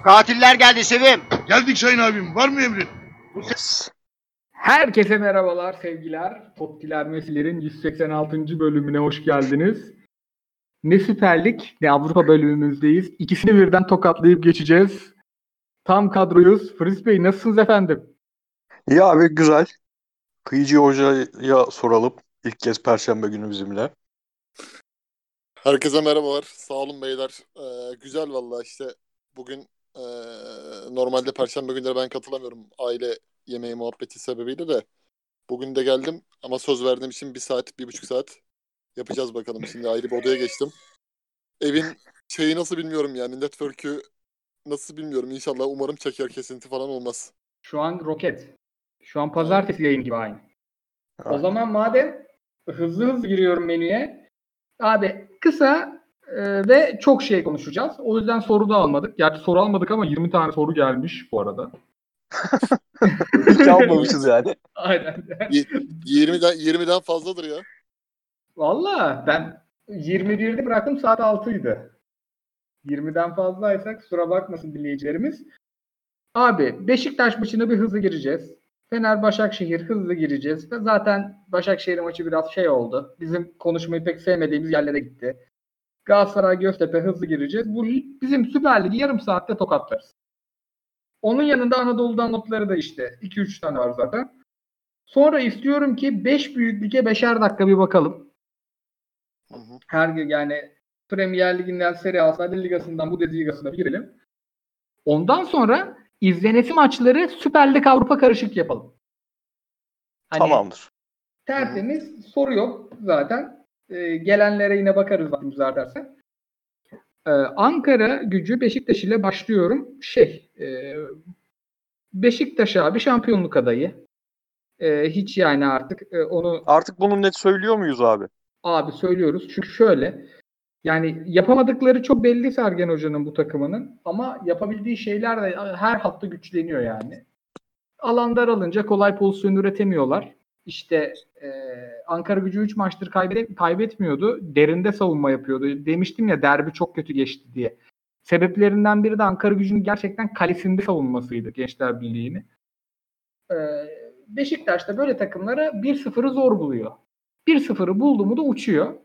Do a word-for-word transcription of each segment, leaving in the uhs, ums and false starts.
Katiller geldi Sevim. Geldik Sayın abim. Var mı emrin? Herkese merhabalar, sevgiler. Topkiler Mesiler'in yüz seksen altıncı bölümüne hoş geldiniz. Ne Süper Lig ne Avrupa bölümümüzdeyiz. İkisini birden tokatlayıp geçeceğiz. Tam kadroyuz. Fris Bey nasılsınız efendim? İyi abi, güzel. Kıyıcı Hoca'ya soralım. İlk kez Perşembe günü bizimle. Herkese merhabalar. Sağ olun beyler. Ee, güzel vallahi işte bugün ee, normalde Perşembe günleri ben katılamıyorum. Aile yemeği muhabbeti sebebiyle de. Bugün de geldim ama söz verdiğim için bir saat, bir buçuk saat yapacağız bakalım. Şimdi ayrı bir odaya geçtim. Evin şeyi nasıl bilmiyorum yani. Network'ü nasıl bilmiyorum. İnşallah umarım çeker, kesinti falan olmaz. Şu an roket. Şu an pazartesi yayın gibi aynı. O Aynen. zaman madem hızlı hızlı giriyorum menüye. Abi kısa e, ve çok şey konuşacağız. O yüzden soru da almadık. Gerçi soru almadık ama yirmi tane soru gelmiş bu arada. Hiç almamışız yani. Aynen. Y- yirmiden, yirmiden fazladır ya. Valla ben yirmi birde bıraktım, saat altıydı. yirmiden fazlaysak kusura bakmasın dinleyicilerimiz. Abi Beşiktaş maçına bir hızlı gireceğiz. Fener Başakşehir hızlı gireceğiz. Zaten Başakşehir maçı biraz şey oldu. Bizim konuşmayı pek sevmediğimiz yerlere gitti. Galatasaray Göztepe hızlı gireceğiz. Bu bizim Süper Lig'i yarım saatte tokatlarız. Onun yanında Anadolu'dan notları da işte iki üç tane var zaten. Sonra istiyorum ki beş büyük lige beşer dakika bir bakalım. Hı hı. Her gün yani Premier Ligi'nden, Serie A'sından, Ligası'ndan, Bundesligası'na bir girelim. Ondan sonra izlenesi maçları Süper Lig Avrupa karışık yapalım. Hani Tamamdır. tertemiz, soru yok zaten. Ee, gelenlere yine bakarız vaktimiz artarsa. Ee, Ankara Gücü Beşiktaş ile başlıyorum. Şey, e, Beşiktaş abi şampiyonluk adayı. Ee, hiç yani artık e, onu Artık bunu net söylüyor muyuz abi? abi söylüyoruz. Çünkü şöyle, yani yapamadıkları çok belli Sergen Hoca'nın bu takımının, ama yapabildiği şeyler de her hafta güçleniyor yani. Alan daralınca kolay pozisyon üretemiyorlar. İşte e, Ankara Gücü üç maçtır kaybet, kaybetmiyordu. Derinde savunma yapıyordu. Demiştim ya derbi çok kötü geçti diye. Sebeplerinden biri de Ankara Gücü'nün gerçekten kalesinde savunmasıydı Gençler Birliği'ni. E, Beşiktaş da böyle takımlara bir sıfırı zor buluyor. bir sıfırı buldu mu da uçuyor.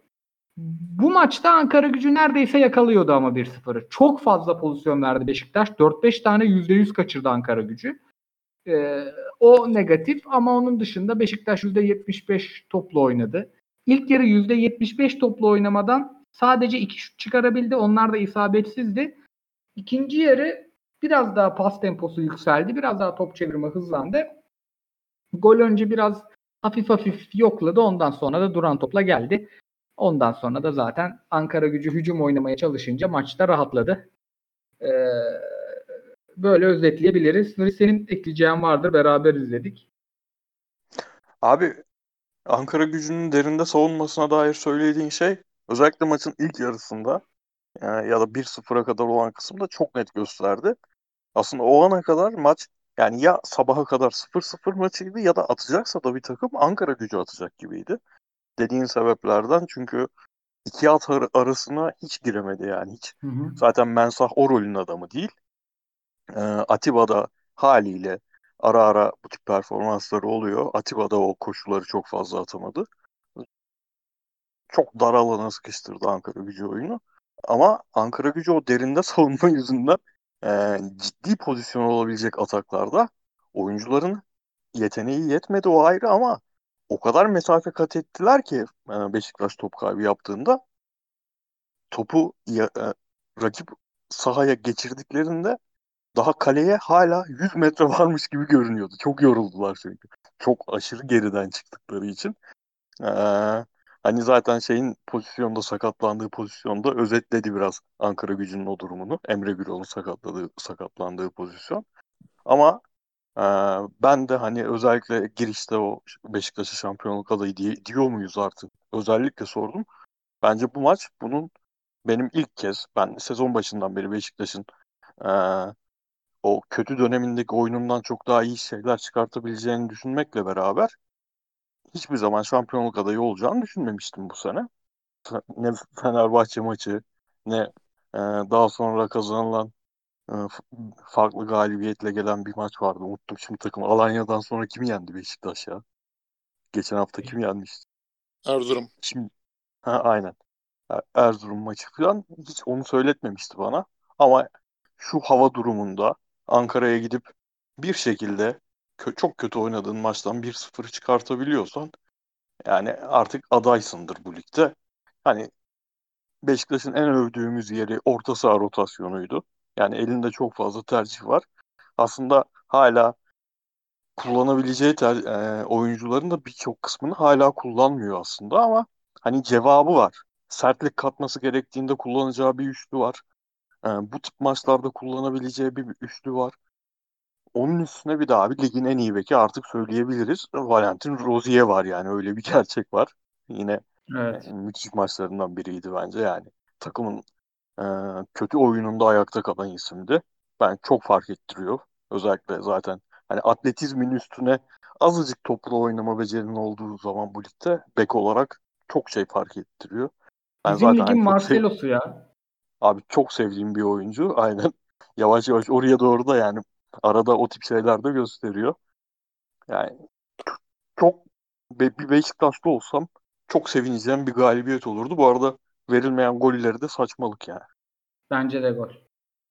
Bu maçta Ankara Gücü neredeyse yakalıyordu ama bir sıfırı. Çok fazla pozisyon verdi Beşiktaş. dört beş tane yüzde yüz kaçırdı Ankara Gücü. Ee, o negatif, ama onun dışında Beşiktaş yüzde yetmiş beş toplu oynadı. İlk yarı yüzde yetmiş beş toplu oynamadan sadece iki şut çıkarabildi. Onlar da isabetsizdi. İkinci yarı biraz daha pas temposu yükseldi. Biraz daha top çevirme hızlandı. Gol önce biraz hafif hafif yokladı. Ondan sonra da duran topla geldi. Ondan sonra da zaten Ankara Gücü hücum oynamaya çalışınca maçta rahatladı. Ee, böyle özetleyebiliriz. Nuri, senin ekleyeceğin vardır. Beraber izledik. Abi, Ankara Gücü'nün derinde savunmasına dair söylediğin şey özellikle maçın ilk yarısında e, ya da bir sıfıra kadar olan kısımda çok net gösterdi. Aslında o ana kadar maç yani ya sabaha kadar sıfır sıfır maçıydı ya da atacaksa da bir takım Ankara Gücü atacak gibiydi. Dediğin sebeplerden, çünkü iki at ar- arasına hiç giremedi yani hiç. Hı hı. Zaten Mensah o rolün adamı değil. Ee, Atiba da haliyle ara ara bu tip performansları oluyor. Atiba da o koşuları çok fazla atamadı. Çok dar alana sıkıştırdı Ankara Gücü oyunu. Ama Ankara Gücü o derinde savunma yüzünden e, ciddi pozisyon olabilecek ataklarda oyuncuların yeteneği yetmedi, o ayrı, ama o kadar mesafe kat ettiler ki e, Beşiktaş top kaybı yaptığında topu ya- e, rakip sahaya geçirdiklerinde daha kaleye hala yüz metre varmış gibi görünüyordu. Çok yoruldular çünkü. Çok aşırı geriden çıktıkları için. Ee, hani zaten şeyin pozisyonda sakatlandığı pozisyonda özetledi biraz Ankara Gücü'nün o durumunu. Emre Gürol'un sakatladığı, sakatlandığı pozisyon. Ama e, ben de hani özellikle girişte o Beşiktaş'a şampiyonluk adayı diye, diyor muyuz artık? Özellikle sordum. Bence bu maç bunun benim ilk kez, ben sezon başından beri Beşiktaş'ın e, o kötü dönemindeki oyunundan çok daha iyi şeyler çıkartabileceğini düşünmekle beraber hiçbir zaman şampiyonluk adayı olacağını düşünmemiştim bu sene. Ne Fenerbahçe maçı, ne e, daha sonra kazanılan e, f- farklı galibiyetle gelen bir maç vardı. Unuttum şimdi takım. Alanya'dan sonra kim yendi Beşiktaş ya? Geçen hafta kim yenmişti? Erzurum. Şimdi ha, aynen. Er- Erzurum maçı falan hiç onu söyletmemişti bana. Ama şu hava durumunda Ankara'ya gidip bir şekilde kö- çok kötü oynadığın maçtan bir sıfır çıkartabiliyorsan yani artık adaysındır bu ligde. Hani Beşiktaş'ın en övdüğümüz yeri orta saha rotasyonuydu. Yani elinde çok fazla tercih var. Aslında hala kullanabileceği ter- e, oyuncuların da birçok kısmını hala kullanmıyor aslında ama hani cevabı var. Sertlik katması gerektiğinde kullanacağı bir üçlü var. E, bu tip maçlarda kullanabileceği bir üçlü var. Onun üstüne bir daha abi ligin en iyi beki artık söyleyebiliriz. Valentin Rozier var yani öyle bir gerçek var. Yine e, Evet. müthiş maçlarından biriydi bence yani. Takımın e, kötü oyununda ayakta kalan isimdi. Ben çok fark ettiriyor. Özellikle zaten hani atletizmin üstüne azıcık topla oynama becerinin olduğu zaman bu ligde bek olarak çok şey fark ettiriyor. Ben Bizim zaten ligin hani çok sev Marcelo'su ya. abi çok sevdiğim bir oyuncu. Aynen. Yavaş yavaş oraya doğru da yani arada o tip şeyler de gösteriyor. Yani çok be- bir Beşiktaşlı olsam çok sevineceğim bir galibiyet olurdu. Bu arada verilmeyen golleri de saçmalık yani. Bence de gol.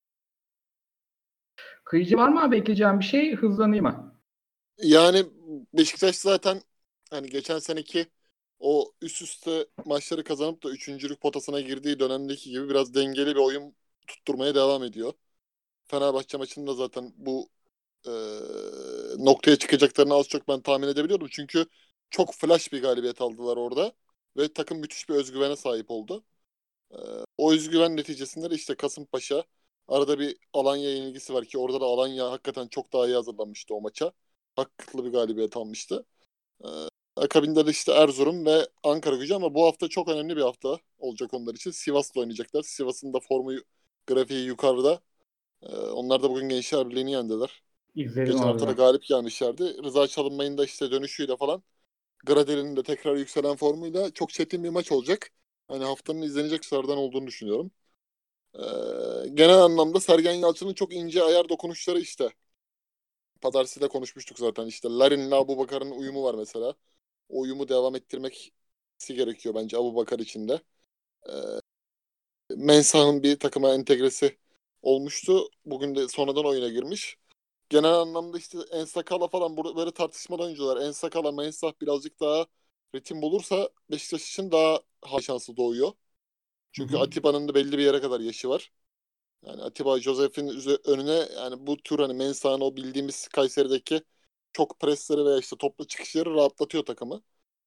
Kıyıcı var mı abi ekleyeceğim bir şey? Hızlanayım mı? Yani Beşiktaş zaten hani geçen seneki o üst üste maçları kazanıp da üçüncülük potasına girdiği dönemdeki gibi biraz dengeli bir oyun tutturmaya devam ediyor. Fenerbahçe maçında zaten bu e, noktaya çıkacaklarını az çok ben tahmin edebiliyordum. Çünkü çok flash bir galibiyet aldılar orada ve takım müthiş bir özgüvene sahip oldu. E, O özgüven neticesinde de işte Kasımpaşa arada bir Alanya yenilgisi var ki orada da Alanya hakikaten çok daha iyi hazırlanmıştı o maça. Haklı bir galibiyet almıştı. E, Akabinde de işte Erzurum ve Ankara Gücü ama bu hafta çok önemli bir hafta olacak onlar için. Sivas'la oynayacaklar. Sivas'ın da formu grafiği yukarıda. Ee, onlar da bugün Gençler Birliği'ni yendiler. İzledim Geçen abi hafta da ben. galip gelmişlerdi. Rıza Çalınbay'ın da işte dönüşüyle falan Gradel'in de tekrar yükselen formuyla çok çetin bir maç olacak. Hani haftanın izlenecek sıralardan olduğunu düşünüyorum. Ee, Genel anlamda Sergen Yalçın'ın çok ince ayar dokunuşları işte. Pazartesi de konuşmuştuk zaten işte. Larin'le Abubakar'ın uyumu var mesela. O uyumu devam ettirmesi gerekiyor bence Abubakar için de. Ee, Mensah'ın bir takıma entegresi olmuştu. Bugün de sonradan oyuna girmiş. Genel anlamda işte Ensakala falan burada böyle tartışmalı oyuncular. Ensakala, Mensah birazcık daha ritim bulursa Beşiktaş için daha high şansı doğuyor. Hı Çünkü hı. Atiba'nın da belli bir yere kadar yaşı var. Yani Atiba Josef'in üze- önüne yani bu tür hani Mensah'ın o bildiğimiz Kayseri'deki çok presleri veya işte toplu çıkışları rahatlatıyor takımı.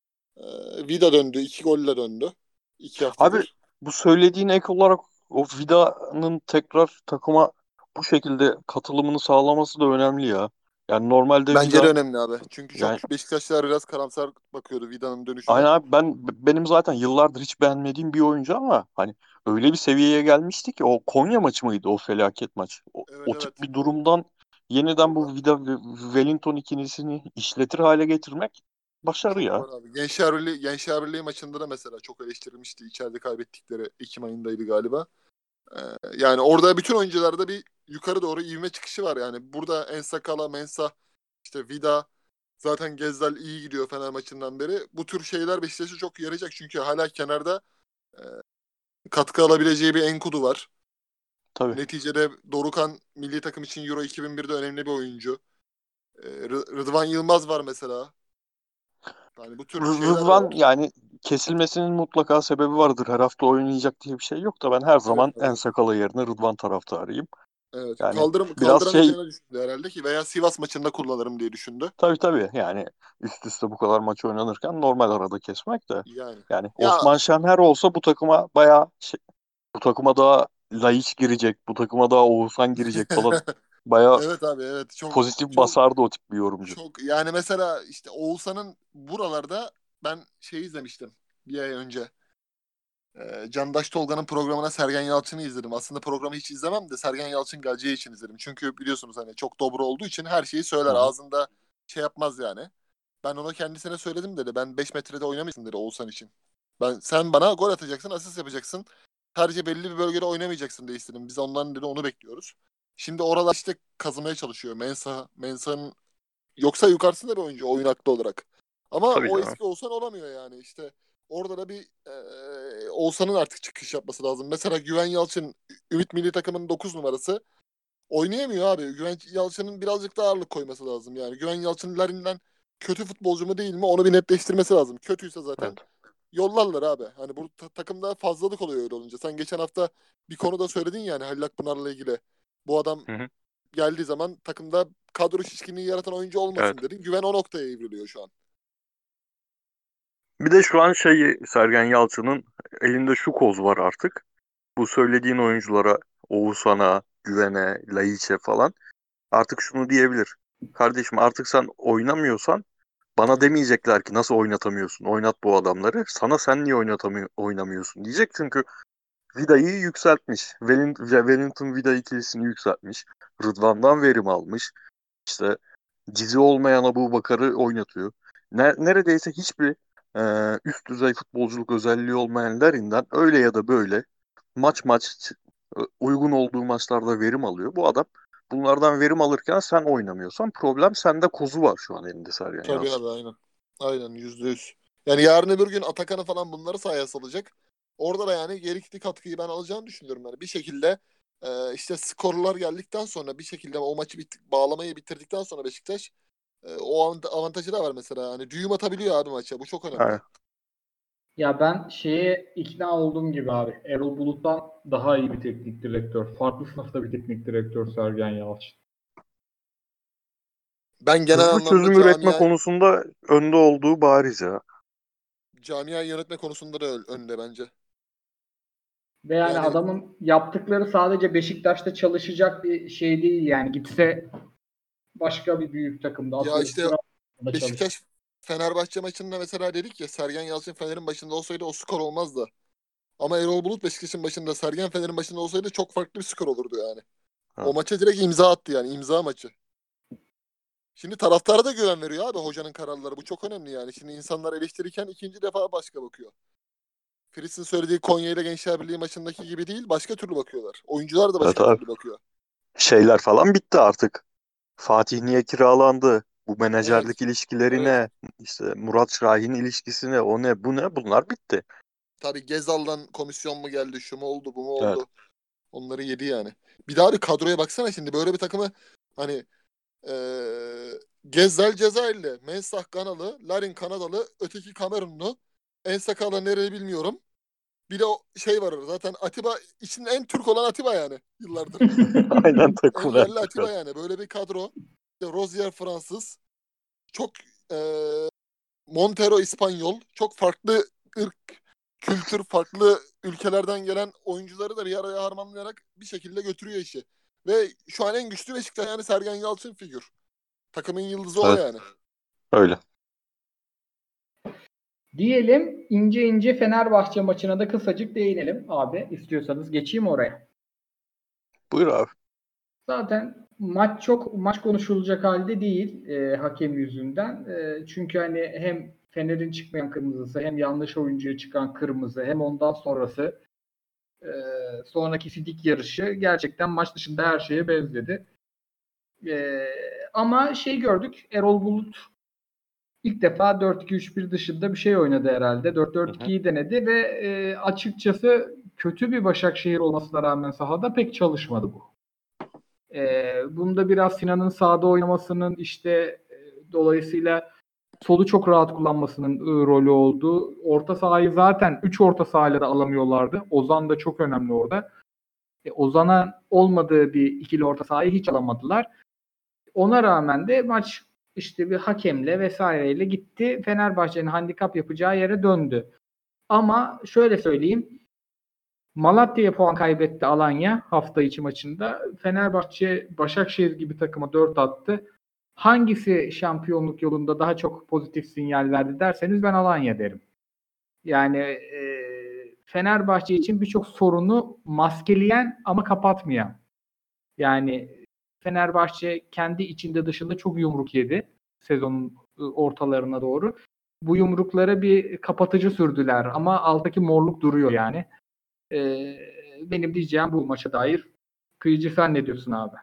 Ee, Vida döndü. iki golle döndü. iki Abi haftadır. bu söylediğin ek olarak o Vida'nın tekrar takıma bu şekilde katılımını sağlaması da önemli ya. Yani normalde Bence de Vida önemli abi. Çünkü yani çok Beşiktaşlılar biraz karamsar bakıyordu Vida'nın dönüşüne. aynen abi ben benim zaten yıllardır hiç beğenmediğim bir oyuncu ama hani öyle bir seviyeye gelmişti ki o Konya maçı mıydı o felaket maç. O, Evet o tip evet. bir durumdan yeniden bu Orada Vida ve Wellington ikilisini işletir hale getirmek başarı çok ya. var abi. Gençler Birliği, Gençler Birliği maçında da mesela çok eleştirilmişti. İçeride kaybettikleri Ekim ayındaydı galiba. Ee, Yani orada bütün oyuncularda bir yukarı doğru ivme çıkışı var. Yani burada Ensakala, Mensah, işte Vida, zaten Gezdal iyi gidiyor Fener maçından beri. Bu tür şeyler Beşiktaş'a çok yarayacak. Çünkü hala kenarda e, katkı alabileceği bir Enkudu var. Tabii. Neticede Dorukhan milli takım için Euro iki bin birde önemli bir oyuncu. Ee, Rı- Rıdvan Yılmaz var mesela. Yani bu tür Rı- şeyler de Rıdvan var. yani kesilmesinin mutlaka sebebi vardır. Her hafta oynayacak diye bir şey yok da ben her Evet, zaman En evet. Sakala yerine Rıdvan taraftarıyım. Evet. Yani Kaldıram biraz şey kaldıramayacağını düşündü herhalde ki veya Sivas maçında kullanırım diye düşündü. tabii tabii yani üst üste bu kadar maç oynanırken normal arada kesmek de Yani. yani Ya Osman Şenher olsa bu takıma bayağı şey, bu takıma daha Laiç girecek, bu takıma daha Oğuzhan girecek falan bayağı evet abi evet çok pozitif çok basardı o tip bir yorumcu. çok yani mesela işte Oğuzhan'ın buralarda ben şey izlemiştim bir ay önce. Ee, Candaş Tolga'nın programına Sergen Yalçın'ı izledim. Aslında programı hiç izlemem de Sergen Yalçın geleceği için izledim. Çünkü biliyorsunuz hani çok dobra olduğu için her şeyi söyler. Hı-hı. Ağzında şey yapmaz yani. Ben ona kendisine söyledim dedi. Ben beş metrede oynamayacaksın dedi Oğuzhan için. Ben sen bana gol atacaksın, asist yapacaksın. Sadece belli bir bölgede oynamayacaksın diye istedim. Biz ondan dedi onu bekliyoruz. Şimdi oralar işte kazımaya çalışıyor. Mensah, Mensah'ın yoksa yukarısında bir oyuncu oyun aklı olarak. Ama Tabii o canım. eski Oğuzhan olamıyor yani. İşte orada da bir e, Oğuzhan'ın artık çıkış yapması lazım. Mesela Güven Yalçın Ümit Milli Takımı'nın dokuz numarası oynayamıyor abi. Güven Yalçın'ın birazcık daha ağırlık koyması lazım. Yani Güven Yalçın Larin'den kötü futbolcu mu değil mi onu bir netleştirmesi lazım. Kötüyse zaten Evet. yollarlar abi. Hani bu ta- takımda fazlalık oluyor öyle olunca. Sen geçen hafta bir konuda söyledin yani Halil Akpınar'la ilgili. Bu adam Hı hı. geldiği zaman takımda kadro şişkinliği yaratan oyuncu olmasın Evet. dedin. Güven o noktaya evriliyor şu an. Bir de şu an şey Sergen Yalçın'ın elinde şu koz var artık. Bu söylediğin oyunculara Oğuzhan'a, Güven'e, Laiç'e falan artık şunu diyebilir. Kardeşim artık sen oynamıyorsan bana demeyecekler ki nasıl oynatamıyorsun, oynat bu adamları. Sana sen niye oynatamıyor, oynamıyorsun diyecek çünkü Vida'yı yükseltmiş. Wellington, Wellington Vida ikilisini yükseltmiş. Rıdvan'dan verim almış. İşte dizi olmayan Abubakar'ı oynatıyor. Ne, neredeyse hiçbir e, üst düzey futbolculuk özelliği olmayan Larin'den öyle ya da böyle maç maç e, uygun olduğu maçlarda verim alıyor. Bu adam bunlardan verim alırken sen oynamıyorsan problem sende, kozu var şu an elinde Sergen Tabii Yalçın. abi aynen. Aynen yüzde yüz. Yani yarın öbür gün Atakan'ı falan bunları sahaya salacak. Orada da yani gerekli katkıyı ben alacağını düşünüyorum. Yani bir şekilde e, işte skorlar geldikten sonra bir şekilde o maçı bit- bağlamayı bitirdikten sonra Beşiktaş e, o avant- avantajı da var mesela. Hani düğüm atabiliyor abi maça. Bu çok önemli. Aynen. Ya ben şeye ikna olduğum gibi abi. Erol Bulut'tan daha iyi bir teknik direktör. Farklı sınıfta bir teknik direktör Sergen Yalçın. Ben genel Hızlı anlamda çözüm üretme camia konusunda önde olduğu bariz ya. camia yönetme konusunda da ö- önde bence. Ve yani Yani adamın yaptıkları sadece Beşiktaş'ta çalışacak bir şey değil yani. Gitse başka bir büyük takımda ya atıyorum işte Trabzon'da çalışır. Beşiktaş Fenerbahçe maçında mesela dedik ya Sergen Yalçın Fener'in başında olsaydı o skor olmazdı. Ama Erol Bulut Beşiktaş'ın başında, Sergen Fener'in başında olsaydı çok farklı bir skor olurdu yani. O Evet. maça direkt imza attı yani, imza maçı. Şimdi taraftara da güven veriyor abi hocanın kararları. Bu çok önemli yani. Şimdi insanlar eleştirirken ikinci defa başka bakıyor. Fritz'in söylediği Konya ile Gençler Birliği maçındaki gibi değil, başka türlü bakıyorlar. Oyuncular da Evet başka abi. türlü bakıyor. Şeyler falan bitti artık. Fatih niye kiralandı? Bu Evet, menajerlik ilişkileri evet. ne? İşte Murat Şahin ilişkisi ne? O ne? Bu ne? Bunlar bitti. Tabii Gezal'dan komisyon mu geldi, şu mu oldu, bu mu Evet. oldu? Onları yedi yani. Bir daha bir kadroya baksana şimdi. Böyle bir takımı hani Ee, Gezzal Cezayirli, Mensah Ganalı, Larin Kanadalı, öteki Kamerunlu. En sakalı nereye bilmiyorum. Bir de o şey var orada. Zaten Atiba içinde en Türk olan Atiba yani yıllardır. Aynen En takım yerli yaptık. Atiba yani. Böyle bir kadro. İşte Rozier Fransız. Çok e, Montero İspanyol. Çok farklı ırk, kültür, farklı ülkelerden gelen oyuncuları da bir araya harmanlayarak bir şekilde götürüyor işi. Ve şu an en güçlü Beşiktaş yani Sergen Yalçın figür. Takımın yıldızı o Evet. yani. Öyle. Diyelim ince ince Fenerbahçe maçına da kısacık değinelim abi. İstiyorsanız geçeyim oraya. Buyur abi. Zaten maç çok maç konuşulacak halde değil e, hakem yüzünden. E, çünkü hani hem Fener'in çıkmayan kırmızısı hem yanlış oyuncuya çıkan kırmızı hem ondan sonrası e, sonraki fidik yarışı gerçekten maç dışında her şeye benzedi. E, ama şey gördük, Erol Bulut ilk defa dört iki üç bir dışında bir şey oynadı herhalde. dört Hı dört hı. ikiyi denedi ve e, açıkçası kötü bir Başakşehir olmasına rağmen sahada pek çalışmadı bu. E, bunda biraz Sinan'ın sahada oynamasının işte e, dolayısıyla solu çok rahat kullanmasının e, rolü oldu. Orta sahayı zaten üç orta sahayla da alamıyorlardı. Ozan da çok önemli orada. E, Ozan'a olmadığı bir ikili orta sahayı hiç alamadılar. Ona rağmen de maç işte bir hakemle vesaireyle gitti. Fenerbahçe'nin handikap yapacağı yere döndü. Ama şöyle söyleyeyim. Malatya'ya puan kaybetti Alanya hafta içi maçında. Fenerbahçe Başakşehir gibi takıma dört attı. Hangisi şampiyonluk yolunda daha çok pozitif sinyal verdi derseniz ben Alanya derim. Yani e, Fenerbahçe için birçok sorunu maskeleyen ama kapatmayan. Yani Fenerbahçe kendi içinde dışında çok yumruk yedi sezonun ortalarına doğru. Bu yumruklara bir kapatıcı sürdüler ama alttaki morluk duruyor yani. Ee, benim diyeceğim bu maça dair Kıyıcı sen ne diyorsun abi?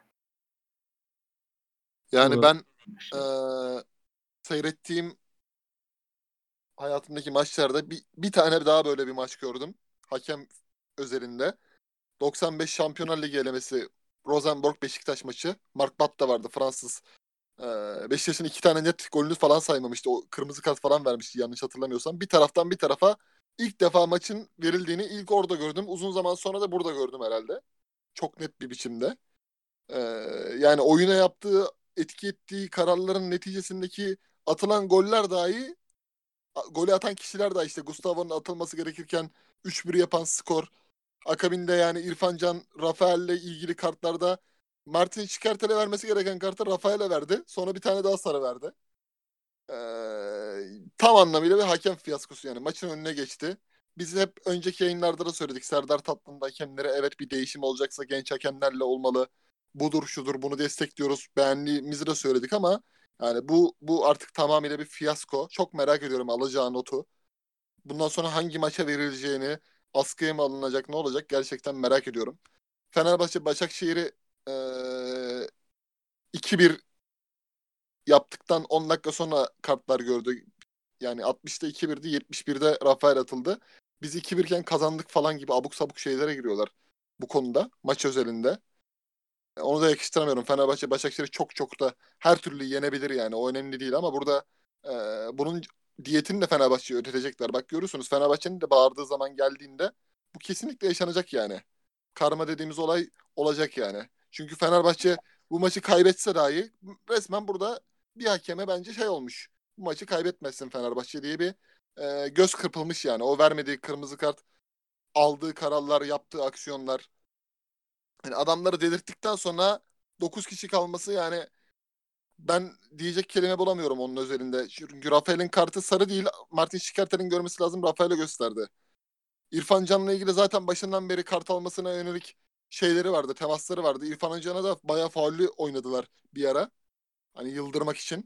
Yani Bu- ben işte. eee, seyrettiğim hayatımdaki maçlarda bir, bir tane daha böyle bir maç gördüm. Hakem özelinde. doksan beş Şampiyonlar Ligi elemesi Rosenborg Beşiktaş maçı. Mark Batt da vardı Fransız. Ee, Beşiktaş'ın iki tane net golünü falan saymamıştı. O kırmızı kart falan vermişti yanlış hatırlamıyorsam. Bir taraftan bir tarafa ilk defa maçın verildiğini ilk orada gördüm. Uzun zaman sonra da burada gördüm herhalde. Çok net bir biçimde. Ee, Yani oyuna yaptığı, etki ettiği kararların neticesindeki atılan goller dahi a- golü atan kişiler dahi işte Gustavo'nun atılması gerekirken üç bir yapan skor. Akabinde yani İrfan Can, Rafael'le ilgili kartlarda Martin Şikertel'e vermesi gereken kartı Rafael'e verdi. Sonra bir tane daha sarı verdi. Ee, tam anlamıyla bir hakem fiyaskosu yani. Maçın önüne geçti. Biz hep önceki yayınlarda da söyledik. Serdar Tatlı'nın da hakemlere evet bir değişim olacaksa genç hakemlerle olmalı. Budur şudur bunu destekliyoruz. Beğendiğimizi de söyledik ama yani bu bu artık tamamıyla bir fiyasko. Çok merak ediyorum alacağı notu. Bundan sonra hangi maça verileceğini, askıya mı alınacak, ne olacak gerçekten merak ediyorum. Fenerbahçe Başakşehir'i eee iki bir yaptıktan on dakika sonra kartlar gördü. Yani altmışta iki birdi, yetmiş birde Rafael atıldı. Biz iki bir iken kazandık falan gibi abuk sabuk şeylere giriyorlar bu konuda maç özelinde. Onu da yakıştıramıyorum. Fenerbahçe Başakşehir'i çok çok da her türlü yenebilir yani. O önemli değil ama burada e, bunun diyetini de Fenerbahçe'ye ödetecekler. Bak görüyorsunuz Fenerbahçe'nin de bağırdığı zaman geldiğinde bu kesinlikle yaşanacak yani. Karma dediğimiz olay olacak yani. Çünkü Fenerbahçe bu maçı kaybetse dahi resmen burada bir hakeme bence şey olmuş. Bu maçı kaybetmezsin Fenerbahçe diye bir e, göz kırpılmış yani. O vermediği kırmızı kart, aldığı kararlar, yaptığı aksiyonlar. Yani adamları delirttikten sonra dokuz kişi kalması yani ben diyecek kelime bulamıyorum onun özelinde. Çünkü Rafael'in kartı sarı değil. Martin Şikertel'in görmesi lazım. Rafael'e gösterdi. İrfan Can'la ilgili zaten başından beri kart almasına yönelik şeyleri vardı. Temasları vardı. İrfan Can'a da bayağı faullü oynadılar bir ara. Hani yıldırmak için.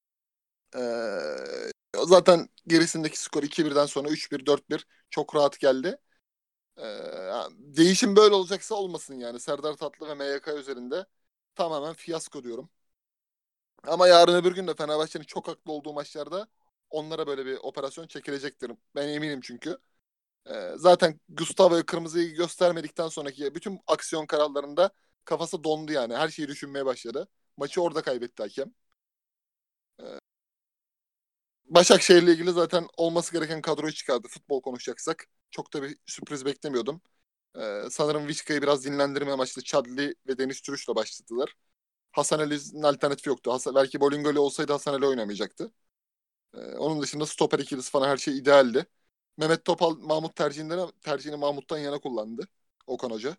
Ee, Zaten gerisindeki skor iki birden sonra üç bir dört bir çok rahat geldi. Ee, Değişim böyle olacaksa olmasın yani. Serdar Tatlı ve M Y K üzerinde tamamen fiyasko diyorum. Ama yarın öbür gün de Fenerbahçe'nin çok haklı olduğu maçlarda onlara böyle bir operasyon çekilecektir. Ben eminim çünkü. Ee, zaten Gustavo'ya kırmızıyı göstermedikten sonraki bütün aksiyon kararlarında kafası dondu yani. Her şeyi düşünmeye başladı. Maçı orada kaybetti hakem. Ee, Başakşehir'le ilgili zaten olması gereken kadroyu çıkardı. Futbol konuşacaksak. Çok da bir sürpriz beklemiyordum. Ee, sanırım Vizca'yı biraz dinlendirme amaçlı Chadli ve Deniz Türüş'le başladılar. Hasan Ali'nin alternatifi yoktu. Hasan, belki Bolingoli olsaydı Hasan Ali oynamayacaktı. Ee, onun dışında stoper ikilisi falan her şey idealdi. Mehmet Topal Mahmut tercihinden tercihini Mahmut'tan yana kullandı Okan Hoca.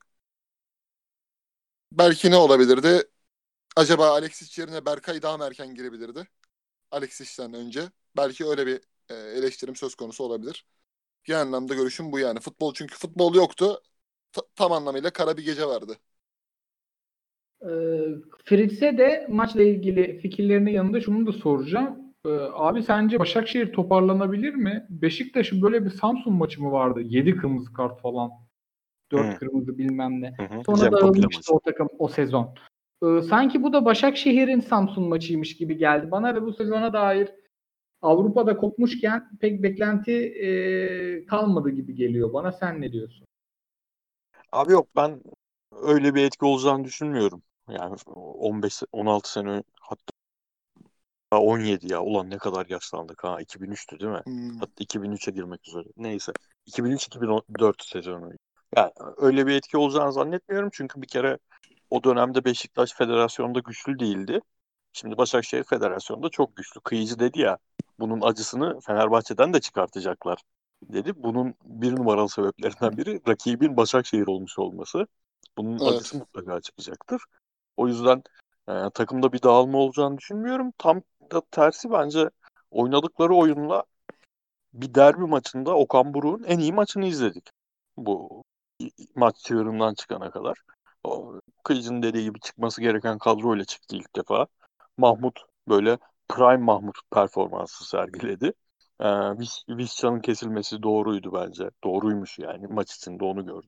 Belki ne olabilirdi? Acaba Alexis yerine Berkay daha mı erken girebilirdi? Alexis'ten önce. Belki öyle bir e, eleştirim söz konusu olabilir. Genel anlamda görüşüm bu yani. Futbol çünkü futbol yoktu. Ta- tam anlamıyla kara bir gece vardı. Ee, Fritz'e de maçla ilgili fikirlerinin yanında şunu da soracağım. Ee, abi sence Başakşehir toparlanabilir mi? Beşiktaş'ın böyle bir Samsun maçı mı vardı? yedi kırmızı kart falan. dört Hı, kırmızı bilmem ne. hı, hı. Sonra Lemko bile dağılmıştı maçı. o takım o sezon. Ee, sanki bu da Başakşehir'in Samsun maçıymış gibi geldi. Bana da bu sezona dair Avrupa'da kopmuşken pek beklenti e, kalmadı gibi geliyor bana. Sen ne diyorsun? Abi yok, ben öyle bir etki olacağını düşünmüyorum. Yani on beş on altı sene, hatta on yedi ya. Ulan ne kadar yaşlandık ha. iki bin üçtü değil mi? Hmm. Hatta iki bin üçe girmek üzere. Neyse. iki bin üç iki bin dört sezonu. Yani öyle bir etki olacağını zannetmiyorum. Çünkü bir kere o dönemde Beşiktaş federasyonda güçlü değildi. Şimdi Başakşehir federasyonda çok güçlü. Kıyıcı dedi ya, bunun acısını Fenerbahçe'den de çıkartacaklar dedi. Bunun bir numaralı sebeplerinden biri rakibin Başakşehir olmuş olması. Bunun acısı Evet. mutlaka çıkacaktır. O yüzden e, takımda bir dağılma olacağını düşünmüyorum. Tam da tersi, bence oynadıkları oyunla bir derbi maçında Okan Buruk'un en iyi maçını izledik. Bu maç çığırından çıkana kadar. O Kıyıcı'nın dediği gibi çıkması gereken kadroyla çıktı ilk defa. Mahmut böyle prime Mahmut performansı sergiledi. Ee, Vis- Visca'nın kesilmesi doğruydu bence. Doğruymuş yani, maç içinde onu gördük.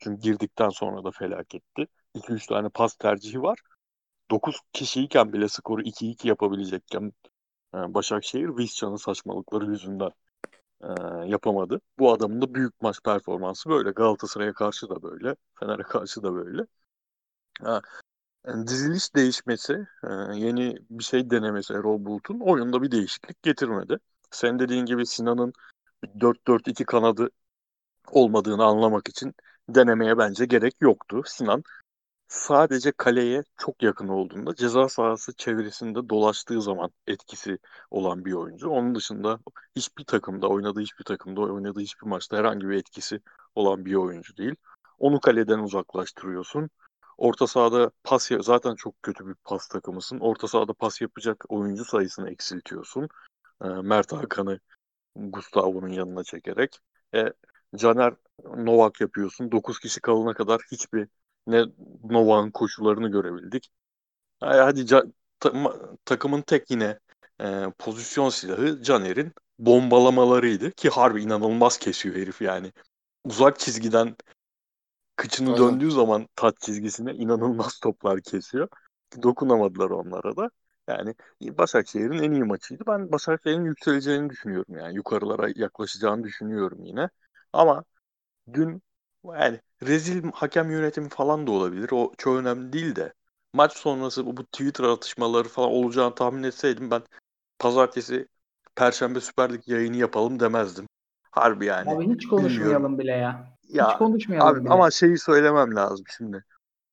Çünkü girdikten sonra da felaketti. iki üç tane pas tercihi var. dokuz kişiyken bile skoru iki iki yapabilecekken e, Başakşehir Vizcan'ın saçmalıkları yüzünden e, yapamadı. Bu adamın da büyük maç performansı böyle. Galatasaray'a karşı da böyle. Fener'e karşı da böyle. Ha, yani diziliş değişmesi, e, yeni bir şey denemesi Erol Bulut'un oyunda bir değişiklik getirmedi. Sen dediğin gibi Sinan'ın dört dört iki kanadı olmadığını anlamak için denemeye bence gerek yoktu. Sinan sadece kaleye çok yakın olduğunda ceza sahası çevresinde dolaştığı zaman etkisi olan bir oyuncu. Onun dışında hiçbir takımda, oynadığı hiçbir takımda, oynadığı hiçbir maçta herhangi bir etkisi olan bir oyuncu değil. Onu kaleden uzaklaştırıyorsun. Orta sahada pas ya- zaten çok kötü bir pas takımısın. Orta sahada pas yapacak oyuncu sayısını eksiltiyorsun. Ee, Mert Hakan'ı Gustavo'nun yanına çekerek. E, Caner Novak yapıyorsun. Dokuz kişi kalana kadar hiçbir ne Novak'ın koşularını görebildik. Ay, hadi ca- ta- ma- takımın tek yine e, pozisyon silahı Caner'in bombalamalarıydı ki harbi inanılmaz kesiyor herif yani. Uzak çizgiden kıçını Aynen. döndüğü zaman taç çizgisine inanılmaz toplar kesiyor. Dokunamadılar onlara da. Yani Başakşehir'in en iyi maçıydı. Ben Başakşehir'in yükseleceğini düşünüyorum yani. Yukarılara yaklaşacağını düşünüyorum yine. Ama dün yani rezil hakem yönetimi falan da olabilir. O çok önemli değil de. Maç sonrası bu, bu Twitter atışmaları falan olacağını tahmin etseydim ben pazartesi Perşembe Süper Lig yayını yapalım demezdim. Harbi yani. Abi hiç Bilmiyorum. konuşmayalım bile ya. Hiç Ya abi konuşmayalım ama bile. şeyi söylemem lazım şimdi.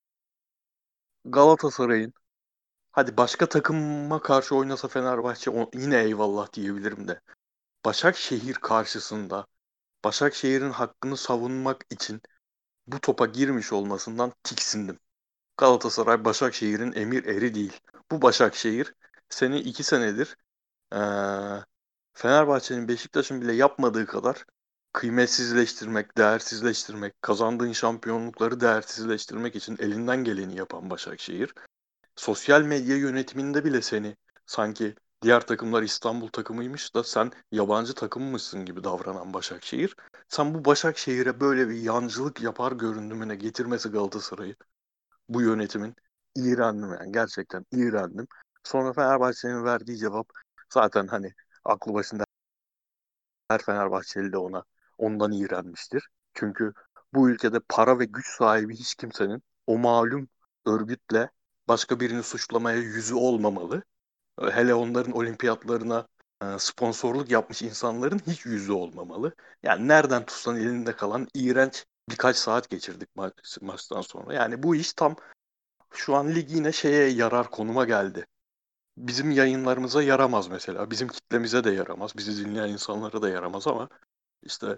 Galatasaray'ın hadi başka takıma karşı oynasa Fenerbahçe o- yine eyvallah diyebilirim de. Başakşehir karşısında Başakşehir'in hakkını savunmak için bu topa girmiş olmasından tiksindim. Galatasaray Başakşehir'in emir eri değil. Bu Başakşehir seni iki senedir eee, Fenerbahçe'nin Beşiktaş'ın bile yapmadığı kadar kıymetsizleştirmek, değersizleştirmek, kazandığın şampiyonlukları değersizleştirmek için elinden geleni yapan Başakşehir. Sosyal medya yönetiminde bile seni sanki diğer takımlar İstanbul takımıymış da sen yabancı takımmışsın gibi davranan Başakşehir. Sen bu Başakşehir'e böyle bir yancılık yapar görünümüne getirmesi Galatasaray'ı bu yönetimin iğrendim yani gerçekten iğrendim. Sonra Fenerbahçe'nin verdiği cevap zaten hani aklı başında her Fenerbahçeli de ona ondan iğrenmiştir. Çünkü bu ülkede para ve güç sahibi hiç kimsenin o malum örgütle başka birini suçlamaya yüzü olmamalı. Hele onların olimpiyatlarına e, sponsorluk yapmış insanların hiç yüzü olmamalı. Yani nereden tutsan elinde kalan iğrenç birkaç saat geçirdik maç, maçtan sonra. Yani bu iş tam şu an lig yine şeye yarar konuma geldi. Bizim yayınlarımıza yaramaz mesela. Bizim kitlemize de yaramaz. Bizi dinleyen insanlara da yaramaz ama işte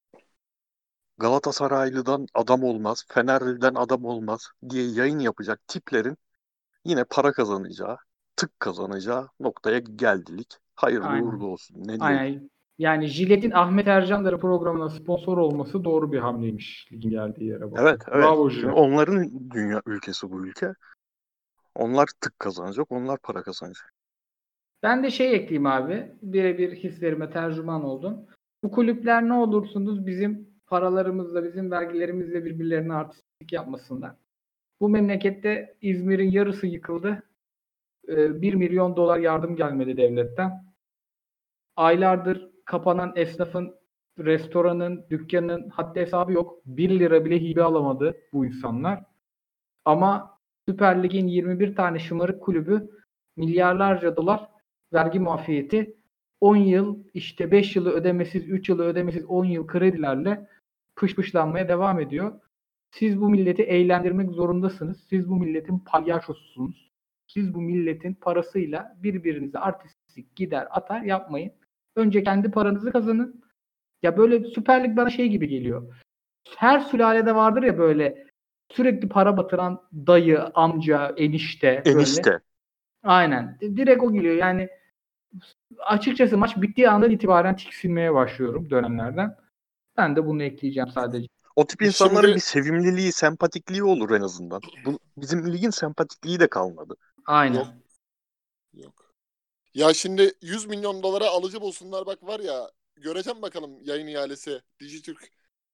Galatasaraylı'dan adam olmaz, Fenerli'den adam olmaz diye yayın yapacak tiplerin yine para kazanacağı, tık kazanacağı noktaya geldilik. Hayırlı Aynen. uğurlu olsun. Ne diyelim? Aynen. Yani Jilet'in Ahmet Ercanları programına sponsor olması doğru bir hamleymiş ligin geldiği yere Evet, bakın. evet. Bravo Çünkü Jilet. onların dünya ülkesi bu ülke. Onlar tık kazanacak, onlar para kazanacak. Ben de şey ekleyeyim abi. Birebir hislerime tercüman oldum. Bu kulüpler ne olursunuz bizim paralarımızla, bizim vergilerimizle birbirlerine artistlik yapmasınlar. Bu memlekette İzmir'in yarısı yıkıldı. Ee, bir milyon dolar yardım gelmedi devletten. Aylardır kapanan esnafın, restoranın, dükkanın haddi hesabı yok. bir lira bile hibe alamadı bu insanlar. Ama Süper Lig'in yirmi bir tane şımarık kulübü milyarlarca dolar vergi muafiyeti, on yıl işte beş yılı ödemesiz, üç yılı ödemesiz on yıl kredilerle pışpışlanmaya devam ediyor. Siz bu milleti eğlendirmek zorundasınız. Siz bu milletin palyaçosusunuz. Siz bu milletin parasıyla birbirinize artistlik gider atar yapmayın. Önce kendi paranızı kazanın. Ya böyle Süper Lig bana şey gibi geliyor. Her sülalede vardır ya böyle sürekli para batıran dayı, amca, enişte böyle. Enişte. Aynen. Direkt o geliyor. Yani açıkçası maç bittiği andan itibaren tiksinmeye başlıyorum dönemlerden. Ben de bunu ekleyeceğim sadece. O tip insanların Şimdi bir sevimliliği, sempatikliği olur en azından. Bu, bizim ligin sempatikliği de kalmadı. yok Aynen. yok. Ya şimdi yüz milyon dolara alıcı bulsunlar bak var ya göreceğim bakalım yayın ihalesi Dijitürk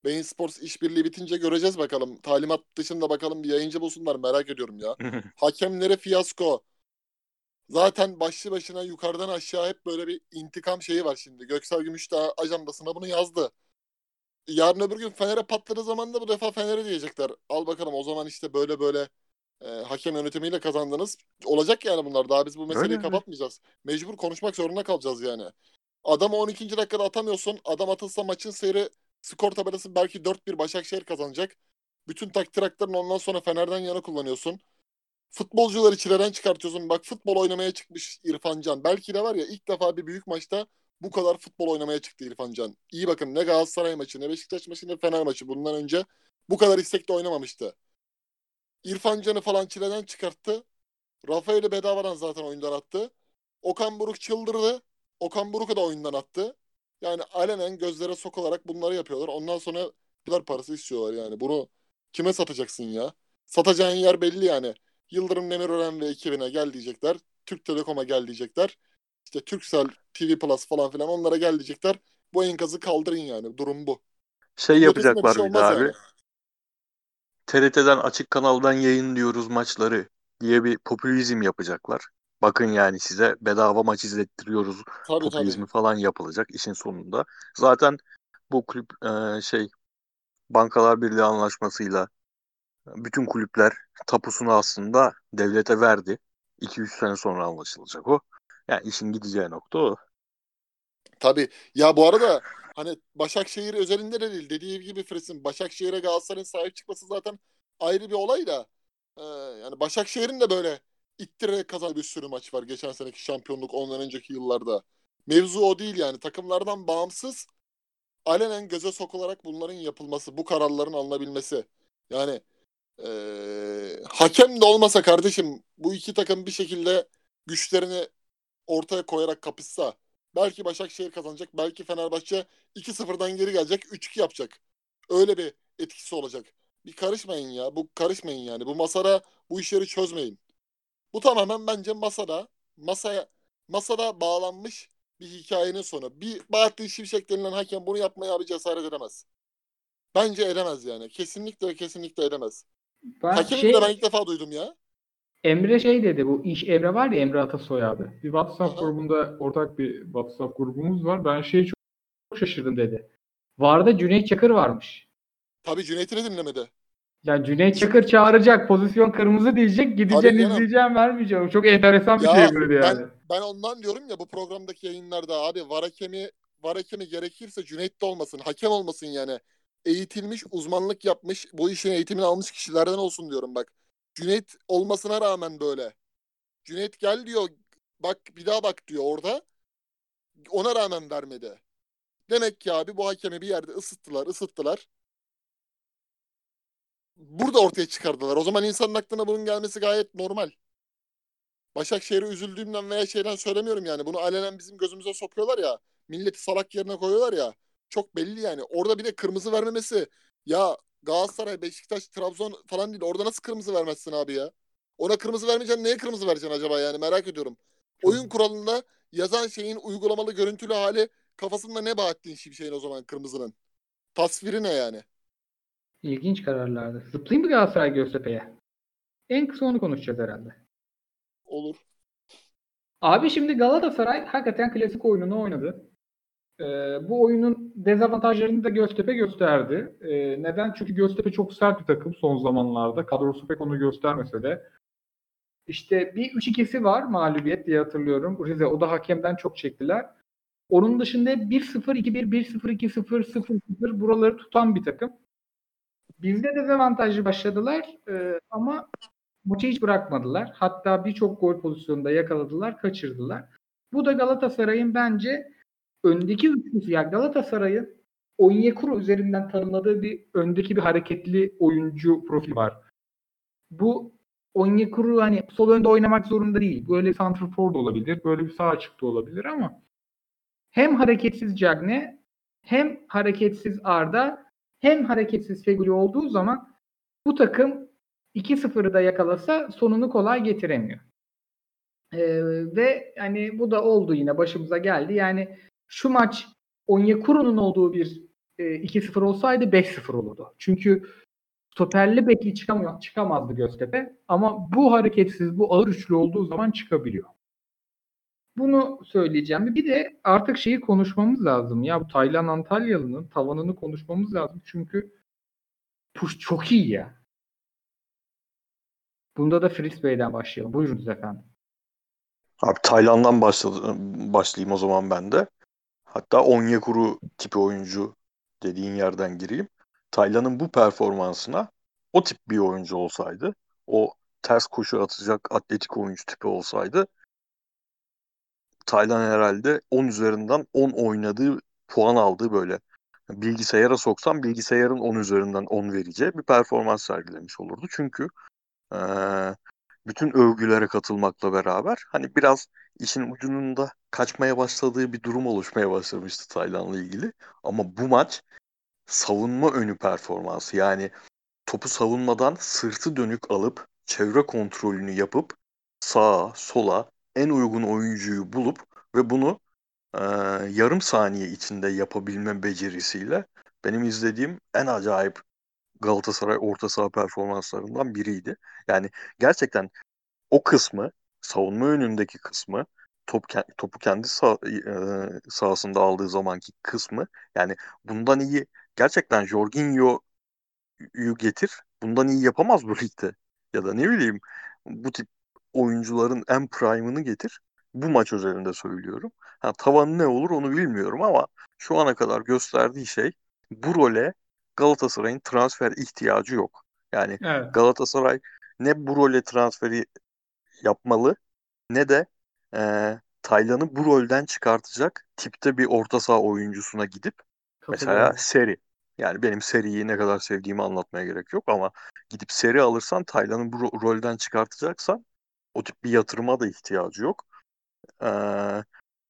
Bein Sports işbirliği bitince göreceğiz bakalım. Talimat dışında bakalım bir yayıncı bulsunlar, merak ediyorum ya. Hakemlere fiyasko. Zaten başlı başına yukarıdan aşağı hep böyle bir intikam şeyi var şimdi. Göksel Gümüşdağ ajandasına bunu yazdı. Yarın öbür gün Fener'e patladığı zaman da bu defa Fener'e diyecekler. Al bakalım o zaman işte böyle böyle e, hakem yönetimiyle kazandınız. Olacak yani bunlar. Daha biz bu meseleyi Öyle, öyle. kapatmayacağız. Mecbur konuşmak zorunda kalacağız yani. Adamı on ikinci dakikada atamıyorsun. Adam atılsa maçın seyri, skor tabelası belki dört bir Başakşehir kazanacak. Bütün taktiraklarını ondan sonra Fener'den yana kullanıyorsun. Futbolcuları çileden çıkartıyorsun. Bak futbol oynamaya çıkmış İrfan Can. Belki de var ya ilk defa bir büyük maçta bu kadar futbol oynamaya çıktı İrfan Can. İyi bakın, ne Galatasaray maçı, ne Beşiktaş maçı, ne Fener maçı bundan önce bu kadar istekli oynamamıştı. İrfan Can'ı falan çileden çıkarttı. Rafael'i bedavadan zaten oyundan attı. Okan Buruk çıldırdı. Okan Buruk'u da oyundan attı. Yani alenen gözlere sokularak bunları yapıyorlar. Ondan sonra dolar parası istiyorlar yani. Bunu kime satacaksın ya? Satacağın yer belli yani. Yıldırım Demirören ve ekibine gel diyecekler. Türk Telekom'a gel diyecekler. İşte Turkcell, T V Plus falan filan onlara gel diyecekler. Bu enkazı kaldırın yani. Durum bu. Şey Bunun ötesinde bir yapacaklar şey bir de olmaz abi. yani. T R T'den açık kanaldan yayınlıyoruz maçları diye bir popülizm yapacaklar. Bakın yani size bedava maç izlettiriyoruz Tabii tabii. popülizmi falan yapılacak işin sonunda. Zaten bu kulüp e, şey Bankalar Birliği anlaşmasıyla bütün kulüpler tapusunu aslında devlete verdi. iki üç sene sonra anlaşılacak o. Yani işin gideceği nokta o. Tabii. Ya bu arada hani Başakşehir özelinde de değil. Dediği gibi Fres'in Başakşehir'e Galatasaray'ın sahip çıkması zaten ayrı bir olay da. Ee, yani Başakşehir'in de böyle ittirerek kazandığı bir sürü maç var. Geçen seneki şampiyonluk, ondan önceki yıllarda. Mevzu o değil yani. Takımlardan bağımsız alenen göze sokularak bunların yapılması, bu kararların alınabilmesi. Yani ee, hakem de olmasa kardeşim bu iki takım bir şekilde güçlerini ortaya koyarak kapışsa belki Başakşehir kazanacak, belki Fenerbahçe iki sıfırdan geri gelecek, üç iki yapacak. Öyle bir etkisi olacak. Bir karışmayın ya. Bu karışmayın yani. Bu masada bu işleri çözmeyin. Bu tamamen bence masada masaya masada bağlanmış bir hikayenin sonu. Bir Bahattin Şimşek denilen hakem bunu yapmaya abi cesaret edemez. Bence edemez yani. Kesinlikle ve kesinlikle edemez. Ben Hakemi şey bile ben ilk defa duydum ya. Emre şey dedi, bu iş Emre var ya, Emre Atasoy abi. Bir WhatsApp Aha. grubunda, ortak bir WhatsApp grubumuz var. Ben şeyi çok, çok şaşırdım dedi. Varda Cüneyt Çakır varmış. Tabii Cüneyt'i de dinlemedi. Yani Cüneyt Çakır çağıracak, pozisyon kırmızı diyecek, gideceğim, Tabii canım. izleyeceğim, vermeyeceğim. Çok enteresan bir Ya şey böyle yani. ben ben ondan diyorum ya bu programdaki yayınlarda abi var hakemi var hakemi gerekirse Cüneyt de olmasın, hakem olmasın yani. Eğitilmiş, uzmanlık yapmış, bu işin eğitimini almış kişilerden olsun diyorum bak. Cüneyt olmasına rağmen böyle. Cüneyt gel diyor, bak bir daha bak diyor orada. Ona rağmen vermedi. Demek ki abi bu hakemi bir yerde ısıttılar, ısıttılar. Burada ortaya çıkardılar. O zaman insanın aklına bunun gelmesi gayet normal. Başakşehir'e üzüldüğümden veya şeyden söylemiyorum yani. Bunu alenen bizim gözümüze sokuyorlar ya. Milleti salak yerine koyuyorlar ya. Çok belli yani. Orada bir de kırmızı vermemesi. Ya Galatasaray, Beşiktaş, Trabzon falan değil. Orada nasıl kırmızı vermezsin abi ya? Ona kırmızı vermeyeceksin. Neye kırmızı vereceksin acaba yani? Merak ediyorum. Oyun kuralında yazan şeyin uygulamalı görüntülü hali kafasında ne Bahattin Şimşek'in o zaman kırmızının? Tasviri ne yani? İlginç kararlardı. Zıplayayım mı Galatasaray Göztepe'ye? En kısa onu konuşacağız herhalde. Olur. Abi şimdi Galatasaray hakikaten klasik oyununu oynadı. Ee, bu oyunun dezavantajlarını da Göztepe gösterdi. Ee, neden? Çünkü Göztepe çok sert bir takım son zamanlarda. Kadrosu pek onu göstermese de. İşte bir üç ikisi var mağlubiyet diye hatırlıyorum. Rize, o da hakemden çok çektiler. Onun dışında bir sıfır, iki bir, bir sıfır, iki sıfır, sıfır sıfır buraları tutan bir takım. Bizde dezavantajlı başladılar ee, ama maçı hiç bırakmadılar. Hatta birçok gol pozisyonunda yakaladılar, kaçırdılar. Bu da Galatasaray'ın bence öndeki üçlüsü, yani Galatasaray'ın Onyekuru üzerinden tanımladığı bir öndeki bir hareketli oyuncu profili var. Bu Onyekuru hani sol önde oynamak zorunda değil. Böyle santrfor da olabilir, böyle bir sağ açıkta olabilir ama hem hareketsiz Cagne, hem hareketsiz Arda, hem hareketsiz Feguli olduğu zaman bu takım iki sıfırı da yakalasa sonunu kolay getiremiyor. Ee, ve hani bu da oldu, yine başımıza geldi. Yani şu maç Onyekuru'nun olduğu bir e, iki sıfır olsaydı beş sıfır olurdu. Çünkü stoperli bekli çıkamıyor, çıkamazdı Göztepe. Ama bu hareketsiz, bu ağır üçlü olduğu zaman çıkabiliyor. Bunu söyleyeceğim. Bir de artık şeyi konuşmamız lazım. Ya bu Taylan Antalyalı'nın tavanını konuşmamız lazım. Çünkü push çok iyi ya. Bunda da Fritz Bey'den başlayalım. Buyurunuz efendim. Abi Tayland'dan başladı, başlayayım o zaman ben de. Hatta Onyekuru tipi oyuncu dediğin yerden gireyim. Taylan'ın bu performansına o tip bir oyuncu olsaydı, o ters koşu atacak atletik oyuncu tipi olsaydı, Taylan herhalde on üzerinden on oynadığı, puan aldığı böyle. Bilgisayara soksam bilgisayarın on üzerinden on vereceği bir performans sergilemiş olurdu. Çünkü eee, bütün övgülere katılmakla beraber hani biraz işin ucunun da kaçmaya başladığı bir durum oluşmaya başlamıştı Taylan'la ilgili. Ama bu maç savunma önü performansı, yani topu savunmadan sırtı dönük alıp çevre kontrolünü yapıp sağa sola en uygun oyuncuyu bulup ve bunu e, yarım saniye içinde yapabilme becerisiyle benim izlediğim en acayip Galatasaray orta saha performanslarından biriydi. Yani gerçekten o kısmı, savunma önündeki kısmı, top topu kendi sah e, sahasında aldığı zamanki kısmı, yani bundan iyi gerçekten Jorginho'yu getir. Bundan iyi yapamaz bu ligde. Ya da ne bileyim, bu tip oyuncuların en prime'ını getir. Bu maç üzerinde söylüyorum. Ha, tavanı ne olur onu bilmiyorum ama şu ana kadar gösterdiği şey, bu role Galatasaray'ın transfer ihtiyacı yok. Yani Evet. Galatasaray ne bu role transferi yapmalı ne de e, Taylan'ı bu rolden çıkartacak tipte bir orta saha oyuncusuna gidip mesela Katılıyorum. Seri. Yani benim Seri'yi ne kadar sevdiğimi anlatmaya gerek yok ama gidip Seri alırsan, Taylan'ı bu ro- rolden çıkartacaksan o tip bir yatırıma da ihtiyacı yok. Ee,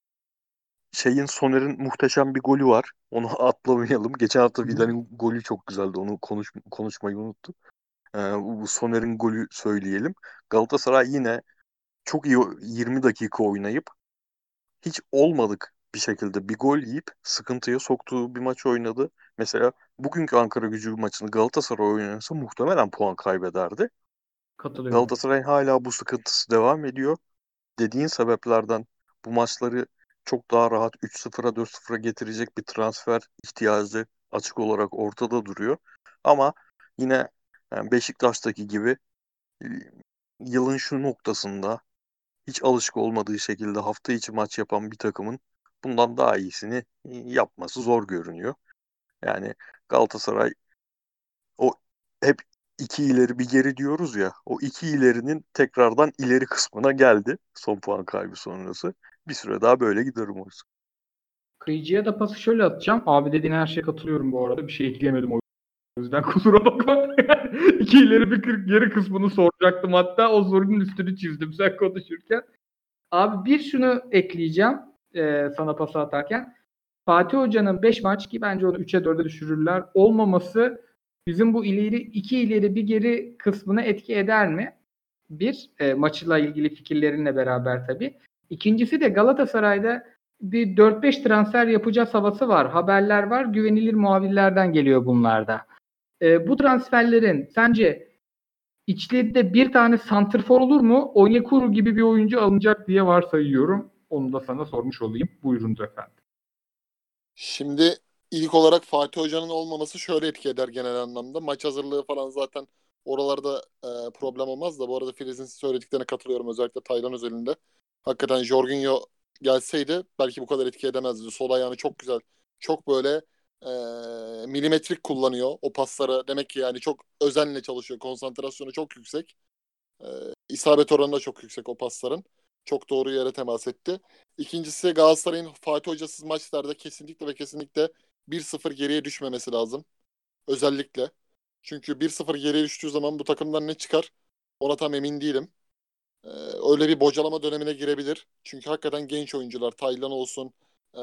şeyin Soner'in muhteşem bir golü var. Onu atlamayalım. Geçen hafta Hı hı. Vidal'in golü çok güzeldi. Onu konuş konuşmayı unuttum. Ee, bu Soner'in golü söyleyelim. Galatasaray yine çok iyi yirmi dakika oynayıp hiç olmadık bir şekilde bir gol yiyip sıkıntıya soktuğu bir maç oynadı. Mesela bugünkü Ankara-Gücü maçını Galatasaray oynasa muhtemelen puan kaybederdi. Katılıyorum. Galatasaray'ın hala bu sıkıntısı devam ediyor. Dediğin sebeplerden bu maçları çok daha rahat üç sıfıra dört sıfıra getirecek bir transfer ihtiyacı açık olarak ortada duruyor. Ama yine yani Beşiktaş'taki gibi e, yılın şu noktasında hiç alışık olmadığı şekilde hafta içi maç yapan bir takımın bundan daha iyisini yapması zor görünüyor. Yani Galatasaray o hep iki ileri bir geri diyoruz ya, o iki ilerinin tekrardan ileri kısmına geldi son puan kaybı sonrası. Bir süre daha böyle gider umarız. Kıyıcıya da pası şöyle atacağım. Abi dediğin her şeye katılıyorum bu arada. Bir şey ekleyemedim o yüzden kusura bakma. İki ileri bir kırk geri kısmını soracaktım hatta. O sorunun üstünü çizdim sen konuşurken. Abi bir şunu ekleyeceğim e, sana pas atarken. Fatih Hoca'nın beş maç ki bence onu üçe dörde düşürürler olmaması bizim bu ileri iki ileri bir geri kısmına etki eder mi? Bir, e, maçla ilgili fikirlerinle beraber tabii. İkincisi de Galatasaray'da bir dört beş transfer yapacağız havası var. Haberler var. Güvenilir muhabirlerden geliyor bunlarda. E, bu transferlerin sence içlerinde bir tane santrfor olur mu? Onyekuru gibi bir oyuncu alınacak diye varsayıyorum. Onu da sana sormuş olayım. Buyurunuz efendim. Şimdi ilk olarak Fatih Hoca'nın olmaması şöyle etki eder genel anlamda. Maç hazırlığı falan zaten oralarda e, problem olmaz da. Bu arada Filiz'in söylediklerine katılıyorum, özellikle Taylan özelinde. Hakikaten Jorginho gelseydi belki bu kadar etki edemezdi. Sol ayağını çok güzel, çok böyle e, milimetrik kullanıyor o pasları. Demek ki yani çok özenle çalışıyor. Konsantrasyonu çok yüksek. E, isabet oranı da çok yüksek o pasların. Çok doğru yere temas etti. İkincisi, Galatasaray'ın Fatih Hoca'sız maçlarda kesinlikle ve kesinlikle bir sıfır geriye düşmemesi lazım. Özellikle. Çünkü bir sıfır geriye düştüğü zaman bu takımdan ne çıkar? Ona tam emin değilim. Ee, öyle bir bocalama dönemine girebilir. Çünkü hakikaten genç oyuncular. Taylan olsun, ee,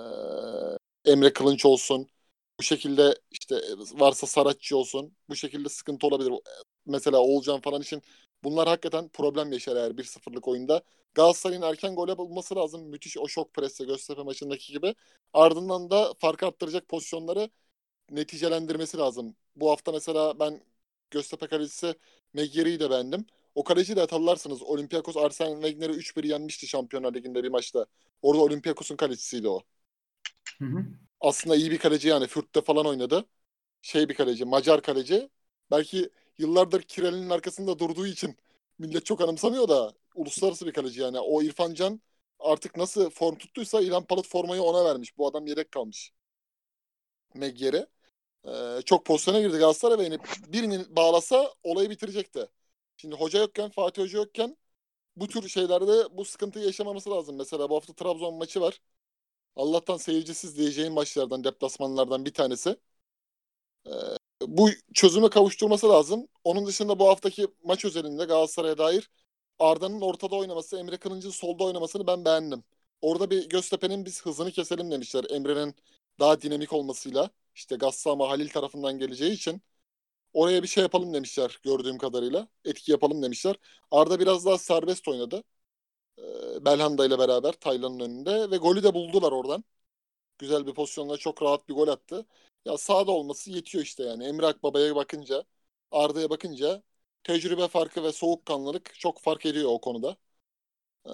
Emre Kılınç olsun. Bu şekilde işte varsa Saratçı olsun. Bu şekilde sıkıntı olabilir. Mesela Oğulcan falan için bunlar hakikaten problem yaşar eğer bir sıfırlık oyunda. Galatasaray'ın erken gole bulması lazım. Müthiş o şok presle Göztepe maçındaki gibi. Ardından da fark arttıracak pozisyonları neticelendirmesi lazım. Bu hafta mesela ben Göztepe kalecisi Meggeri'yi de beğendim. O kaleci de hatırlarsınız. Olympiakos Arsene Wenger'i üç bir yenmişti Şampiyonlar Ligi'nde bir maçta. Orada Olympiakos'un kalecisiydi o. Hı hı. Aslında iyi bir kaleci yani. Fürth'te falan oynadı. Şey bir kaleci, Macar kaleci. Belki yıllardır Kirel'in arkasında durduğu için millet çok anımsamıyor da uluslararası bir kaleci yani. O İrfan Can artık nasıl form tuttuysa İlhan Palut formayı ona vermiş. Bu adam yedek kalmış. Meggeri. Ee, çok pozisyona girdi Galatasaray ve yani birini bağlasa olayı bitirecekti. Şimdi hoca yokken, Fatih Hoca yokken bu tür şeylerde bu sıkıntıyı yaşamaması lazım. Mesela bu hafta Trabzon maçı var. Allah'tan seyircisiz diyeceğim maçlardan, deplasmanlardan bir tanesi. Ee, bu çözüme kavuşturması lazım. Onun dışında bu haftaki maç özelinde Galatasaray'a dair Arda'nın ortada oynaması, Emre Kılınç'ın solda oynamasını ben beğendim. Orada bir Göztepe'nin biz hızını keselim demişler. Emre'nin daha dinamik olmasıyla. İşte Gassama Halil tarafından geleceği için oraya bir şey yapalım demişler gördüğüm kadarıyla. Etki yapalım demişler. Arda biraz daha serbest oynadı. Ee, Belhanda ile beraber Taylan'ın önünde ve golü de buldular oradan. Güzel bir pozisyonla çok rahat bir gol attı. Ya sağda olması yetiyor işte yani. Emre Akbaba'ya bakınca, Arda'ya bakınca tecrübe farkı ve soğukkanlılık çok fark ediyor o konuda. Ee,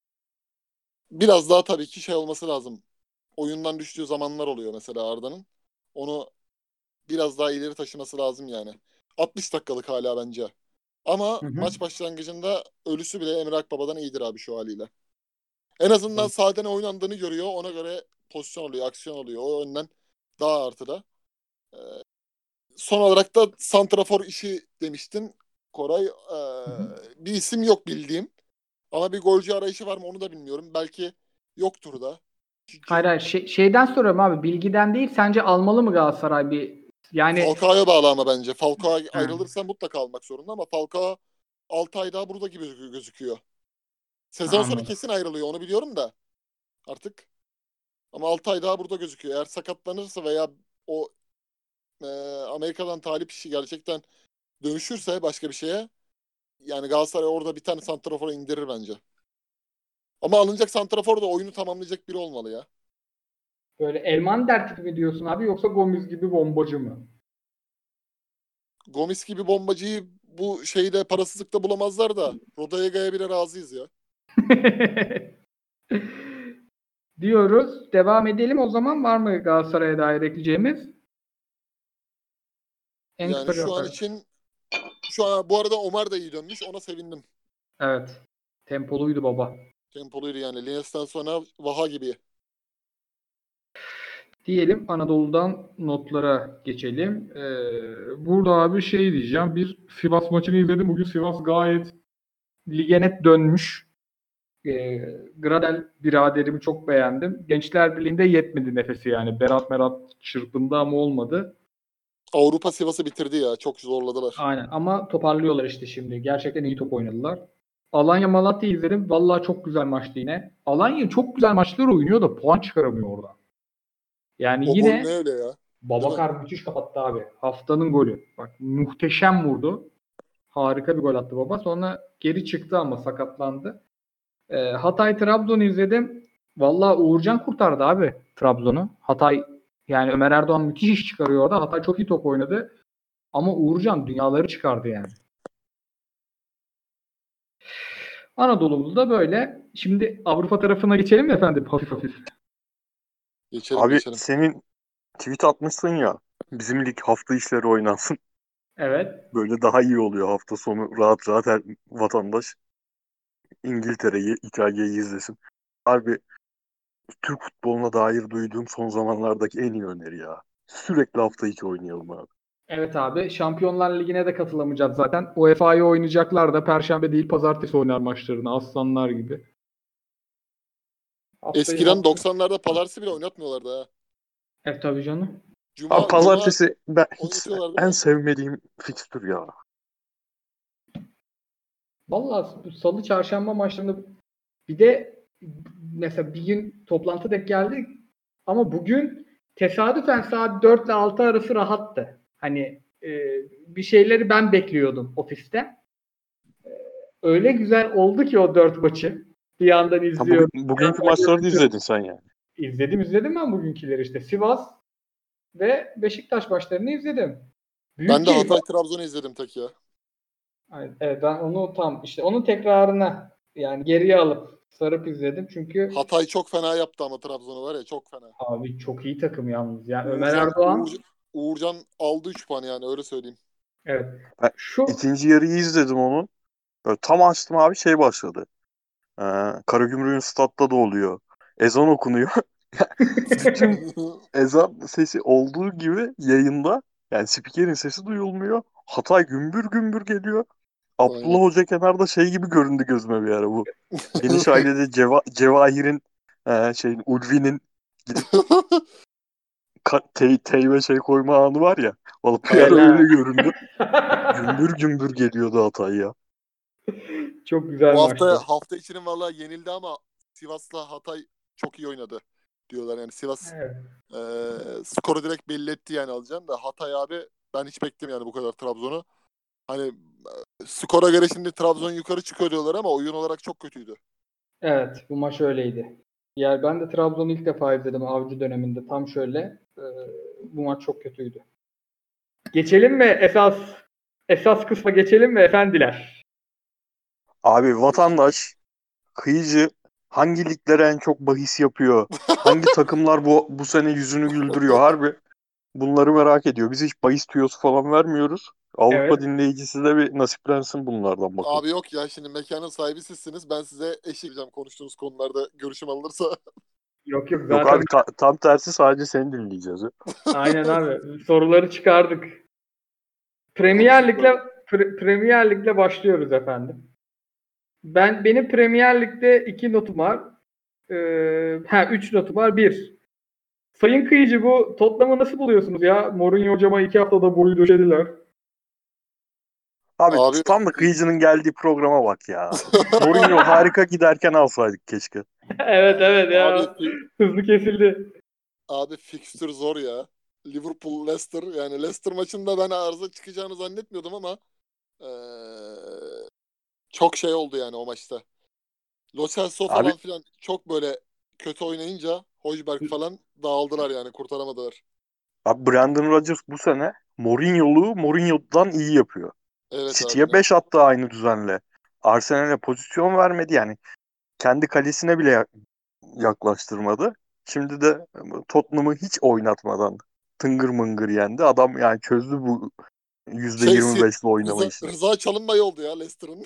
biraz daha tabii ki şey olması lazım. Oyundan düştüğü zamanlar oluyor mesela Arda'nın. Onu biraz daha ileri taşıması lazım yani. altmış dakikalık hala bence. Ama Hı hı. maç başlangıcında ölüsü bile Emre Akbaba'dan iyidir abi şu haliyle. En azından sahada ne oynandığını görüyor. Ona göre pozisyon oluyor, aksiyon oluyor. O yönden daha artıda. Ee, son olarak da santrafor işi demiştin Koray. Ee, Hı hı. bir isim yok bildiğim. Ama bir golcü arayışı var mı onu da bilmiyorum. Belki yoktur da. Çünkü Hayır hayır şey, şeyden soruyorum abi, bilgiden değil, sence almalı mı Galatasaray bir yani Falcao'ya bağlı ama bence. Falcao ha. ayrılırsa mutlaka almak zorunda ama Falcao altı ay daha burada gibi gözü- gözüküyor. Ha, Sezon sonu anladım. kesin ayrılıyor onu biliyorum da artık. Ama altı ay daha burada gözüküyor. Eğer sakatlanırsa veya o e, Amerika'dan talip işi gerçekten dönüşürse başka bir şeye yani Galatasaray orada bir tane santrafora indirir bence. Ama alınacak santrafor da oyunu tamamlayacak biri olmalı ya. Böyle Elmander tipi mi diyorsun abi, yoksa Gomis gibi bombacı mı? Gomis gibi bombacıyı bu şeyde parasızlıkta bulamazlar da Rodallega'ya bile razıyız ya. Diyoruz. Devam edelim o zaman. Var mı Galatasaray'a dair ekleyeceğimiz? En kısa Yani şu cevap an ver. için şu an bu arada Omar da iyi dönmüş. Ona sevindim. Evet. Tempoluydu baba. Tempoluydu yani. Lines'ten sonra Vaha gibi. Diyelim Anadolu'dan notlara geçelim. Ee, burada abi şey diyeceğim. Bir Sivas maçını izledim. Bugün Sivas gayet lige net dönmüş. Ee, Gradel biraderimi çok beğendim. Gençler Birliği'nde yetmedi nefesi yani. Berat Merat çırpındı ama olmadı. Avrupa Sivas'ı bitirdi ya. Çok zorladılar. Aynen ama toparlıyorlar işte şimdi. Gerçekten iyi top oynadılar. Alanya Malatya izledim. Vallahi çok güzel maçtı yine. Alanya çok güzel maçlar oynuyor da puan çıkaramıyor orada. Yani O gol ne yine öyle ya? Değil mi? Babakar müthiş kapattı abi. Haftanın golü. Bak muhteşem vurdu. Harika bir gol attı baba. Sonra geri çıktı ama sakatlandı. Ee, Hatay Trabzon'u izledim. Vallahi Uğurcan kurtardı abi Trabzon'u. Hatay yani Ömer Erdoğan müthiş iş çıkarıyor orada. Hatay çok iyi top oynadı. Ama Uğurcan dünyaları çıkardı yani. Anadolu'muzda böyle. Şimdi Avrupa tarafına geçelim mi efendim? Hafif hafif. Geçelim Abi geçelim. senin tweet atmışsın ya, bizim lig hafta işleri oynansın. Evet. Böyle daha iyi oluyor hafta sonu. Rahat rahat her vatandaş İngiltere'yi, İtalya'yı izlesin. Abi Türk futboluna dair duyduğum son zamanlardaki en iyi öneri ya. Sürekli hafta içi oynayalım abi. Evet abi. Şampiyonlar Ligi'ne de katılamayacağız zaten. U E F A'yı oynayacaklar da Perşembe değil Pazartesi oynar maçlarını. Aslanlar gibi. Haftayı Eskiden hafta... doksanlarda Palars'ı bile oynatmıyorlardı ha. Evet tabii canım. Abi Cuma, Cuma pazartesi ben hiç oynatıyorlar değil en mi? sevmediğim fikstür ya. Vallahi salı çarşamba maçlarında bir de mesela bir gün toplantı denk geldi ama bugün tesadüfen saat dört ile altı arası rahattı. Hani e, bir şeyleri ben bekliyordum ofiste. E, öyle güzel oldu ki o dört maçı. Bir yandan Ha, izliyorum. bugün, bugünkü maçları da izledin sen yani. İzledim izledim ben bugünküleri işte. Sivas ve Beşiktaş maçlarını izledim. Büyük Ben de keyif. Hatay Trabzon'u izledim tek ya. Ay- Evet, ben onu tam işte onun tekrarına yani geriye alıp sarıp izledim. Çünkü Hatay çok fena yaptı ama Trabzon'u var ya, çok fena. abi çok iyi takım yalnız. Yani Ömer Uğurcan, Erdoğan Uğurcan, Uğurcan aldı üç puan yani, öyle söyleyeyim. evet. Ben Şu ikinci yarıyı izledim onun. Böyle tam açtım abi, şey başladı. Ee, Karagümrük'ün statta da oluyor. Ezan okunuyor. Bütün ezan sesi olduğu gibi yayında, yani spikerin sesi duyulmuyor. Hatay gümbür gümbür geliyor. Abdullah Aynen. Hoca kenarda şey gibi göründü gözüme bir ara bu. Geniş ailede Ceva Cevahir'in e, şeyin Ulvi'nin gidip ka- tey teyve şey koyma anı var ya. Vallahi bir ara Aynen. öyle göründü. Gümbür gümbür geliyordu Hatay ya. Çok güzel Bu hafta maçtı. hafta içinin vallahi yenildi ama Sivas'la Hatay çok iyi oynadı diyorlar. Yani Sivas Evet. e, skoru direkt belli etti yani, alacağım da Hatay abi, ben hiç beklemiyorum yani bu kadar Trabzon'u. Hani e, skora göre şimdi Trabzon yukarı çıkıyor diyorlar ama oyun olarak çok kötüydü. Evet, bu maç öyleydi. Yani ben de Trabzon'u ilk defa izledim Avcı döneminde. Tam şöyle. e, bu maç çok kötüydü. Geçelim mi esas esas kısma geçelim mi efendiler? Abi vatandaş, kıyıcı hangi liglere en çok bahis yapıyor? Hangi takımlar bu bu sene yüzünü güldürüyor harbi? Bunları merak ediyor. Biz hiç bahis tüyosu falan vermiyoruz. Avrupa Evet. dinleyicisi de bir nasiplensin bunlardan bakalım. Abi yok ya, şimdi mekanın sahibi sizsiniz. Ben size eşlik edeceğim konuştuğunuz konularda, görüşüm alınırsa. Yok yok Yok zaten abi, ta- tam tersi, sadece seni dinleyeceğiz ya. aynen abi. Soruları çıkardık. Premier Konuşuruz Lig'le abi. Pre- Premier Lig'le başlıyoruz efendim. Ben benim Premier Lig'de iki notum var. Ee, ha üç notum var. Bir. Sayın Kıyıcı, bu Tottenham'ı nasıl buluyorsunuz ya? Mourinho hocama iki haftada boyu döşediler. Abi Abi tam da kıyıcının geldiği programa bak ya. Mourinho harika giderken alsaydık keşke. Evet evet abi ya. Hızlı kesildi. abi fikstür zor ya. Liverpool Leicester, yani Leicester maçında ben arıza çıkacağını zannetmiyordum ama eee, çok şey oldu yani o maçta. Lo Celso Abi falan filan çok böyle kötü oynayınca Højbjerg falan dağıldılar yani, kurtaramadılar. Abi Brandon Rodgers bu sene Mourinho'lu Mourinho'dan iyi yapıyor. Evet abi, City'ye net. beş attı aynı düzenle. Arsenal'e pozisyon vermedi yani. Kendi kalesine bile ya- yaklaştırmadı. Şimdi de Tottenham'ı hiç oynatmadan tıngır mıngır yendi. Adam yani çözdü bu Şey si- yüzde yirmi beşli oynama Rıza, işini. Rıza Çalınbay oldu ya Leicester'ın.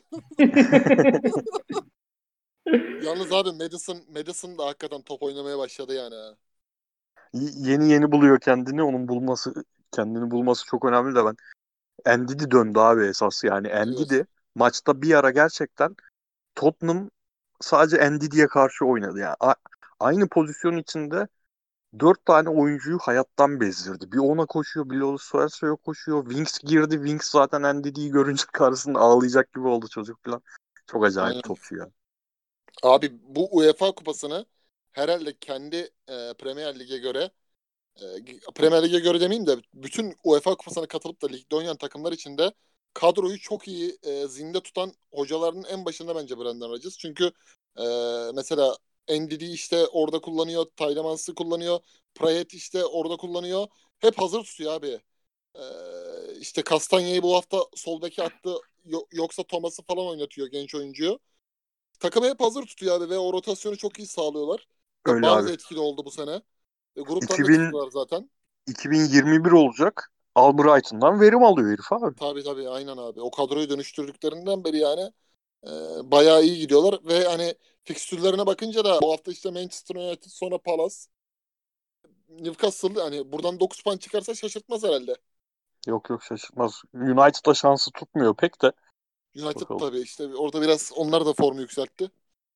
Yalnız abi Madison, Madison da hakikaten top oynamaya başladı yani. Ha. Y- Yeni yeni buluyor kendini. Onun bulması, kendini bulması çok önemli de ben. Ndidi döndü abi esas yani. Evet. Ndidi maçta bir ara gerçekten Tottenham sadece Ndidi'ye karşı oynadı yani. A- aynı pozisyon içinde dört tane oyuncuyu hayattan bezdirdi. Bir ona koşuyor, bir Lo Celso'ya koşuyor. Winks girdi. Winks zaten Ndidi'yi görünce karşısında ağlayacak gibi oldu çocuk falan. Çok acayip Aynen. topçu ya. Abi bu UEFA kupasını herhalde kendi e, Premier Lig'e göre, e, Premier Lig'e göre demeyeyim de bütün UEFA kupasına katılıp da ligde oynayan takımlar içinde kadroyu çok iyi e, zinde tutan hocaların en başında bence Brendan Rodgers. Çünkü e, mesela Ndidi işte orada kullanıyor, Tielemans kullanıyor, Prayet işte orada kullanıyor. Hep hazır tutuyor abi. E, işte Castagne'yi bu hafta sol beke attı, Yo- yoksa Thomas'ı falan oynatıyor, genç oyuncuyu. Takımı hep hazır tutuyor abi ve o rotasyonu çok iyi sağlıyorlar. E, Öyle Barnes abi. etkili oldu bu sene. E, gruptan da iki bin, çıktılar zaten. iki bin yirmi bir olacak. Albrighton'dan verim alıyor herif abi. Tabii tabii, aynen abi. O kadroyu dönüştürdüklerinden beri yani e, bayağı iyi gidiyorlar ve hani fikstürlerine bakınca da bu hafta işte Manchester United, sonra Palace, Newcastle, hani buradan dokuz puan çıkarsa şaşırtmaz herhalde. Yok yok, şaşırtmaz. United'a şansı tutmuyor pek de. United Bakalım. tabii işte orada biraz onlar da formu yükseltti.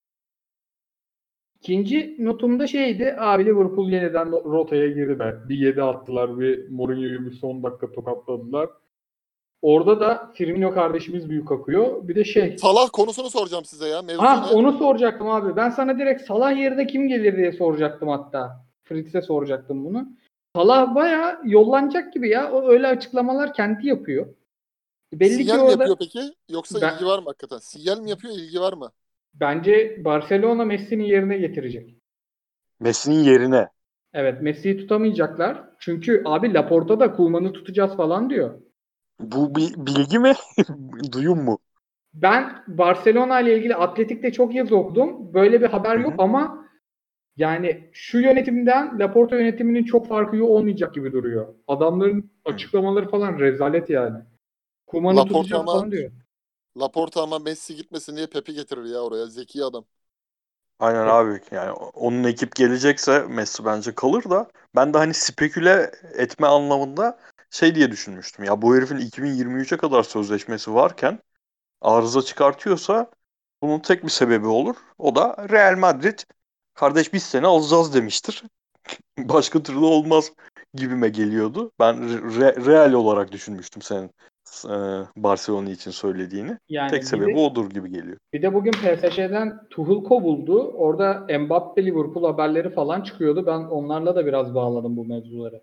İkinci notumda şeydi. Abi Liverpool yeniden rotaya girdi be. Bir yedi attılar. Bir Mourinho'yu bir son dakika tokatladılar. Orada da Firmino kardeşimiz büyük akıyor. Bir de şey. Salah konusunu soracağım size ya. Mevzu Ah ne? onu soracaktım abi. Ben sana direkt Salah yerine kim gelir diye soracaktım hatta. Fritz'e soracaktım bunu. Salah bayağı yollanacak gibi ya. O öyle açıklamalar kendi yapıyor. Belli ki Sinyal mi orada yapıyor peki? Yoksa ben, ilgi var mı hakikaten? Sinyal mi yapıyor, ilgi var mı? bence Barcelona Messi'nin yerine getirecek. Messi'nin yerine. Evet, Messi'yi tutamayacaklar. Çünkü abi Laporta da Koeman'ı tutacağız falan diyor. Bu bir bilgi mi? Duyum mu? Ben Barcelona ile ilgili Atletik'te çok yazı okudum. Böyle bir haber Hı yok hı. ama yani şu yönetimden Laporta yönetiminin çok farkı olmayacak gibi duruyor. Adamların Hı. açıklamaları falan rezalet yani. Koeman'ı Laporta tutacağız ama falan diyor. Laporta ama Messi gitmesin diye Pep'i getirir ya oraya. Zeki adam. Aynen Pep, abi. Yani onun ekip gelecekse Messi bence kalır da ben de hani speküle etme anlamında şey diye düşünmüştüm. Ya bu herifin iki bin yirmi üçe kadar sözleşmesi varken arıza çıkartıyorsa bunun tek bir sebebi olur. O da Real Madrid kardeş biz seni alacağız demiştir. Başka türlü olmaz gibime geliyordu. Ben re- real olarak düşünmüştüm senin e, Barcelona için söylediğini. Tek yani bir sebebi de odur gibi geliyor. bir de bugün P S G'den Tuchel kovuldu. Orada Mbappe Liverpool haberleri falan çıkıyordu. Ben onlarla da biraz bağladım bu mevzuları.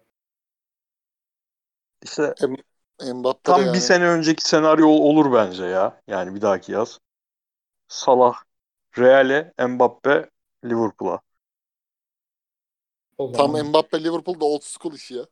İşte Em Mbappe de tam bir yani. sene önceki senaryo olur bence ya. Yani bir dahaki yaz. Salah Real'e, Mbappe Liverpool'a. O Tam zaman Mbappe Liverpool'da old school işi ya.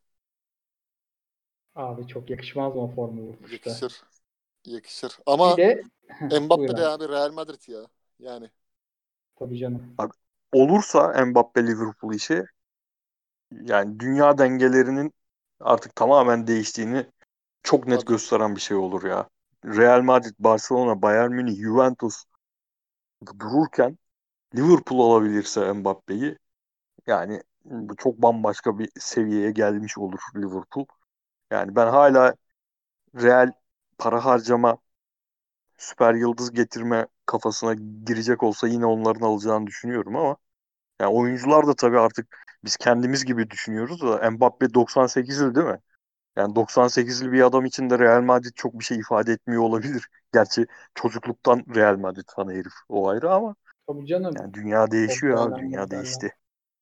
abi çok yakışmaz mı o formu vuruşta? Yakışır. Yakışır. Bir Ama de buyur Mbappe de abi. abi Real Madrid ya. Yani. Tabii canım. Abi, olursa Mbappe Liverpool işi yani dünya dengelerinin artık tamamen değiştiğini çok net Tabii. gösteren bir şey olur ya. Real Madrid, Barcelona, Bayern Münih, Juventus dururken Liverpool alabilirse Mbappe'yi yani bu çok bambaşka bir seviyeye gelmiş olur Liverpool. Yani ben hala Real para harcama, süper yıldız getirme kafasına girecek olsa yine onların alacağını düşünüyorum ama yani oyuncular da tabii artık biz kendimiz gibi düşünüyoruz da Mbappe doksan sekizli değil mi? Yani doksan sekizli bir adam için de Real Madrid çok bir şey ifade etmiyor olabilir. Gerçi çocukluktan Real Madrid fanı herif o ayrı ama Tabii canım. yani dünya O değişiyor abi, dünya değerlendirdiler. değişti.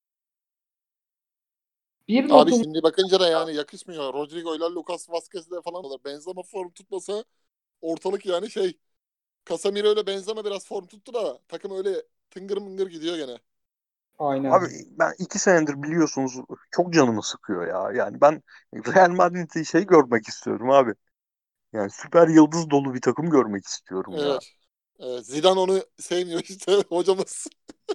Bir Abi notum şimdi bakınca da yani yakışmıyor. Rodrigo ile Lucas Vazquez'le falan olur. Benzema form tutmasa ortalık yani şey. Casemiro ile Benzema biraz form tuttu da takım öyle tıngır mıngır gidiyor gene. Abi aynen. ben iki senedir biliyorsunuz çok canımı sıkıyor ya. Yani ben Real Madrid'i şey görmek istiyorum abi. Yani süper yıldız dolu bir takım görmek istiyorum ya. Evet. Evet. Zidane onu sevmiyor işte hocamız.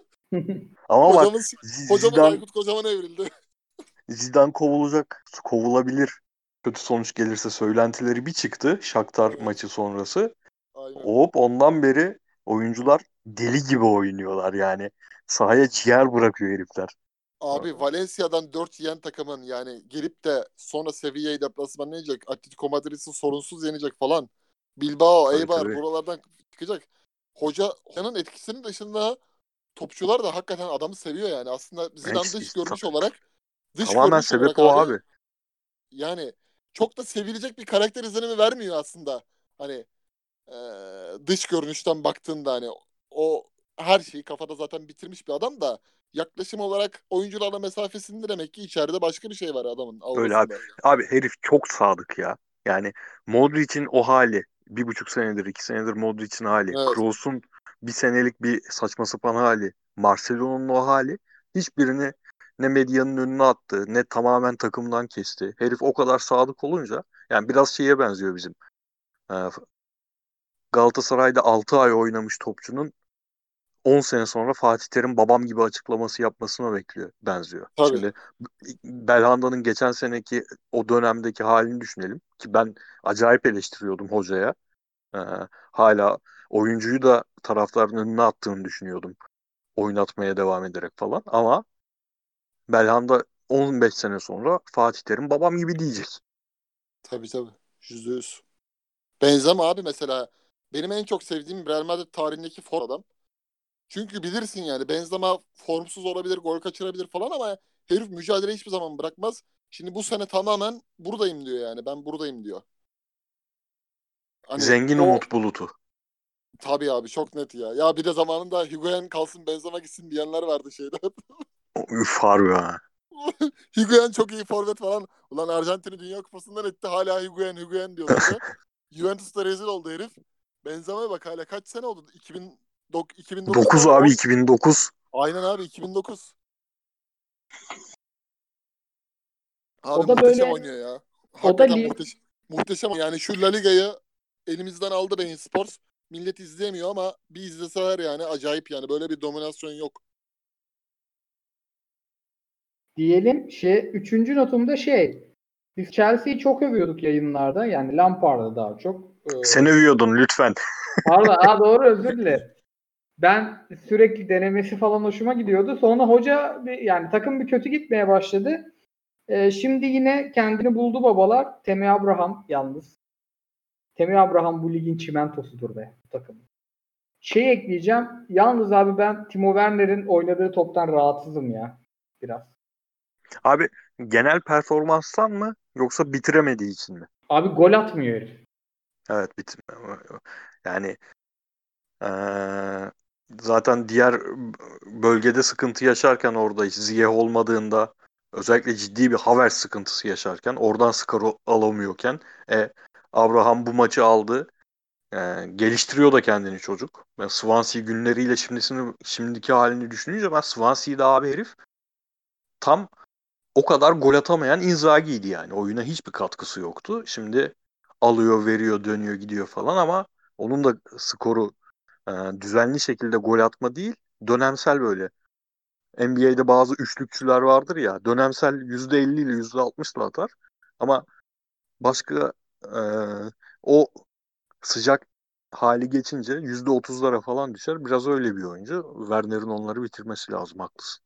Ama bak Hocamız hocamız Zidane Aykut Kocaman'a evrildi. Zidane kovulacak, kovulabilir. Kötü sonuç gelirse söylentileri bir çıktı Shakhtar Evet. maçı sonrası. Aynen. Hop ondan beri oyuncular deli gibi oynuyorlar yani. Sahaya ciğer bırakıyor herifler. Abi Valencia'dan dört yiyen takımın yani gelip de sonra Sevilla'yı deplasmanına yenecek. Atletico Madrid'i sorunsuz yenecek falan. Bilbao, Tabii Eibar tabii. buralardan çıkacak. Hoca, hocanın etkisinin dışında topçular da hakikaten adamı seviyor yani. Aslında Zidane İşte- dış işte görünüş olarak dış tamamen görünüş sebep olarak o abi abi. yani çok da sevilecek bir karakter izlenimi vermiyor aslında. Hani e, dış görünüşten baktığında hani o her şeyi kafada zaten bitirmiş bir adam da yaklaşım olarak oyuncularla mesafesinde demek ki içeride başka bir şey var adamın Öyle abi. aurasında. Abi herif çok sadık ya. Yani Modric'in o hali. Bir buçuk senedir, iki senedir Modric'in hali. Evet. Kroos'un bir senelik bir saçma sapan hali. Marcelo'nun o hali. Hiçbirini ne medyanın önüne attı, ne tamamen takımdan kesti. Herif o kadar sadık olunca yani biraz şeye benziyor bizim. Ee, Galatasaray'da altı ay oynamış topçunun on sene sonra Fatih Terim babam gibi açıklaması yapmasına bekliyor, benziyor. Tabii. Şimdi Belhanda'nın geçen seneki o dönemdeki halini düşünelim ki ben acayip eleştiriyordum hocaya. Ee, hala oyuncuyu da taraftarın önüne attığını düşünüyordum. Oynatmaya devam ederek falan ama Belhanda on beş sene sonra Fatih Terim babam gibi diyecek. Tabii tabii. Yüzde yüz. Benzema abi mesela benim en çok sevdiğim Real Madrid tarihindeki for adam. Çünkü bilirsin yani Benzema formsuz olabilir, gol kaçırabilir falan ama herif mücadele hiçbir zaman bırakmaz. Şimdi bu sene tamamen buradayım diyor yani. Ben buradayım diyor. Hani Zengin o Umut Bulut'u. tabii abi çok net ya. Ya bir de zamanında Higuain kalsın Benzema gitsin diyenler vardı şeyde. Üf harbi ha. Higuain çok iyi forvet falan. Ulan Arjantin'i Dünya Kupası'ndan etti. Hala Higuain Higuain diyorlardı. Juventus'ta rezil oldu herif. Benzema'ya bak hala kaç sene oldu? iki bin, iki bin dokuz dokuz mu? abi on. iki bin dokuz. Aynen abi iki bin dokuz. Abi O da muhteşem böyle oynuyor ya. o da Hakikaten li- muhteşem. Muhteşem. Yani şu La Liga'yı elimizden aldı Bein Sports. Millet izleyemiyor ama bir izleseler yani acayip yani. Böyle bir dominasyon yok. diyelim şey üçüncü notumda şey biz Chelsea'yi çok övüyorduk yayınlarda. Yani Lampard'ı daha çok. Ee, Sen övüyordun lütfen. pardon, aa, doğru, özür dilerim. Ben sürekli denemesi falan hoşuma gidiyordu. Sonra hoca bir- yani takım bir kötü gitmeye başladı. Ee, şimdi yine kendini buldu babalar. Temi Abraham yalnız. Temi Abraham bu ligin çimentosudur be bu takım. Şey ekleyeceğim. Yalnız abi ben Timo Werner'in oynadığı toptan rahatsızım ya. Biraz. Abi genel performanstan mı yoksa bitiremediği için mi? Abi gol atmıyor herif. Evet bitirme. Yani eee, zaten diğer bölgede sıkıntı yaşarken orada Ziyech olmadığında özellikle ciddi bir Havertz sıkıntısı yaşarken oradan skor alamıyorken e, Abraham bu maçı aldı. E, geliştiriyor da kendini çocuk. Ben Swansea günleriyle şimdisini, şimdiki halini düşününce ben Swansea'de abi herif tam o kadar gol atamayan Inzaghi'ydi yani. Oyuna hiçbir katkısı yoktu. Şimdi alıyor, veriyor, dönüyor, gidiyor falan ama onun da skoru e, düzenli şekilde gol atma değil, dönemsel böyle. N B A'de bazı üçlükçüler vardır ya, dönemsel yüzde elli ile yüzde altmış da atar. Ama başka e, o sıcak hali geçince yüzde otuzlara falan düşer. Biraz öyle bir oyuncu. Werner'in onları bitirmesi lazım, haklısın.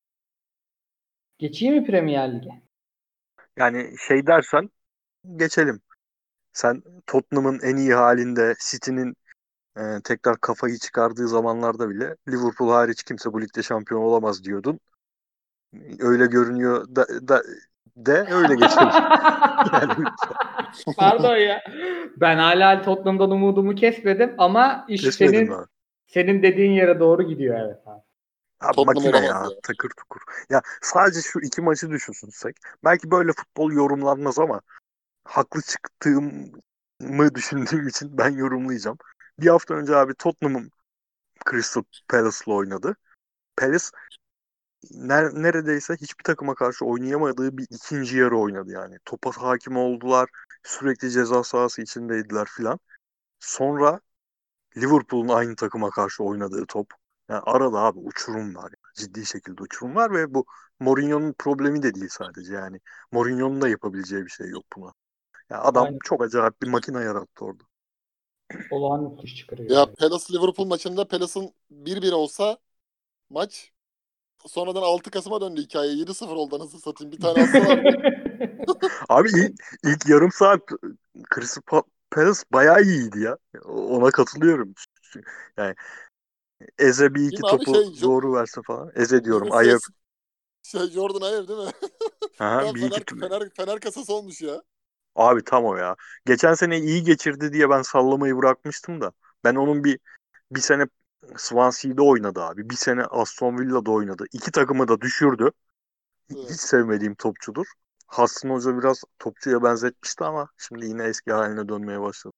Geçeyim mi Premier Lig'e? Yani şey dersen geçelim. Sen Tottenham'ın en iyi halinde City'nin e, tekrar kafayı çıkardığı zamanlarda bile Liverpool hariç kimse bu ligde şampiyon olamaz diyordun. Öyle görünüyor da, da de öyle geçelim. Yani lütfen. Pardon ya. Ben hala Tottenham'dan umudumu kesmedim ama iş Kesmedin mi senin abi? senin dediğin yere doğru gidiyor, evet abi. Abi Tottenham makine olamaz ya, ya. takır tukur. Ya sadece şu iki maçı düşünsek. Belki böyle futbol yorumlanmaz ama haklı çıktığımı düşündüğüm için ben yorumlayacağım. Bir hafta önce abi Tottenham'ın Crystal Palace'la oynadı. Palace ner- neredeyse hiçbir takıma karşı oynayamadığı bir ikinci yarı oynadı yani. Topa hakim oldular. Sürekli ceza sahası içindeydiler filan. Sonra Liverpool'un aynı takıma karşı oynadığı top. Yani arada abi uçurum var. Ciddi şekilde uçurum var ve bu Mourinho'nun problemi de değil sadece yani. Mourinho'nun da yapabileceği bir şey yok buna. Yani adam Aynen. çok acayip bir makine yarattı orada. Olağanüstü iş çıkarıyor Ya ya. Palace Liverpool maçında Palace'ın bir bir olsa maç sonradan altı Kasım'a döndü hikaye. yedi sıfır oldu anasını satayım. Bir tane atsalardı. Abi ilk, ilk yarım saat Crystal Pa- Palace bayağı iyiydi ya. Ona katılıyorum. Yani Eze bir Değil iki mi abi topu şey Jo- doğru verse falan. Eze diyorum. birisi Ayew. şey Jordan Ayew değil mi? Aha, Tam bir iki Fener, Fener, Fener kasası olmuş ya. Abi tam o ya. Geçen sene iyi geçirdi diye ben sallamayı bırakmıştım da. Ben onun bir bir sene Swansea'de oynadı abi. Bir sene Aston Villa'da oynadı. İki takımı da düşürdü. Hiç Evet. sevmediğim topçudur. Hassan Hoca biraz topçuya benzetmişti ama şimdi yine eski haline dönmeye başladı.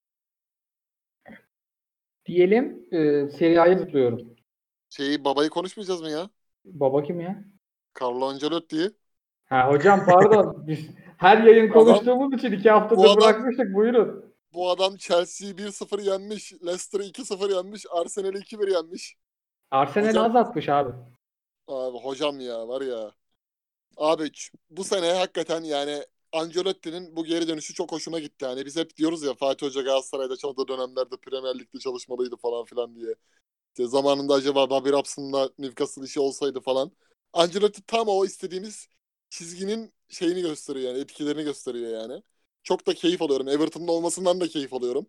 Diyelim e, Serie A'ya zıplıyorum. Şeyi babayı konuşmayacağız mı ya? Baba kim ya? Carlo Ancelotti. Ha hocam pardon. Biz her yayın Adam konuştuğumuz için iki bu haftadır adam bırakmıştık. Buyurun. bu adam Chelsea'yi bir sıfır yenmiş. Leicester'ı iki sıfır yenmiş. Arsenal'i iki bir yenmiş. Arsenal'i Hocam az atmış abi. abi hocam ya var ya. Abi ç- bu sene hakikaten yani Ancelotti'nin bu geri dönüşü çok hoşuma gitti. Yani biz hep diyoruz ya Fatih Hoca Galatasaray'da çalıştığı dönemlerde Premier Lig'de çalışmalıydı falan filan diye. İşte zamanında acaba Bobby Robson'la Newcastle işi olsaydı falan. Ancelotti tam o istediğimiz çizginin şeyini gösteriyor yani etkilerini gösteriyor yani. Çok da keyif alıyorum. Everton'da olmasından da keyif alıyorum.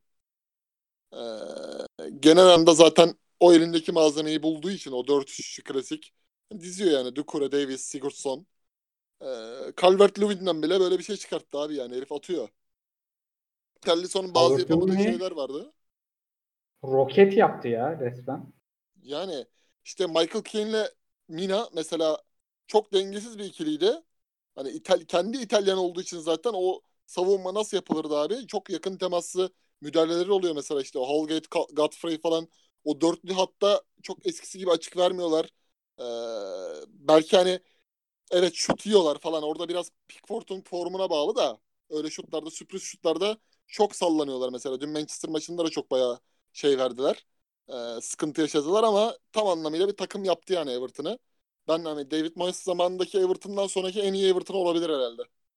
Ee, genel anlamda zaten o elindeki malzemeyi bulduğu için o dört üç klasik diziyor yani. Doucouré, Davies, Sigurdsson. Ee, Calvert-Lewin'den bile böyle bir şey çıkarttı abi yani. Herif atıyor. Tellisson'un bazı yapamadığı Calvert-Lewin'i şeyler vardı. roket yaptı ya resmen. Yani işte Michael Keane'le Mina mesela çok dengesiz bir ikiliydi. Hani İtal kendi İtalyan olduğu için zaten o savunma nasıl yapılırdı abi? Çok yakın temaslı müdahaleleri oluyor mesela işte o Holgate, Ka- Godfrey falan o dörtlü hatta çok eskisi gibi açık vermiyorlar. Ee, belki hani evet şut yiyorlar falan. Orada biraz Pickford'un formuna bağlı da öyle şutlarda, sürpriz şutlarda çok sallanıyorlar mesela. Dün Manchester maçında da çok bayağı şey verdiler. Ee, sıkıntı yaşadılar ama tam anlamıyla bir takım yaptı yani Everton'ı. Ben hani David Moyes zamanındaki Everton'dan sonraki en iyi Everton olabilir herhalde.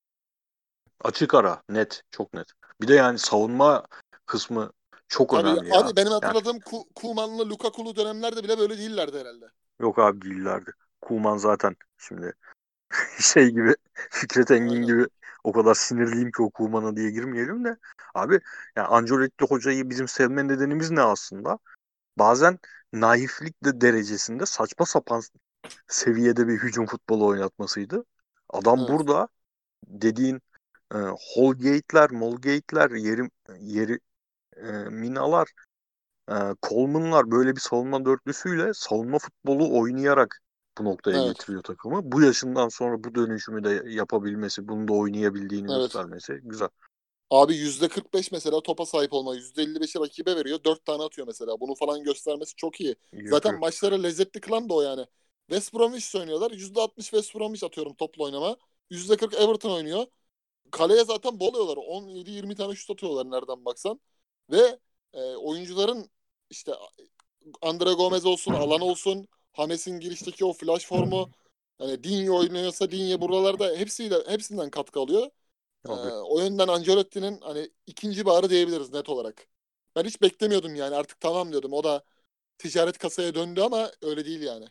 Açık ara. Net. Çok net. Bir de yani savunma kısmı çok Tabii önemli ya. abi benim Yani hatırladığım Ku- Koeman'lı Lukaku'lu dönemlerde bile böyle değillerdi herhalde. yok abi değillerdi. Koeman zaten şimdi şey gibi Fikret Engin Aynen. gibi o kadar sinirliyim ki o Koeman'a diye girmeyelim de abi yani Ancelotti hocayı bizim sevme nedenimiz ne aslında? Bazen naiflik de derecesinde saçma sapan seviyede bir hücum futbolu oynatmasıydı. Adam Evet. burada dediğin e, Holgate'ler, Molgate'ler, yeri, yeri e, Minalar, e, Coleman'lar böyle bir savunma dörtlüsüyle savunma futbolu oynayarak bu noktaya Evet. getiriyor takımı. Bu yaşından sonra bu dönüşümü de yapabilmesi, bunu da oynayabildiğini Evet. göstermesi güzel. Abi yüzde kırk beş mesela topa sahip olma. yüzde elli beşi rakibe veriyor. Dört tane atıyor mesela. Bunu falan göstermesi çok iyi. Zaten Yapıyor. maçları lezzetli kılan da o yani. West Bromwich oynuyorlar. yüzde altmış West Bromwich atıyorum topla oynama. yüzde kırk Everton oynuyor. Kaleye zaten boluyorlar. on yedi yirmi tane şut atıyorlar nereden baksan. Ve e, oyuncuların işte Andre Gomez olsun, Alan olsun, Hames'in girişteki o flash formu, hani Digne oynuyorsa Digne buralarda hepsiyle hepsinden katkı alıyor. Ee, Abi. o yönden Ancelotti'nin hani ikinci baharı diyebiliriz net olarak. Ben hiç beklemiyordum yani artık tamam diyordum. O da ticaret kasaya döndü ama öyle değil yani.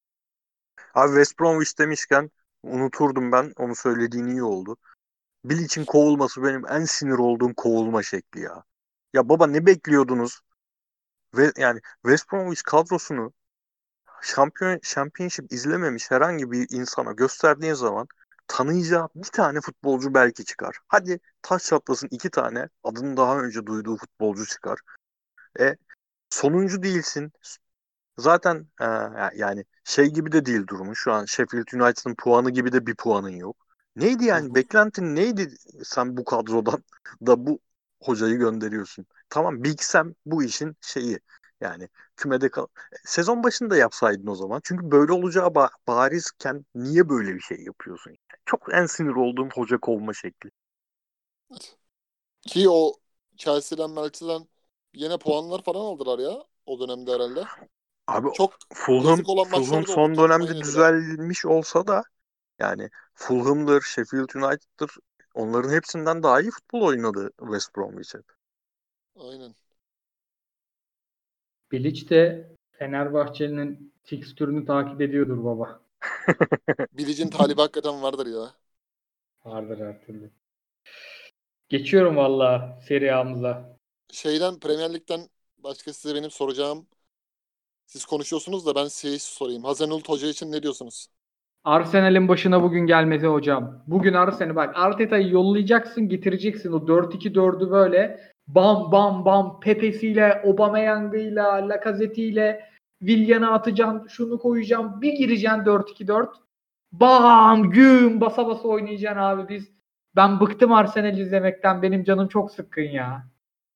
Abi West Bromwich demişken unuturdum ben. Onu söylediğin iyi oldu. Bilic'in kovulması benim en sinir olduğum kovulma şekli ya. Ya baba ne bekliyordunuz? Ve yani West Bromwich kadrosunu şampiyon championship izlememiş herhangi bir insana gösterdiğin zaman tanıyacağı bir tane futbolcu belki çıkar. Hadi taş çatlasın iki tane adını daha önce duyduğu futbolcu çıkar. E sonuncu değilsin. Zaten e, yani şey gibi de değil durumu. Şu an Sheffield United'ın puanı gibi de bir puanın yok. Neydi Hı yani? hı. Beklentin neydi sen bu kadrodan da bu hocayı gönderiyorsun? Tamam Big Sam bu işin şeyi. Yani kümede kal. Sezon başında yapsaydın o zaman. Çünkü böyle olacağı ba- barizken niye böyle bir şey yapıyorsun? Çok en sinir olduğum hoca kovma şekli. Ki o Chelsea'den Chelsea'den yine puanlar falan aldılar ya o dönemde herhalde. Abi Çok Fulham, yazık olan Fulham maçlar da oldu. son Tottenham'a dönemde yenildiler. düzelmiş olsa da yani Fulham'dır, Sheffield United'dır. Onların hepsinden daha iyi futbol oynadı West Bromwich'e. Aynen. Bilic de Fenerbahçe'nin fikstürünü takip ediyordur baba. Bilic'in talibi hakikaten vardır ya. Vardır her türlü. Geçiyorum valla Serie A'mıza. Şeyden Premier Lig'den başka size benim soracağım. Siz konuşuyorsunuz da ben size sorayım. Hazenhüttl Hoca için ne diyorsunuz? Arsenal'in başına bugün gelmesi hocam. Bugün Arsenal bak Arteta'yı yollayacaksın getireceksin o dört iki dördü böyle bam bam bam Pepe'siyle, Aubameyang'ıyla, Lacazette'iyle Willian'a atacaksın, şunu koyacaksın, bir gireceksin dört iki dört. Bam güm basa basa oynayacaksın abi biz. Ben bıktım Arsenal izlemekten. Benim canım çok sıkkın ya.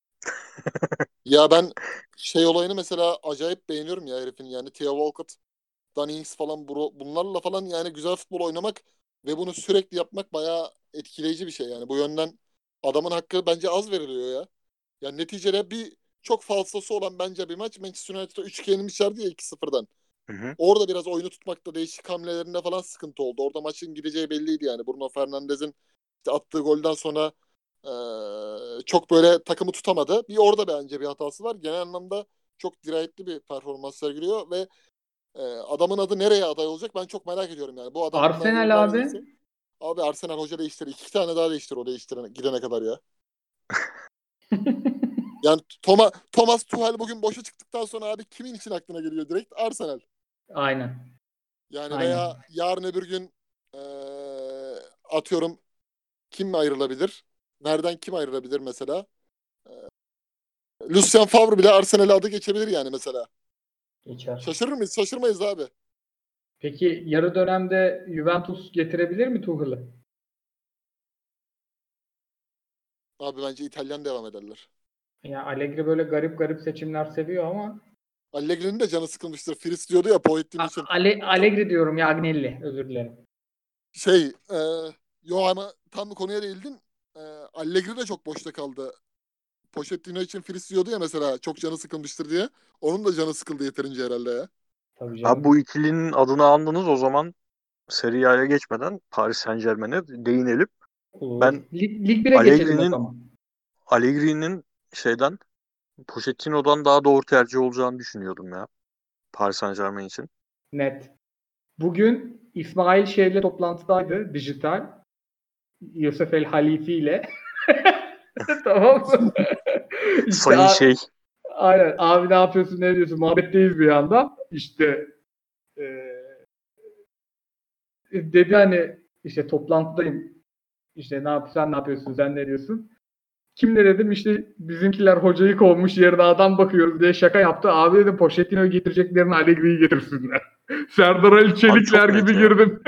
Ya ben şey olayını mesela acayip beğeniyorum ya herifin yani Theo Walcott, Danny Ings falan bro- bunlarla falan yani güzel futbol oynamak ve bunu sürekli yapmak bayağı etkileyici bir şey yani. Bu yönden adamın hakkı bence az veriliyor ya. Yani neticede bir çok falsosu olan bence bir maç Manchester United'a üç iki yenilmişlerdi ya iki sıfırdan. Hı hı. Orada biraz oyunu tutmakta değişik hamlelerinde falan sıkıntı oldu. Orada maçın gideceği belliydi yani. Bruno Fernandes'in işte attığı golden sonra eee, çok böyle takımı tutamadı. Bir orada bence bir hatası var. Genel anlamda çok dirayetli bir performans sergiliyor ve eee, adamın adı nereye aday olacak ben çok merak ediyorum yani. Bu adam bundan Arsenal yıllar abi. gelirse abi Arsenal hoca değiştir. İki tane daha değiştir o değiştirene gidene kadar ya. Yani Toma, Thomas Tuchel bugün boşa çıktıktan sonra abi kimin için aklına geliyor direkt? Arsenal. Aynen. Yani Aynen. veya yarın öbür gün eee, atıyorum kim ayrılabilir? Nereden kim ayrılabilir mesela? Lucien Favre bile Arsenal'e adı geçebilir yani mesela. Geçer. Şaşırır mıyız? Şaşırmayız abi. Peki yarı dönemde Juventus getirebilir mi Tuchel'ı? Abi bence İtalyan devam ederler. Ya Allegri böyle garip garip seçimler seviyor ama Allegri'nin de canı sıkılmıştır. Fritz diyordu ya Pochettino A- için. Ale- Çok Allegri diyorum ya Agnelli özür dilerim. Şey, e, Yohan'a tam konuya değildin. E, Allegri de çok boşta kaldı. Pochettino için Fritz diyordu ya mesela çok canı sıkılmıştır diye. Onun da canı sıkıldı yeterince herhalde ya. Tabii canım. Abi bu ikilinin adını andınız, o zaman Serie A'ya geçmeden Paris Saint-Germain'e değinelim. Olur. Ben Lig, Lig bire geçelim o Allegri'nin zaman. Allegri'nin şeyden Pochettino'dan daha doğru tercih olacağını düşünüyordum ya Paris Saint-Germain için. Net. Bugün İsmail Şeyh'le toplantıdaydı dijital. Yusuf El Halifi ile. Tamam mı? İşte Sayın a- şey Aynen. Abi ne yapıyorsun, ne diyorsun? Muhabbetteyiz bir yandan. İşte e, dedi hani işte toplantıdayım. İşte ne yap sen ne yapıyorsun, sen ne diyorsun? Kimle dedim, işte bizimkiler hocayı kovmuş, yerine adam bakıyoruz diye şaka yaptı. Abi dedim Pochettino'yu getireceklerini Allegri'yi getirsinler. Serdar Ali Çelikler çok net gibi ya. girdim.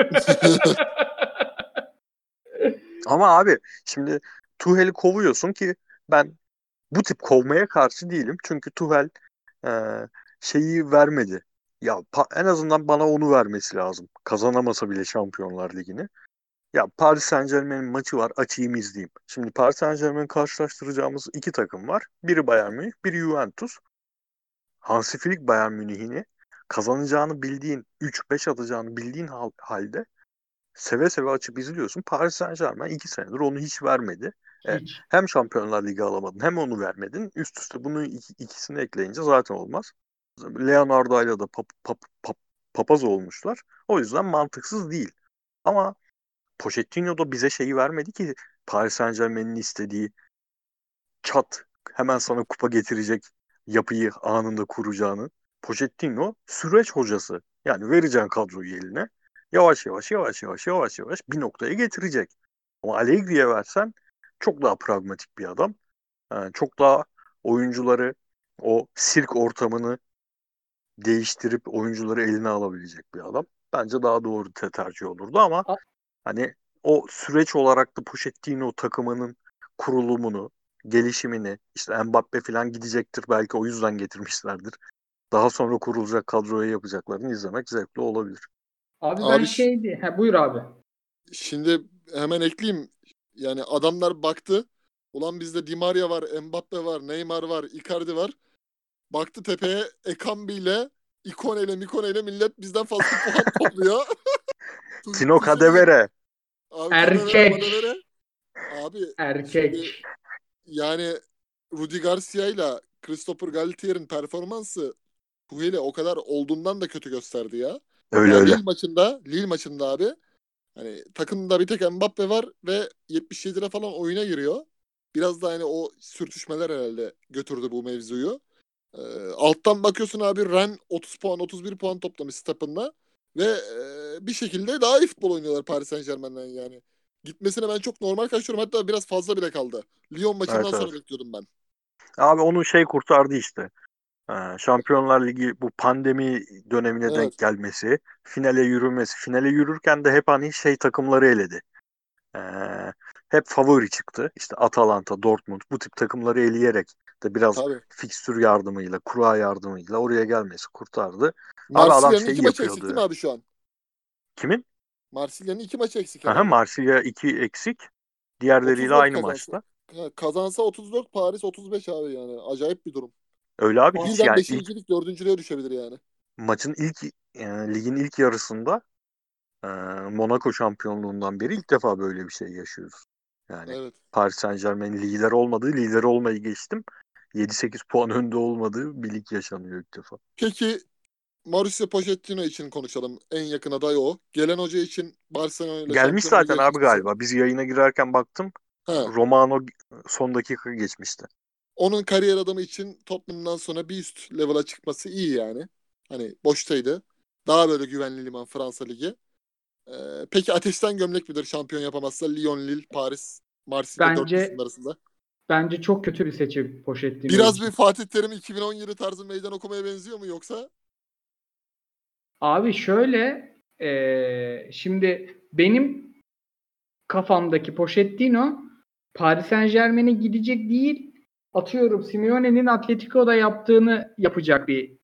Ama abi şimdi Tuchel'i kovuyorsun ki ben bu tip kovmaya karşı değilim. Çünkü Tuchel e, şeyi vermedi. Ya pa- en azından bana onu vermesi lazım. Kazanamasa bile Şampiyonlar Ligi'ni. Ya Paris Saint-Germain'in maçı var, açayım izleyeyim. Şimdi Paris Saint-Germain karşılaştıracağımız iki takım var. Biri Bayern Münih, biri Juventus. Hansi Flick Bayern Münih'ini kazanacağını bildiğin, üç beş atacağını bildiğin hal- halde seve seve açıp izliyorsun. Paris Saint-Germain iki senedir onu hiç vermedi. E, Hiç. hem Şampiyonlar Ligi alamadın hem onu vermedin. Üst üste bunu iki- ikisini ekleyince zaten olmaz. Leonardo'yla da pap, pap, pap, papaz olmuşlar. O yüzden mantıksız değil. Ama Pochettino da bize şeyi vermedi ki Paris Saint-Germain'in istediği çat hemen sana kupa getirecek yapıyı anında kuracağını. Pochettino süreç hocası. Yani vereceksin kadroyu eline. Yavaş yavaş yavaş yavaş yavaş yavaş bir noktaya getirecek. Ama Allegri'ye versen çok daha pragmatik bir adam. Yani çok daha oyuncuları, o sirk ortamını değiştirip oyuncuları eline alabilecek bir adam. Bence daha doğru te- tercih olurdu ama A- hani o süreç olarak da Pochettino takımının kurulumunu, gelişimini, işte Mbappe falan gidecektir, belki o yüzden getirmişlerdir. Daha sonra kurulacak kadroyu yapacaklarını izlemek zevkli olabilir. Abi ben Abi ş- şeydi. Ha, buyur abi. şimdi hemen ekleyeyim. Yani adamlar baktı. Ulan bizde Di Maria var, Mbappe var, Neymar var, Icardi var. Baktı tepeye Ekambi ile Ikone ile Mikone ile millet bizden fazla puan topluyor. Tu- Tino Tuchel'i Kadewere. abi kadevere Erkek. madevere. Abi şimdi Erkek. yani Rudi Garcia ile Christopher Galtier'in performansı Tuchel'i o kadar olduğundan da kötü gösterdi ya. Öyle Yani öyle. Lille maçında, Lille maçında abi hani takımda bir tek Mbappe var ve yetmiş yedide falan oyuna giriyor. Biraz da hani o sürtüşmeler herhalde götürdü bu mevzuyu. Ee, alttan bakıyorsun abi Ren otuz puan, otuz bir puan toplamış Stappen'la ve e, bir şekilde daha iyi futbol oynuyorlar Paris Saint-Germain'den yani. Gitmesine ben çok normal karşılıyorum. Hatta biraz fazla bile kaldı. Lyon maçından Evet evet. sonra bekliyordum ben. Abi onu şey kurtardı işte. Ee, Şampiyonlar Ligi bu pandemi dönemine denk Evet. gelmesi, finale yürümesi. Finale yürürken de hep hani şey takımları eledi. Ee, hep favori çıktı. İşte Atalanta, Dortmund bu tip takımları eleyerek de biraz Tabii. fikstür yardımıyla, kura yardımıyla oraya gelmesi kurtardı. Abi adam Marsilya'nın şey iki maçı eksik değil yapıyordu. mi abi şu an? Kimin? Marsilya'nın iki maçı eksik Aha, herhalde. Marsilya iki eksik. Diğerleriyle otuz dört aynı kazansa. maçta. Ha, Kazansa otuz dört, Paris otuz beş abi yani. Acayip bir durum. Öyle abi, hiç Birden yani ilk beşincilik dördüncülüğe düşebilir yani. maçın ilk e, ligin ilk yarısında e, Monaco şampiyonluğundan beri ilk defa böyle bir şey yaşıyoruz. Yani Evet. Paris Saint-Germain lider olmadığı, lider olmayı geçtim. yedi sekiz puan önde olmadığı bir lig yaşanıyor ilk defa. Peki Mauricio Pochettino için konuşalım. En yakın aday o. Gelen hoca için Barcelona ile Gelmiş Şampiyonlar Ligi zaten abi eşleşmesi. galiba. Biz yayına girerken baktım. Ha. Romano son dakika geçmişti. Onun kariyer adamı için Tottenham'dan sonra bir üst level'a çıkması iyi yani. Hani boştaydı. Daha böyle güvenli liman Fransa Ligi. Ee, peki ateşten gömlek midir şampiyon yapamazsa Lyon, Lille, Paris, Marsilya dörtlüsünün Bence arasında? bence çok kötü bir seçim Pochettino Biraz için. bir Fatih Terim iki bin on yedi tarzı meydan okumaya benziyor mu yoksa? Abi şöyle eee, şimdi benim kafamdaki Pochettino Paris Saint-Germain'e gidecek değil, atıyorum Simeone'nin Atletico'da yaptığını yapacak bir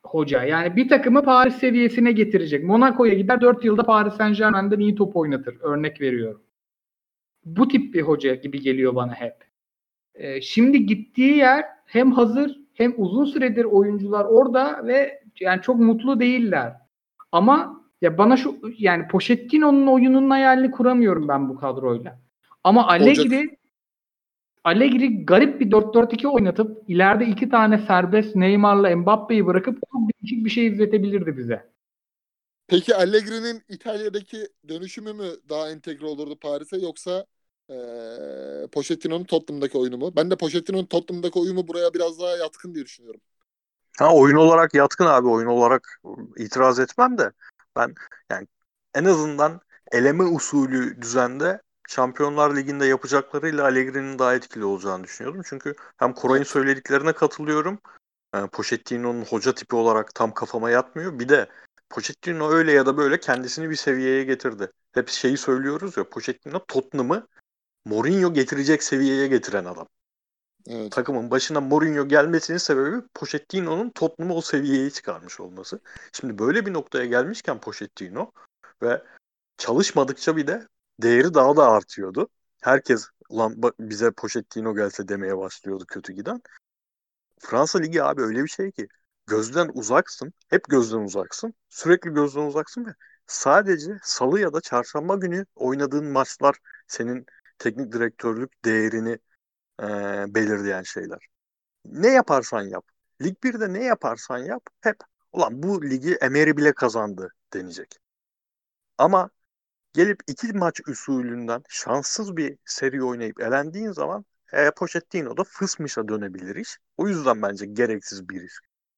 hoca. Yani bir takımı Paris seviyesine getirecek. Monaco'ya gider dört yılda Paris Saint-Germain'den iyi top oynatır. Örnek veriyorum. Bu tip bir hoca gibi geliyor bana hep. Ee, şimdi gittiği yer hem hazır hem uzun süredir oyuncular orada ve yani çok mutlu değiller. Ama ya bana şu yani Pochettino'nun oyununun hayalini kuramıyorum ben bu kadroyla. Ama Allegri Ocak. Allegri garip bir dört dört iki oynatıp ileride iki tane serbest Neymar'la Mbappe'yi bırakıp çok değişik bir şey izletebilirdi bize. Peki Allegri'nin İtalya'daki dönüşümü mü daha entegre olurdu Paris'e yoksa eee Pochettino'nun Tottenham'daki oyunu mu? Ben de Pochettino'nun Tottenham'daki oyunu buraya biraz daha yatkın diye düşünüyorum. Ha, oyun olarak yatkın abi, oyun olarak itiraz etmem de ben yani en azından eleme usulü düzende Şampiyonlar Ligi'nde yapacaklarıyla Allegri'nin daha etkili olacağını düşünüyordum. Çünkü hem Koray'ın Evet. söylediklerine katılıyorum. E, Pochettino'nun hoca tipi olarak tam kafama yatmıyor. Bir de Pochettino öyle ya da böyle kendisini bir seviyeye getirdi. Hep şeyi söylüyoruz ya, Pochettino Tottenham'ı Mourinho getirecek seviyeye getiren adam. Evet. Takımın başına Mourinho gelmesinin sebebi Pochettino'nun Tottenham'ı o seviyeye çıkarmış olması. Şimdi böyle bir noktaya gelmişken Pochettino ve çalışmadıkça bir de değeri daha da artıyordu. Herkes ulan bize Pochettino gelse demeye başlıyordu kötü giden. Fransa Ligi abi öyle bir şey ki gözden uzaksın, hep gözden uzaksın, sürekli gözden uzaksın ve sadece salı ya da çarşamba günü oynadığın maçlar senin teknik direktörlük değerini e, belirleyen şeyler. Ne yaparsan yap. Lig birde ne yaparsan yap hep ulan bu ligi Emery bile kazandı denecek. Ama gelip iki maç usulünden şanssız bir seri oynayıp elendiğin zaman e, Pochettino da fısmışa dönebilir iş. O yüzden bence gereksiz bir iş.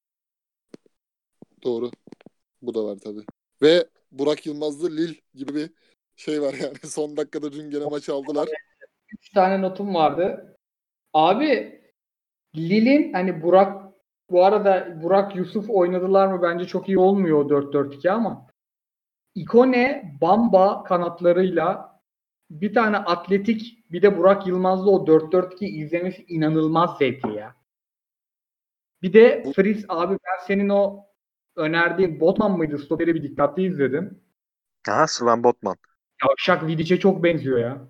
Doğru. Bu da var tabii. Ve Burak Yılmaz'lı Lille gibi bir şey var yani. Son dakikada dün gene maç aldılar. Üç tane notum vardı. Abi Lille'in hani Burak bu arada Burak Yusuf oynadılar mı bence çok iyi olmuyor o dört dört iki ama Ikone Bamba kanatlarıyla bir tane atletik bir de Burak Yılmaz'la o dört dört iki izlemesi inanılmaz zevkli ya. Bir de Fritz abi ben senin o önerdiğin Botman mıydı? Stoperi bir dikkatli izledim. Aha, Sven Botman. Yavşak Vidic'e çok benziyor ya.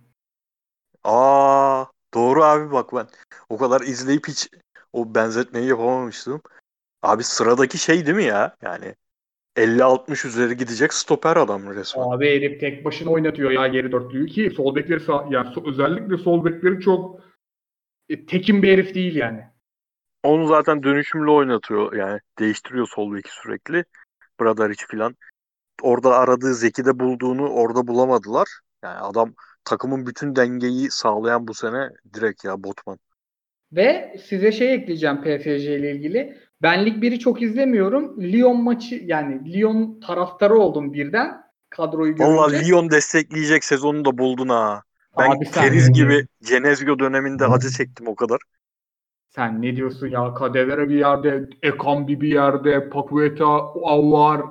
Aa, doğru abi, bak ben o kadar izleyip hiç o benzetmeyi yapamamıştım. Abi sıradaki şey değil mi ya? Yani elli altmış üzeri gidecek stoper adam resmen. Abi herif tek başına oynatıyor ya geri dörtlüyü ki sol bekleri sağ, yani so- özellikle sol bekleri çok e, tekin bir herif değil yani. Onu zaten dönüşümlü oynatıyor yani. Değiştiriyor sol beki sürekli. Bradaric falan. Orada aradığı Zeki'de bulduğunu orada bulamadılar. Yani adam takımın bütün dengeyi sağlayan bu sene direkt ya Botman. Ve size şey ekleyeceğim P S G ile ilgili. Ben Lig biri çok izlemiyorum. Lyon maçı yani Lyon taraftarı oldum birden kadroyu Valla görünce. Lyon destekleyecek sezonu da buldun ha. Ben Abi sen keriz ne gibi diyorsun? Genezio döneminde acı çektim o kadar. Sen ne diyorsun ya? Kadewere bir yerde, Ekambi bir yerde, Paqueta, Aouar,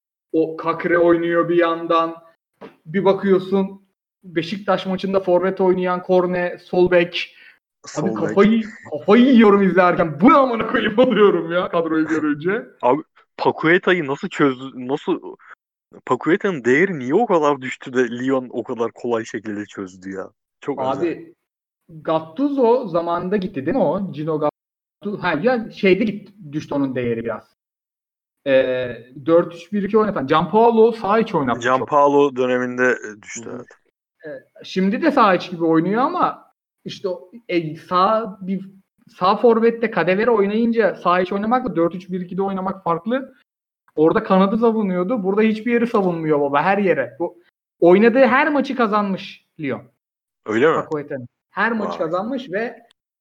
o Kakre oynuyor bir yandan. Bir bakıyorsun Beşiktaş maçında forvet oynayan Korne, sol bek. Abi Sol bek. kafayı kafayı yiyorum izlerken. Bu ne amına koyayım oluyorum ya kadroyu görünce. Abi Paqueta'yı nasıl çözdü? Nasıl Paqueta'nın değeri niye o kadar düştü de Lyon o kadar kolay şekilde çözdü ya? Çok acayip. Abi Gattuso zamanında gitti değil mi o? Gino Gattuso. Ha ya şeyde gitti, düştü onun değeri biraz. Ee, dört üç bir iki oynatan. Gianpaolo sağ iç oynattı çok. Gianpaolo döneminde düştü, evet. Şimdi de sağ iç gibi oynuyor ama işte o, e, sağ bir sağ forvette Kadewere oynayınca sağ iç oynamakla dört üç bir ikide oynamak farklı. Orada kanadı savunuyordu. Burada hiçbir yeri savunmuyor baba. Her yere. Bu, oynadığı her maçı kazanmış Lyon. Öyle mi? Paqueta'nın. Her maçı Vay. kazanmış ve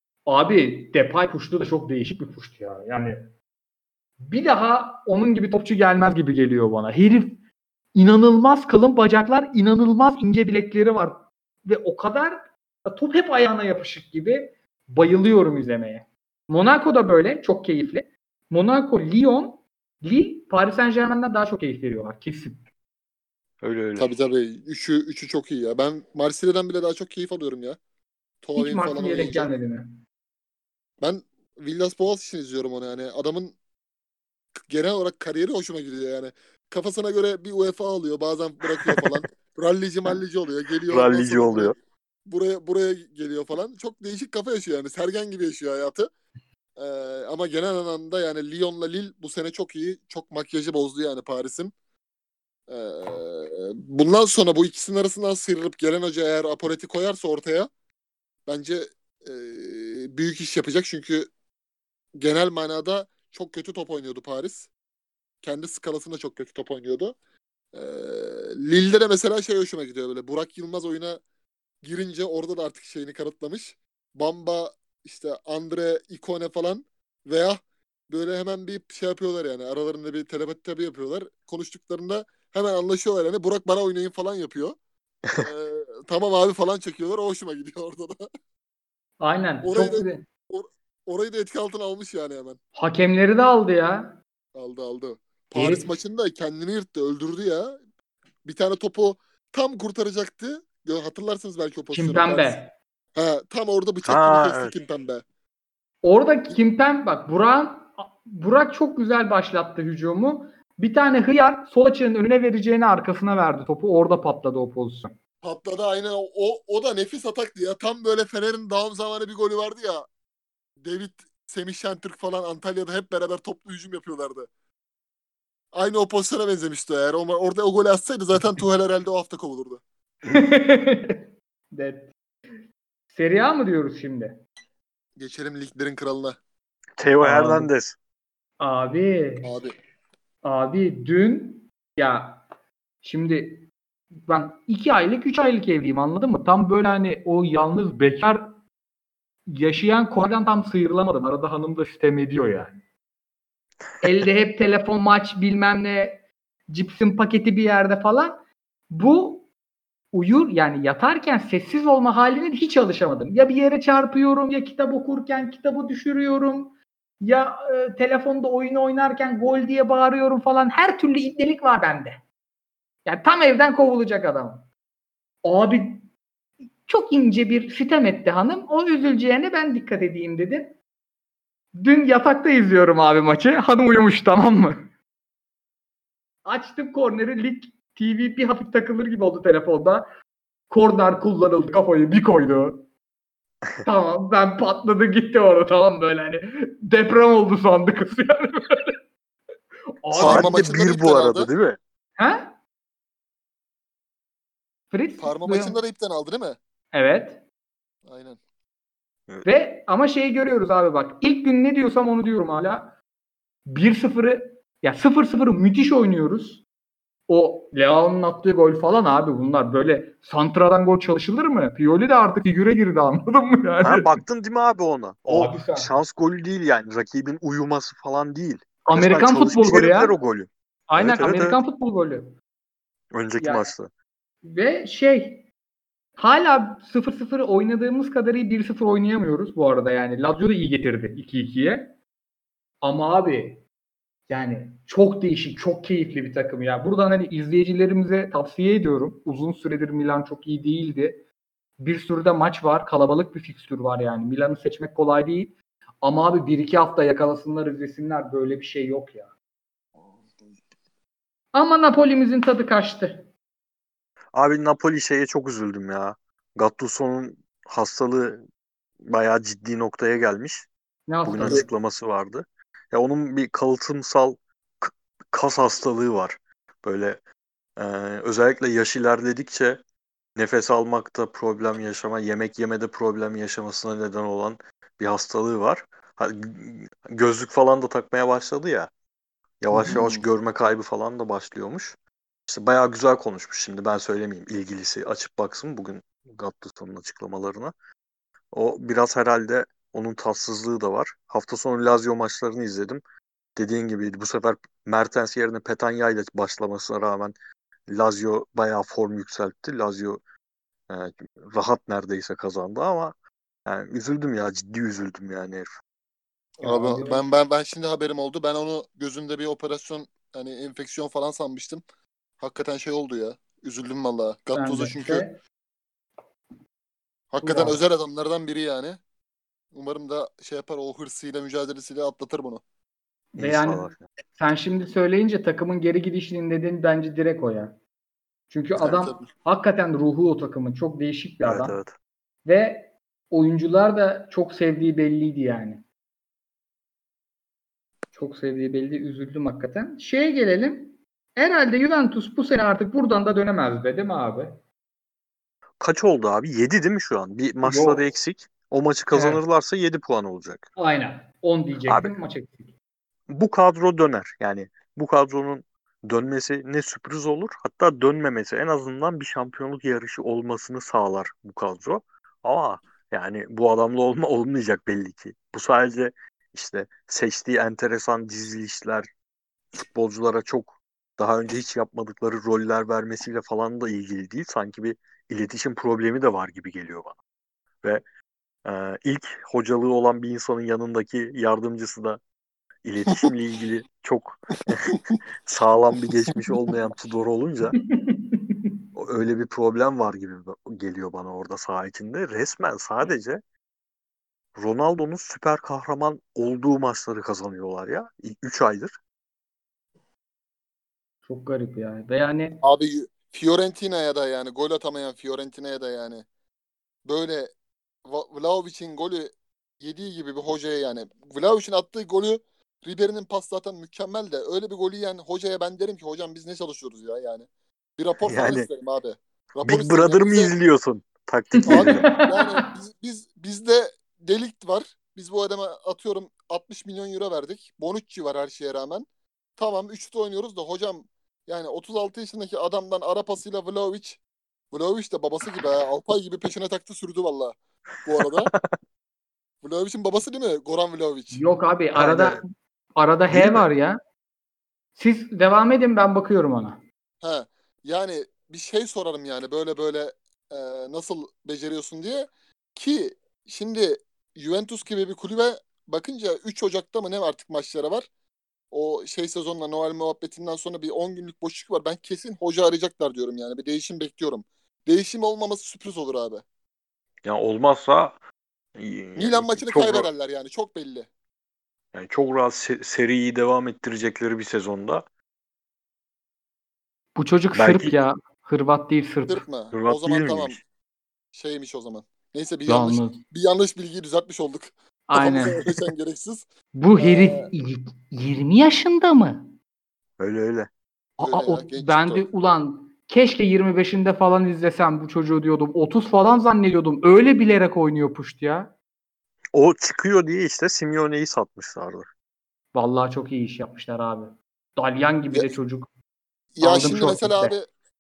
abi Depay puştu da çok değişik bir puştu ya. Yani bir daha onun gibi topçu gelmez gibi geliyor bana. Herif inanılmaz kalın bacaklar, inanılmaz ince bilekleri var. Ve o kadar top hep ayağına yapışık gibi bayılıyorum izlemeye. Monaco da böyle çok keyifli. Monaco, Lyon, Lille, Paris Saint-Germain'den daha çok keyif veriyorlar kesin. Öyle öyle. Tabii tabii. Üçü, üçü çok iyi ya. Ben Marsilya'dan bile daha çok keyif alıyorum ya. Hiç Tovin falan Marsilya'ya denk oynayınca. gelmedi mi? Ben Villas Boas için izliyorum onu yani. Adamın genel olarak kariyeri hoşuma gidiyor yani. Kafasına göre bir UEFA alıyor, bazen bırakıyor falan. Rallici mallici oluyor, geliyor ondan Rallici sonra buraya, oluyor. buraya buraya geliyor falan. Çok değişik kafa yaşıyor yani. Sergen gibi yaşıyor hayatı. Ee, ama genel anlamda yani Lyon'la Lille bu sene çok iyi. Çok makyajı bozdu yani Paris'in. Ee, bundan sonra bu ikisinin arasından sıyrılıp gelen hoca eğer Apollet'i koyarsa ortaya bence e, büyük iş yapacak. Çünkü genel manada çok kötü top oynuyordu Paris. Kendi skalasında çok kötü top oynuyordu. Ee, Lille'de de mesela şey hoşuma gidiyor böyle. Burak Yılmaz oyuna girince orada da artık şeyini kanıtlamış. Bamba, işte Andre, Ikone falan veya böyle hemen bir şey yapıyorlar yani. Aralarında bir telepati tabi yapıyorlar. Konuştuklarında hemen anlaşıyorlar yani. Burak bana oynayın falan yapıyor. Ee, tamam abi falan çekiyorlar. O hoşuma gidiyor orada da. Aynen. Orayı Çok da güzel. or- orayı da etki altına almış yani hemen. Hakemleri de aldı ya. Aldı aldı. Paris Herif maçında kendini yırttı. Öldürdü ya. Bir tane topu tam kurtaracaktı. Ya hatırlarsınız belki o pozisyonu Paris. Kimpembe. Ha, tam orada bıçak gibi Ha kesti evet. Kimpembe. Orada Kimpem bak Burak Burak çok güzel başlattı hücumu. Bir tane hıyar sol açığın önüne vereceğini arkasına verdi topu. Orada patladı o pozisyon. Patladı aynen. O, o, o da nefis ataktı ya. Tam böyle Fener'in dağım zamanı bir golü vardı ya. David, Semih Şentürk falan Antalya'da hep beraber toplu hücum yapıyorlardı. Aynı o pozisyona benzemişti o eğer. Ama orada o golü atsaydı zaten Tuchel herhalde o hafta kovulurdu. Evet. Serie A mı diyoruz şimdi? Geçelim liglerin kralına. Theo Abi, Hernandez. abi, Abi. abi dün ya şimdi ben iki aylık üç aylık evliyim anladın mı? Tam böyle hani o yalnız bekar yaşayan konudan tam sıyrılamadım. Arada hanım da sitem ediyor yani. Elde hep telefon, maç, bilmem ne, cipsin paketi bir yerde falan. Bu uyur yani yatarken sessiz olma haline de hiç alışamadım. Ya bir yere çarpıyorum, ya kitap okurken kitabı düşürüyorum, ya e, telefonda oyun oynarken gol diye bağırıyorum falan. Her türlü ibnelik var bende. Yani tam evden kovulacak adam. Abi çok ince bir sitem etti hanım. O üzüleceğine ben dikkat edeyim dedim. Dün yatakta izliyorum abi maçı. Hanım uyumuş tamam mı? Açtım korneri, lig T V bir hafif takılır gibi oldu telefonda. Korner kullanıldı, kafayı bir koydu. Tamam ben patladı gitti orada tamam böyle hani deprem oldu sandı kız yani. Abi Parma Saat de maçında da bir ipten bu arada aldı. değil mi? he? Fritz? Parma Duyuyor maçında musun? da ipten aldı değil mi? Evet. Aynen. Ve ama şeyi görüyoruz abi bak. İlk gün ne diyorsam onu diyorum hala. bir sıfırı ya sıfır sıfırı müthiş oynuyoruz. O Leao'nun attığı gol falan abi bunlar böyle santradan gol çalışılır mı? Pioli de artık figüre girdi anladın mı yani? Ha baktın değil mi abi ona? O Abi sen. şans golü değil yani. Rakibin uyuması falan değil. Resmen Amerikan futbol çalışmış golü herifler o ya. golü. Aynen Evet evet evet. Amerikan futbol golü. Önceki Yani maçta. ve şey hala sıfır sıfır oynadığımız kadar iyi bir sıfır oynayamıyoruz bu arada yani. Lazio da iyi getirdi iki ikiye. Ama abi yani çok değişik, çok keyifli bir takım ya. Buradan hani izleyicilerimize tavsiye ediyorum. Uzun süredir Milan çok iyi değildi. Bir sürü de maç var. Kalabalık bir fikstür var yani. Milan'ı seçmek kolay değil. Ama abi bir iki hafta yakalasınlar, izlesinler. Böyle bir şey yok ya. Ama Napoli'mizin tadı kaçtı. Abi Napoli şeye çok üzüldüm ya. Gattuso'nun hastalığı bayağı ciddi noktaya gelmiş. Ne Bugün hastalığı? açıklaması vardı. Ya onun bir kalıtımsal k- kas hastalığı var. Böyle e, özellikle yaş ilerledikçe nefes almakta problem yaşama, yemek yemede problem yaşamasına neden olan bir hastalığı var. Ha, g- gözlük falan da takmaya başladı ya. Yavaş Hı-hı. yavaş görme kaybı falan da başlıyormuş. İşte bayağı güzel konuşmuş şimdi ben söylemeyeyim ilgilisi açıp baksın bugün Gattuso'nun açıklamalarına. O biraz herhalde onun tatsızlığı da var. Hafta sonu Lazio maçlarını izledim. Dediğin gibiydi. Bu sefer Mertens yerine Petagna ile başlamasına rağmen Lazio bayağı form yükseltti. Lazio e, rahat neredeyse kazandı ama yani üzüldüm ya ciddi üzüldüm yani herif. Ya abi, Abi ben ben ben şimdi haberim oldu. Ben onu gözünde bir operasyon hani enfeksiyon falan sanmıştım. Hakikaten şey oldu ya. Üzüldüm vallahi. ben Gattuso de. çünkü Ve hakikaten Ulan. özel adamlardan biri yani. Umarım da şey yapar o hırsıyla mücadelesiyle atlatır bunu. Ve İyi yani sağlar. sen şimdi söyleyince takımın geri gidişinin nedeni bence direkt o ya. Çünkü Evet, adam tabii. hakikaten ruhu o takımın. Çok değişik bir Evet adam. evet. Ve oyuncular da çok sevdiği belliydi yani. Çok sevdiği belli. Üzüldüm hakikaten. Şeye gelelim. Herhalde Juventus bu sene artık buradan da dönemez be, değil mi abi? Kaç oldu abi? yedi değil mi şu an? Bir maçları Yok. eksik. O maçı Evet. kazanırlarsa yedi puan olacak. Aynen. on Abi diyecektim, maç eksik. bu kadro döner. Yani bu kadronun dönmesi ne sürpriz olur. Hatta dönmemesi en azından bir şampiyonluk yarışı olmasını sağlar bu kadro. Ama yani bu adamla olma olmayacak belli ki. Bu sadece işte seçtiği enteresan dizilişler, futbolculara çok daha önce hiç yapmadıkları roller vermesiyle falan da ilgili değil. Sanki bir iletişim problemi de var gibi geliyor bana. Ve e, ilk hocalığı olan bir insanın yanındaki yardımcısı da iletişimle ilgili çok sağlam bir geçmiş olmayan Tudor olunca öyle bir problem var gibi geliyor bana orada saha içinde. Resmen sadece Ronaldo'nun süper kahraman olduğu maçları kazanıyorlar ya. üç aydır. Çok garip yani. Ve yani Abi Fiorentina'ya da yani gol atamayan Fiorentina'ya da yani böyle Va- Vlahovic'in golü yediği gibi bir hocaya yani Vlahovic'in attığı golü Ribery'nin pas zaten mükemmel de öyle bir golü yani hocaya ben derim ki hocam biz ne çalışıyoruz ya yani. Bir rapor falan Yani isterim abi. Rapor Big isterim. Brother Yani mı bize izliyorsun abi taktikleriyle? yani biz, biz bizde delikt var. Biz bu adama atıyorum altmış milyon euro verdik. Bonucci var her şeye rağmen. Tamam üçlü oynuyoruz da hocam yani otuz altı yaşındaki adamdan ara pasıyla Vlahovic Vlahovic de babası gibi ha. Alpay gibi peşine taktı sürdü valla bu arada. Vlahovic'in babası değil mi? Goran Vlahovic. yok abi, arada Yani arada değil H mi? var ya. Siz devam edin, ben bakıyorum ona. Ha, yani bir şey sorarım yani böyle böyle e, nasıl beceriyorsun diye ki şimdi Juventus gibi bir kulübe bakınca üç Ocak'ta mı ne artık maçları var. O şey sezonla Noel muhabbetinden sonra bir on günlük boşluk var. Ben kesin hoca arayacaklar diyorum yani. Bir değişim bekliyorum. Değişim olmaması sürpriz olur abi. Ya olmazsa Milan yani maçını çok ra- kaybederler yani çok belli. yani çok rahat se- seriyi devam ettirecekleri bir sezonda Bu çocuk Sırp belki ya. Hırvat değil, Sırp Sırp. mı? O Hırvat değil zaman tamam. miymiş? Şeymiş o zaman. Neyse bir yanlış Yalnız. bir yanlış bilgiyi düzeltmiş olduk. Kafamıza Aynen. yerleşen gereksiz. Bu Ee, herif y- yirmi yaşında mı? Öyle öyle. Aa, öyle ya o, genç ben çıktı de o. ulan keşke yirmi beşinde falan izlesem bu çocuğu diyordum. otuz falan zannediyordum. Öyle bilerek oynuyor puşt ya. O çıkıyor diye işte Simeone'yi satmışlardı. Vallahi çok iyi iş yapmışlar abi. Dalyan gibi Ya, de çocuk. ya Aldım şimdi mesela shortlistte. abi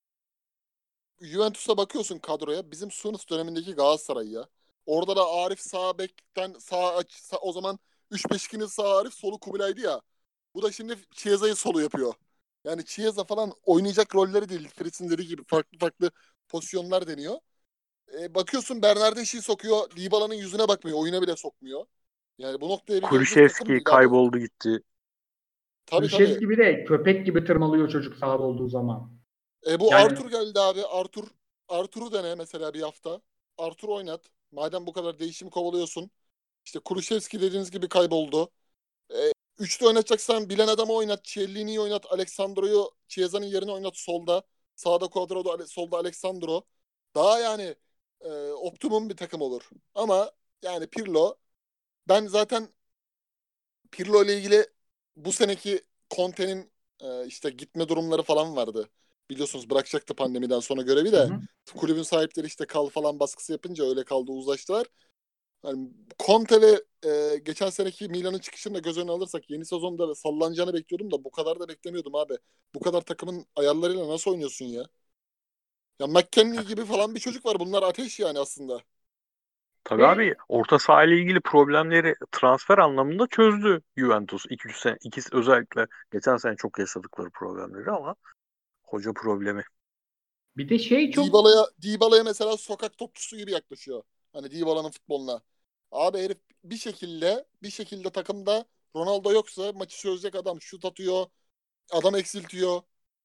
Juventus'a bakıyorsun kadroya. Bizim Sunus dönemindeki Galatasaray ya. Orada da Arif sağ bekten sağ aç sağ- o zaman üç beş ikinin sağ Arif solu Kubilay'dı ya. Bu da şimdi Chiesa'yı solu yapıyor. Yani Chiesa falan oynayacak rolleri değil. Fritz'in dediği gibi farklı farklı pozisyonlar deniyor. E, bakıyorsun Bernardeschi'yi sokuyor. Dybala'nın yüzüne bakmıyor. Oyuna bile sokmuyor. Yani bu noktaya bir gelecek takım Kulüşevski değil abi. kayboldu gitti. Tabii Hırşev tabii. gibi de köpek gibi tırmalıyor çocuk sahada olduğu zaman. E, bu Yani Arthur geldi abi. Arthur Arthur'u dene mesela bir hafta. Arthur oynat. Madem bu kadar değişim kovalıyorsun. İşte Kulüşevski dediğiniz gibi kayboldu. E, üçlü oynatacaksan bilen adamı oynat. Chiellini'yi oynat. Alexandro'yu Chiesa'nın yerine oynat solda. Sağda Cuadrado, solda Alexandro. Daha yani e, optimum bir takım olur. Ama yani Pirlo ben zaten Pirlo ile ilgili bu seneki Conte'nin e, işte gitme durumları falan vardı. Biliyorsunuz bırakacaktı pandemiden sonra görevi hı de hı. kulübün sahipleri işte kal falan baskısı yapınca öyle kaldı uzlaştılar. Yani Conte ve e, geçen seneki Milan'ın çıkışını da göz önüne alırsak yeni sezonda sallanacağını bekliyordum da bu kadar da beklemiyordum abi. Bu kadar takımın ayarlarıyla nasıl oynuyorsun ya? Ya McKennie gibi falan bir çocuk var. Bunlar ateş yani aslında. Tabii Ve abi orta saha ile ilgili problemleri transfer anlamında çözdü Juventus. iki üç sene, ikisi özellikle geçen sene çok yaşadıkları problemleri ama hoca problemi. bir de şey çok Dybala'ya Dybala'ya mesela sokak topçusu gibi yaklaşıyor. Hani Dybala'nın futboluna. Abi herif bir şekilde bir şekilde takımda Ronaldo yoksa maçı çözecek adam şut atıyor, adam eksiltiyor.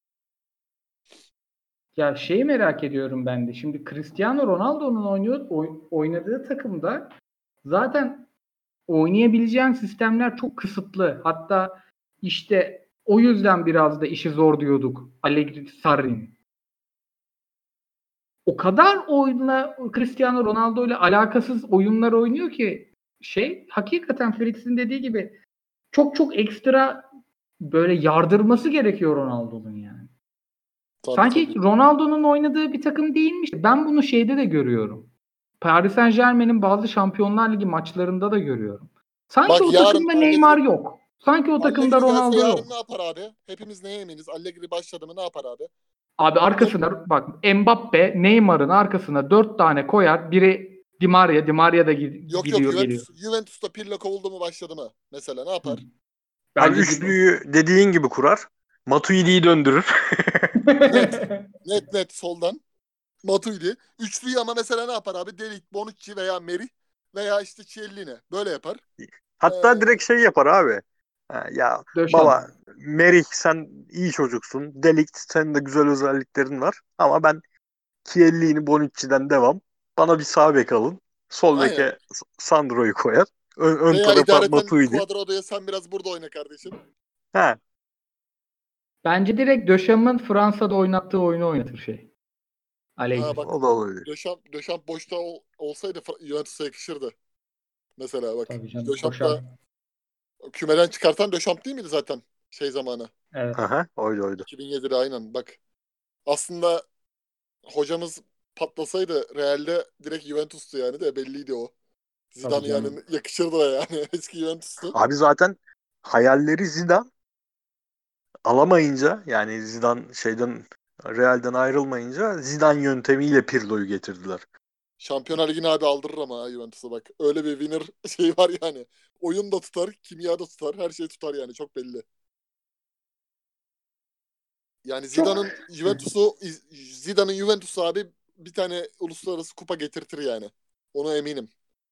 ya şeyi merak ediyorum ben de. Şimdi Cristiano Ronaldo'nun oynuyor, oy- oynadığı takımda zaten oynayabileceğin sistemler çok kısıtlı. Hatta İşte o yüzden biraz da işi zor diyorduk Allegri Sarri'nin. O kadar oyunla Cristiano Ronaldo ile alakasız oyunlar oynuyor ki şey hakikaten Fritz'in dediği gibi çok çok ekstra böyle yardırması gerekiyor Ronaldo'nun yani. Tabii, Sanki tabii. Ronaldo'nun oynadığı bir takım değilmiş. Ben bunu şeyde de görüyorum. Paris Saint-Germain'in bazı Şampiyonlar Ligi maçlarında da görüyorum. Sanki Bak o yarın takımda Neymar Allegri, yok. Sanki o takımda Allegri gelse Ronaldo yarın yok. ne yapar abi? Hepimiz neye eminiz? Allegri başladı mı ne yapar abi? Abi Dört, arkasına bak Mbappe Neymar'ın arkasına dört tane koyar. Biri Di Maria. Di Maria da gid- yok yok gidiyor geliyor. Juventus, Juventus'ta Pirlo kovuldu mu başladı mı? Mesela ne Hı. yapar? Abi Bence Di- üçlüyü dediğin gibi kurar. Matuidi'yi döndürür. Net. Net net soldan. Matuidi. Üçlüyü ama mesela ne yapar abi? Delik, Bonucci veya Merih veya işte Chiellini. Böyle yapar. Ee, Hatta direkt şey yapar abi. Ha, ya Döşan. baba Merih sen iyi çocuksun. Delikt senin de güzel özelliklerin var. Ama ben Chiellini Bonucci'den devam. Bana bir sağ bek alın. Sol aynen. beke S- Sandro'yu koyar. Ön, ön Veya tarafa idareten Matuidi. Cuadrado'ya sen biraz burada oyna kardeşim. Ha, Bence direkt Döşam'ın Fransa'da oynattığı oyunu oynatır şey. Ha Allegri. bak o da olabilir. Döşamp, Döşamp boşta ol- olsaydı Fra- Juventus'a yakışırdı. Mesela bak. Tabii canım. Döşamp Koşar. da kümeden çıkartan Döşamp değil miydi zaten şey zamanı? Evet. Aha, oydu oydu. iki bin yedide aynen bak. Aslında hocamız patlasaydı Real'de direkt Juventus'tu yani de belliydi o. Tabii Zidane yani canım. yakışırdı da yani eski Juventus'tu. Abi zaten hayalleri Zidane alamayınca yani Zidane şeyden Real'den ayrılmayınca Zidane yöntemiyle Pirlo'yu getirdiler. Şampiyonlar Ligi'ni abi aldırır ama ha Juventus'a bak. Öyle bir winner şey var yani. Oyun da tutar, kimya da tutar, her şey tutar yani çok belli. Yani Çok Zidane'ın Juventus'u Zidane'ın Juventus'u abi bir tane uluslararası kupa getirtir yani. Ona eminim.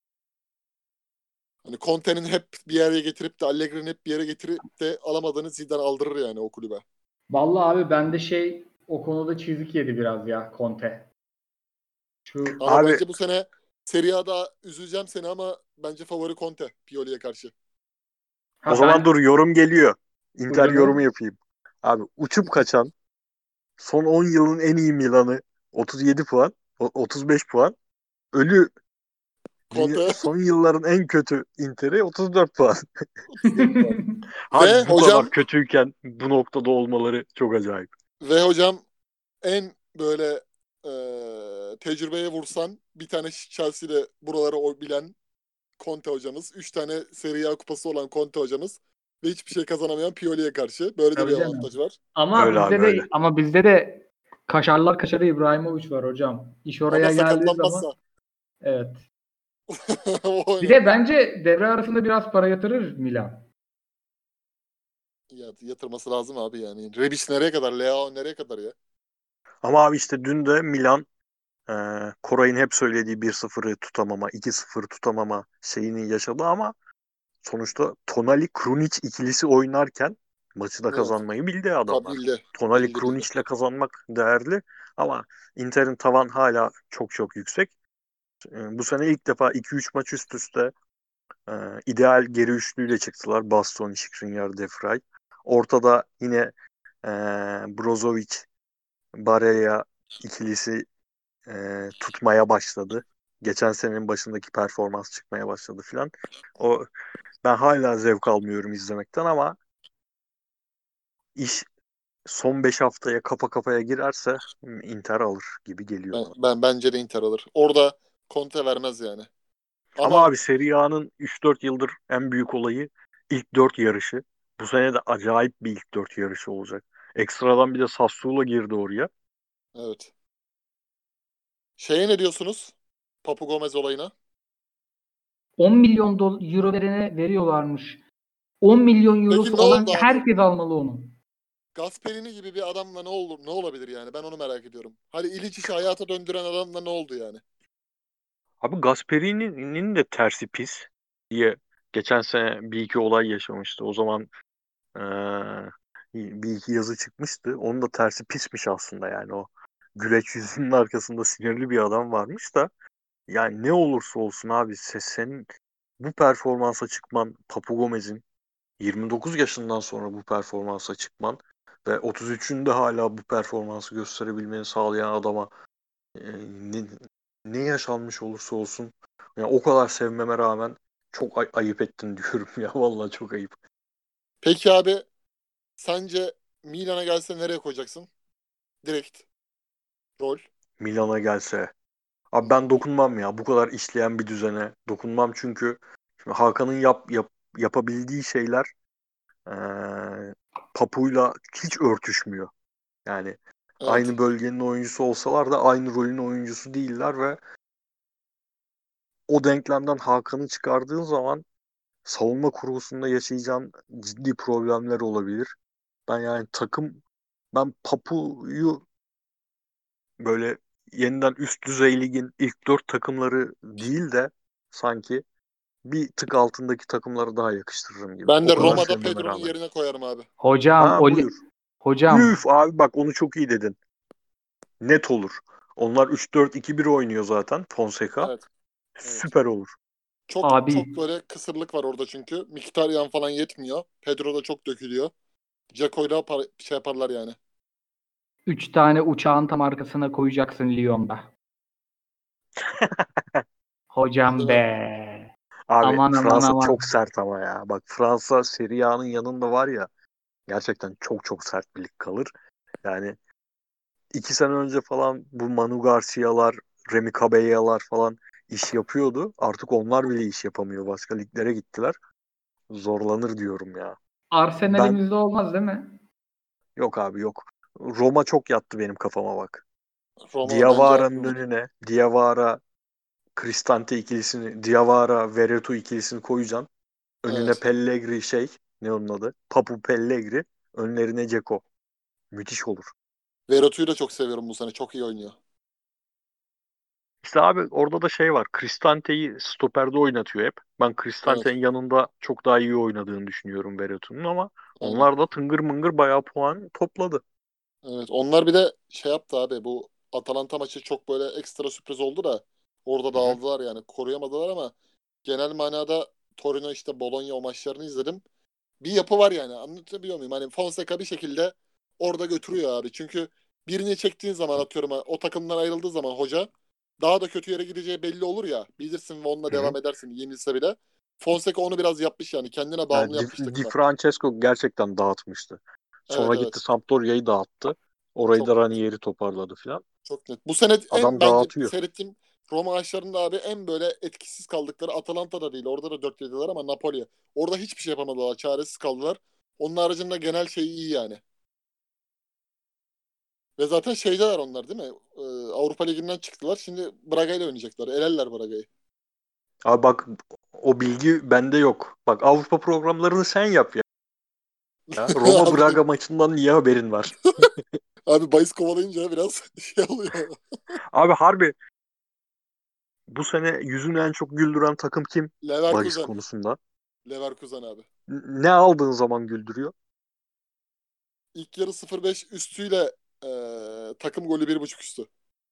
Hani Conte'nin hep bir yere getirip de Allegri'nin hep bir yere getirip de alamadığını Zidane aldırır yani o kulübe. Vallahi abi bende şey o konuda çizik yedi biraz ya Conte. Şu Ama Abi bence bu sene Serie A'da üzüleceğim seni ama bence favori Conte Pioli'ye karşı. o ha zaman ben dur yorum geliyor. buyur Inter yorumu canım. yapayım. Abi uçup kaçan son on yılın en iyi Milan'ı otuz yedi puan, o- otuz beş puan. Ölü dünya, Conte son yılların en kötü Inter'i otuz dört puan. otuz dört puan. Ve Abi bu kadar hocam kötüyken bu noktada olmaları çok acayip. ve hocam en böyle e, tecrübeye vursan bir tane Chelsea'de buraları o bilen Conte hocamız. Üç tane Serie A kupası olan Conte hocamız. Ve hiçbir şey kazanamayan Pioli'ye karşı. Böyle de bir Tabii canım. avantajı var. Ama Öyle abi bizde öyle. de ama bizde de kaşarlar kaşarı İbrahimovic var hocam. İş Ama oraya geldiği zaman sakatlanmazsa. evet. O Bir oynar. de bence devre arasında biraz para yatırır Milan. Ya, yatırması lazım abi yani. Rebic nereye kadar? Leao nereye kadar ya? Ama abi işte dün de Milan e, Koray'ın hep söylediği bir sıfırı tutamama, iki sıfır tutamama şeyini yaşadı ama sonuçta Tonali Krunic ikilisi oynarken maçı da Evet. kazanmayı bildi Tabii adamlar. bildi. Tonali Bildi bildi. Krunic'le kazanmak değerli ama Inter'in tavan hala çok çok yüksek. E, bu sene ilk defa iki üç maç üst üste e, ideal geri üçlüyle çıktılar. Bastoni, Skriniar, De Vrij. Ortada yine e, Brozovic, Barella ikilisi e, tutmaya başladı. Geçen senenin başındaki performans çıkmaya başladı filan. O ben hala zevk almıyorum izlemekten ama iş son beş haftaya kafa kafaya girerse Inter alır gibi geliyor Ben, bana. ben bence de Inter alır. Orada Conte vermez yani. Ama Ama abi Serie A'nın üç dört yıldır en büyük olayı ilk dört yarışı. Bu sene de acayip bir ilk dört yarışı olacak. Ekstradan bir de Sassuolo girdi oraya. evet. Şeye ne diyorsunuz? Papu Gomez olayına. on milyon dol- euro verene veriyorlarmış. on milyon Peki eurosu ne olan oldu abi? herkes almalı onu. Gasperini gibi bir adamla ne olur ne olabilir yani? Ben onu merak ediyorum. Hadi İliç'i hayata döndüren adamla ne oldu yani? Abi Gasperini'nin de tersi pis diye geçen sene bir iki olay yaşamıştı. O zaman eee, bir iki yazı çıkmıştı. Onun da tersi pismiş aslında yani o güleç yüzünün arkasında sinirli bir adam varmış da yani ne olursa olsun abi se- senin bu performansa çıkman Papu Gomez'in yirmi dokuz yaşından sonra bu performansa çıkman ve otuz üçünde hala bu performansı gösterebilmeni sağlayan adama e, ne, ne yaşanmış olursa olsun yani o kadar sevmeme rağmen çok ay- ayıp ettin diyorum ya. Vallahi çok ayıp. Peki abi, sence Milan'a gelse nereye koyacaksın? Direkt rol. Milan'a gelse. Abi ben dokunmam ya. Bu kadar işleyen bir düzene dokunmam çünkü şimdi Hakan'ın yap, yap, yapabildiği şeyler eee Papu'yla hiç örtüşmüyor. Yani Evet. aynı bölgenin oyuncusu olsalar da aynı rolün oyuncusu değiller ve o denklemden Hakan'ı çıkardığın zaman savunma kurgusunda yaşayacağın ciddi problemler olabilir. Ben yani takım ben Papu'yu böyle yeniden üst düzey ligin ilk dört takımları değil de sanki bir tık altındaki takımlara daha yakıştırırım gibi. Ben O de kadar Roma'da sevmeme Pedro'nun rağmen. yerine koyarım abi. Hocam Ha o buyur. hocam Üf abi bak onu çok iyi dedin. Net olur. Onlar üç dört iki bir oynuyor zaten Fonseca. Evet. Evet. Süper olur. Çok çok abi böyle kısırlık var orada çünkü. Mkhitaryan falan yetmiyor. Pedro da çok dökülüyor. Dzeko'yla par- şey yaparlar yani. üç tane uçağın tam arkasına koyacaksın Lyon'da. Hocam Değil mi? be. Abi Aman aman Fransa aman. çok sert ama ya. Bak Fransa Serie A'nın yanında var ya gerçekten çok çok sert bir lig kalır. Yani iki sene önce falan bu Manu Garcia'lar, Remy Cabella'lar falan iş yapıyordu. Artık onlar bile iş yapamıyor. Başka liglere gittiler. Zorlanır diyorum ya. Ben Arsenal'imizde olmaz değil mi? yok abi yok. Roma çok yattı benim kafama bak. Roma bence Diawara'nın haklılar. önüne Diawara, Cristante ikilisini, Diawara, Veretout ikilisini koyacaksın. Önüne Evet. Pellegrini şey, ne onun adı? Papu Pellegrini. Önlerine Dzeko. Müthiş olur. Verrat'u da çok seviyorum bu sene. Çok iyi oynuyor. İşte abi orada da şey var. Cristante'yi stoperde oynatıyor hep. Ben Evet. Cristante'nin yanında çok daha iyi oynadığını düşünüyorum Veretou'nun ama Aynen. onlar da tıngır mıngır bayağı puan topladı. Evet. Onlar bir de şey yaptı abi. Bu Atalanta maçı çok böyle ekstra sürpriz oldu da orada Hı hı. dağıldılar yani. Koruyamadılar ama genel manada Torino işte Bologna o maçlarını izledim. Bir yapı var yani. Anlatabiliyor muyum? Hani Fonseca bir şekilde orada götürüyor abi. Çünkü birini çektiğin zaman atıyorum o takımdan ayrıldığı zaman hoca daha da kötü yere gideceği belli olur ya. Bilirsin ve onunla Hı hı. devam edersin yenilse bile. Fonseca onu biraz yapmış yani. Kendine bağımlı Yani Di, yapmış Di takımı. Francesco gerçekten dağıtmıştı. Evet Sonra gitti evet. Sampdoria'yı dağıttı. Orayı da Çok net. Ranieri toparladı filan. Çok net. Bu sene en Adam bence dağıtıyor. seyrettiğim Roma maçlarında abi en böyle etkisiz kaldıkları Atalanta'da değil. Orada da dört yediler ama Napoli. Orada hiçbir şey yapamadılar. Çaresiz kaldılar. Onun haricinde genel şey iyi yani. Ve zaten şeydeler onlar değil mi? Ee, Avrupa Ligi'nden çıktılar. Şimdi Braga ile oynayacaklar. Elerler Braga'yı. Abi bak o bilgi bende yok. Bak Avrupa programlarını sen yap ya. Roma Abi, Braga maçından niye haberin var? abi bahis kovalayınca biraz şey oluyor. Abi harbi bu sene yüzünü en çok güldüren takım kim? Bahis Leverkusen. konusunda. Leverkusen abi. N- Ne aldığın zaman güldürüyor? İlk yarı sıfır beş üstüyle e, takım golü bir buçuk üstü.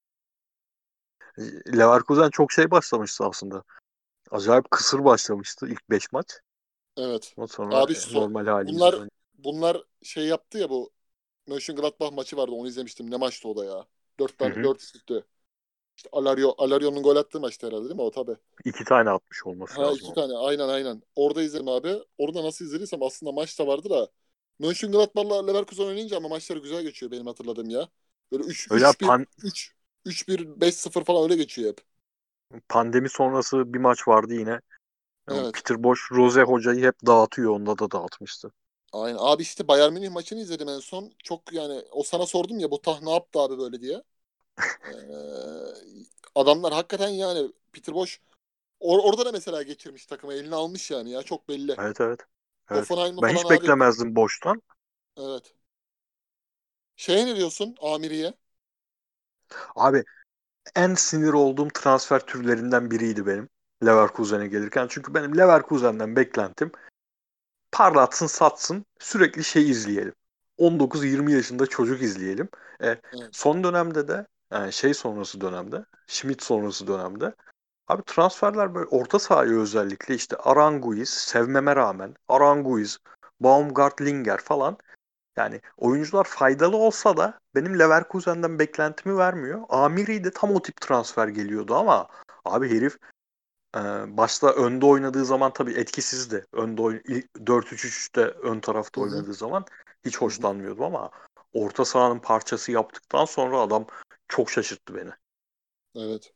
Leverkusen çok şey başlamıştı aslında. Acayip kısır başlamıştı ilk beş maç. Evet. Ondan sonra Abi e, so normal haliyle bunlar döndü. bunlar şey yaptı ya bu Mönchengladbach maçı vardı. Onu izlemiştim. Ne maçtı o da ya? Dört Hı tane hı. dört üstü. İşte Alario, Alario'nun gol attığı maçtı herhalde değil mi? O tabii. İki tane atmış olması Ha lazım iki ama. tane. Aynen aynen. Orada izledim abi. Orada nasıl izlediysem aslında maç da vardı da. Mönchengladbach'la Leverkusen oynayınca ama maçları güzel geçiyor benim hatırladığım ya. Böyle üç Öyle üç bir pan üç üç bir beş sıfır falan öyle geçiyor hep. pandemi sonrası bir maç vardı yine. Yani Evet. Peter Bosz, Rose hocayı hep dağıtıyor. Onda da dağıtmıştı. Aynen. Abi işte Bayern Münih maçını izledim en son. Çok yani o sana sordum ya bu tah ne yaptı abi böyle diye. Ee, adamlar hakikaten yani Peter Bosz or- orada da mesela geçirmiş takımı eline almış yani ya çok belli. Evet evet. Evet. Hoffenheim'ı Ben falan hiç abi beklemezdim Boş'tan. evet. Şeye ne diyorsun Amiri'ye? Abi en sinir olduğum transfer türlerinden biriydi benim. Leverkusen'e gelirken. Çünkü benim Leverkusen'den beklentim parlatsın satsın sürekli şey izleyelim. on dokuz yirmi yaşında çocuk izleyelim. E, Evet. son dönemde de yani şey sonrası dönemde Schmidt sonrası dönemde abi transferler böyle orta sahaya özellikle işte Aranguiz sevmeme rağmen Aranguiz Baumgart, Linger falan. Yani oyuncular faydalı olsa da benim Leverkusen'den beklentimi vermiyor. Amiri de tam o tip transfer geliyordu ama abi herif e, başta önde oynadığı zaman tabii etkisizdi. Önde oyn- ilk dört üç üçte ön tarafta Hı hı. oynadığı zaman hiç Hı hı. hoşlanmıyordum ama orta sahanın parçası yaptıktan sonra adam çok şaşırttı beni. Evet.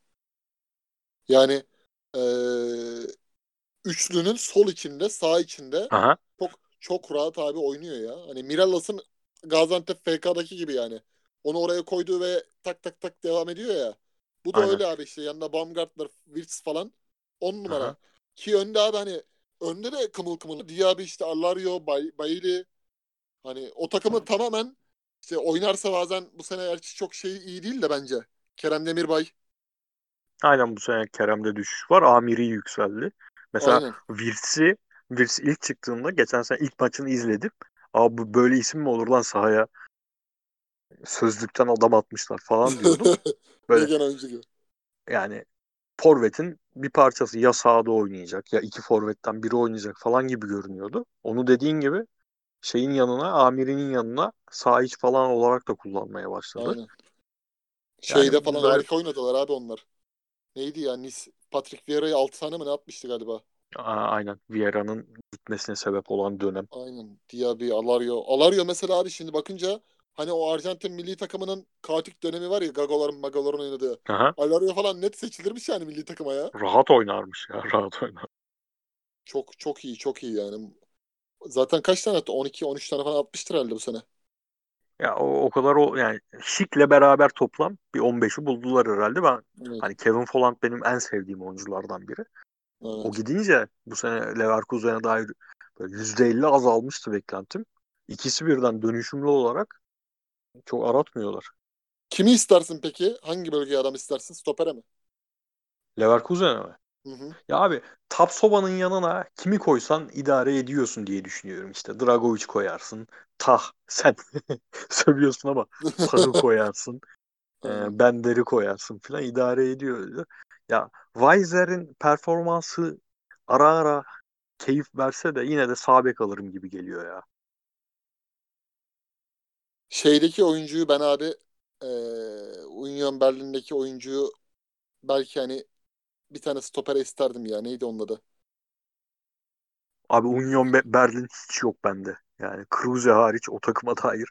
Yani eee, üçlünün sol içinde, sağ içinde Aha, çok çok rahat abi oynuyor ya. Hani Mirallas'ın Gaziantep F K'daki gibi yani. Onu oraya koyduğu ve tak tak tak devam ediyor ya. Bu da aynen. öyle abi işte. Yanında Baumgartner, Wirtz falan on numara. Aha. Ki önde abi hani önde de kımıl kımıl. Diaby işte Alario, Bay, Bailly. Hani o takımı tamamen işte oynarsa bazen bu sene gerçi çok şey iyi değil de bence. Kerem Demirbay. Aynen bu sene Kerem'de düşüş var. Amiri yükseldi. Mesela Aynen. Wirtz'i Wirtz ilk çıktığında geçen sene ilk maçını izledim. Abi bu böyle isim mi olur lan sahaya? Sözlükten adam atmışlar falan diyordum. Böyle Regen oyuncu gibi. yani forvetin bir parçası ya sahada oynayacak ya iki forvetten biri oynayacak falan gibi görünüyordu. Onu dediğin gibi şeyin yanına, Amiri'nin yanına sağ iç falan olarak da kullanmaya başladı. Aynen. Yani Şeyde falan böyle harika oynadılar abi onlar. Neydi ya? Nice, Patrick Vieira'yı altı tane mi ne atmıştı galiba? Aa, aynen Vieira'nın gitmesine sebep olan dönem. Aynen. Diaby, Alario. Alario mesela abi şimdi bakınca hani o Arjantin milli takımının kaotik dönemi var ya Gagoların Magaların oynadığı. Aha, Alario falan net seçilirmiş yani milli takıma ya. rahat oynarmış ya, rahat oynar. Çok çok iyi, çok iyi yani. Zaten kaç tane attı? on iki on üç tane falan atmıştır herhalde bu sene. Ya o, o kadar o yani Şik'le beraber toplam bir on beşi buldular herhalde. Ben Evet. hani Kevin Volland benim en sevdiğim oyunculardan biri. O Evet. gidince bu sene Leverkusen'e dair böyle yüzde elli azalmıştı beklentim. İkisi birden dönüşümlü olarak çok aratmıyorlar. Kimi istersin peki? Hangi bölgeye adam istersin? Stopere mi? Leverkusen'e mi? Hı hı. Ya abi Tapsoba'nın yanına kimi koysan idare ediyorsun diye düşünüyorum işte. Dragovic koyarsın. Tah sen sövüyorsun ama Tah'ı koyarsın. Aynen. E, Bender'i koyarsın filan idare ediyor. Ya Weiser'in performansı ara ara keyif verse de yine de sağ bek alırım gibi geliyor ya. Şeydeki oyuncuyu ben abi eee Union Berlin'deki oyuncuyu belki hani bir tane stopere isterdim ya. Neydi onun adı? Abi Union Be- Berlin hiç yok bende. Yani Kruse hariç o takıma dair.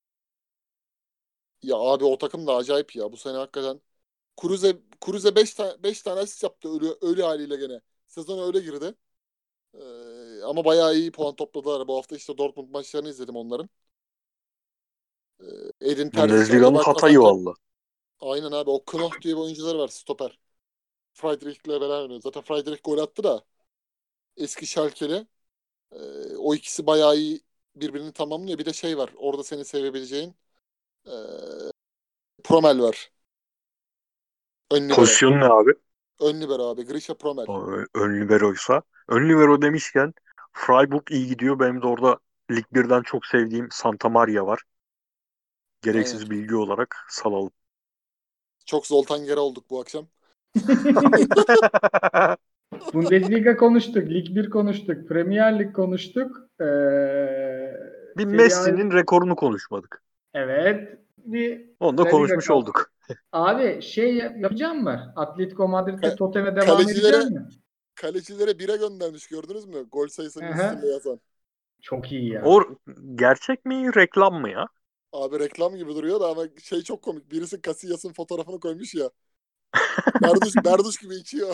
Ya abi o takım da acayip ya. Bu sene hakikaten Kruse Kruse beş tane beş tane asist yaptı ölü ölü haliyle gene. Sezon öyle girdi. Ee, ama bayağı iyi puan topladılar. Bu hafta işte Dortmund maçlarını izledim onların. Ee, Edin Terzic Bundesliga'nın acaba Hatay'ı kazanacak. valla. Aynen abi o Knoch diye bir oyuncuları var stoper. Friedrich'le beraber oynuyor. Zaten Friedrich gol attı da eski Schalke'li. Ee, o ikisi bayağı iyi birbirini tamamlıyor. Bir de şey var. Orada seni sevebileceğin ee, Promel var. Ön libero. Pozisyon ne abi? Ön libero abi. Grisha Promel. O, ö- ön liberoysa. Ön libero demişken Freiburg iyi gidiyor. Benim de orada Lig birden çok sevdiğim Santa Maria var. Aynen. Gereksiz bilgi olarak salalım. Çok Zoltan Gere olduk bu akşam. Bundesliga konuştuk, Lig bir konuştuk, Premier Lig konuştuk. Ee, Bir Serie A, Messi'nin rekorunu konuşmadık. evet. Bir Onu da La Liga konuşmuş kaldı. olduk. Abi şey yap- yapacağım mı? Atletico Madrid'de Ka- Tottenh'e devam kalecilere edeceğim mi? kalecilere bire göndermiş gördünüz mü? Gol sayısının üstünde Aha. yazan. Çok iyi ya. O gerçek mi reklam mı ya? Abi reklam gibi duruyor da ama şey çok komik. Birisi Casillas'ın fotoğrafını koymuş ya. Berduş, Berduş gibi içiyor.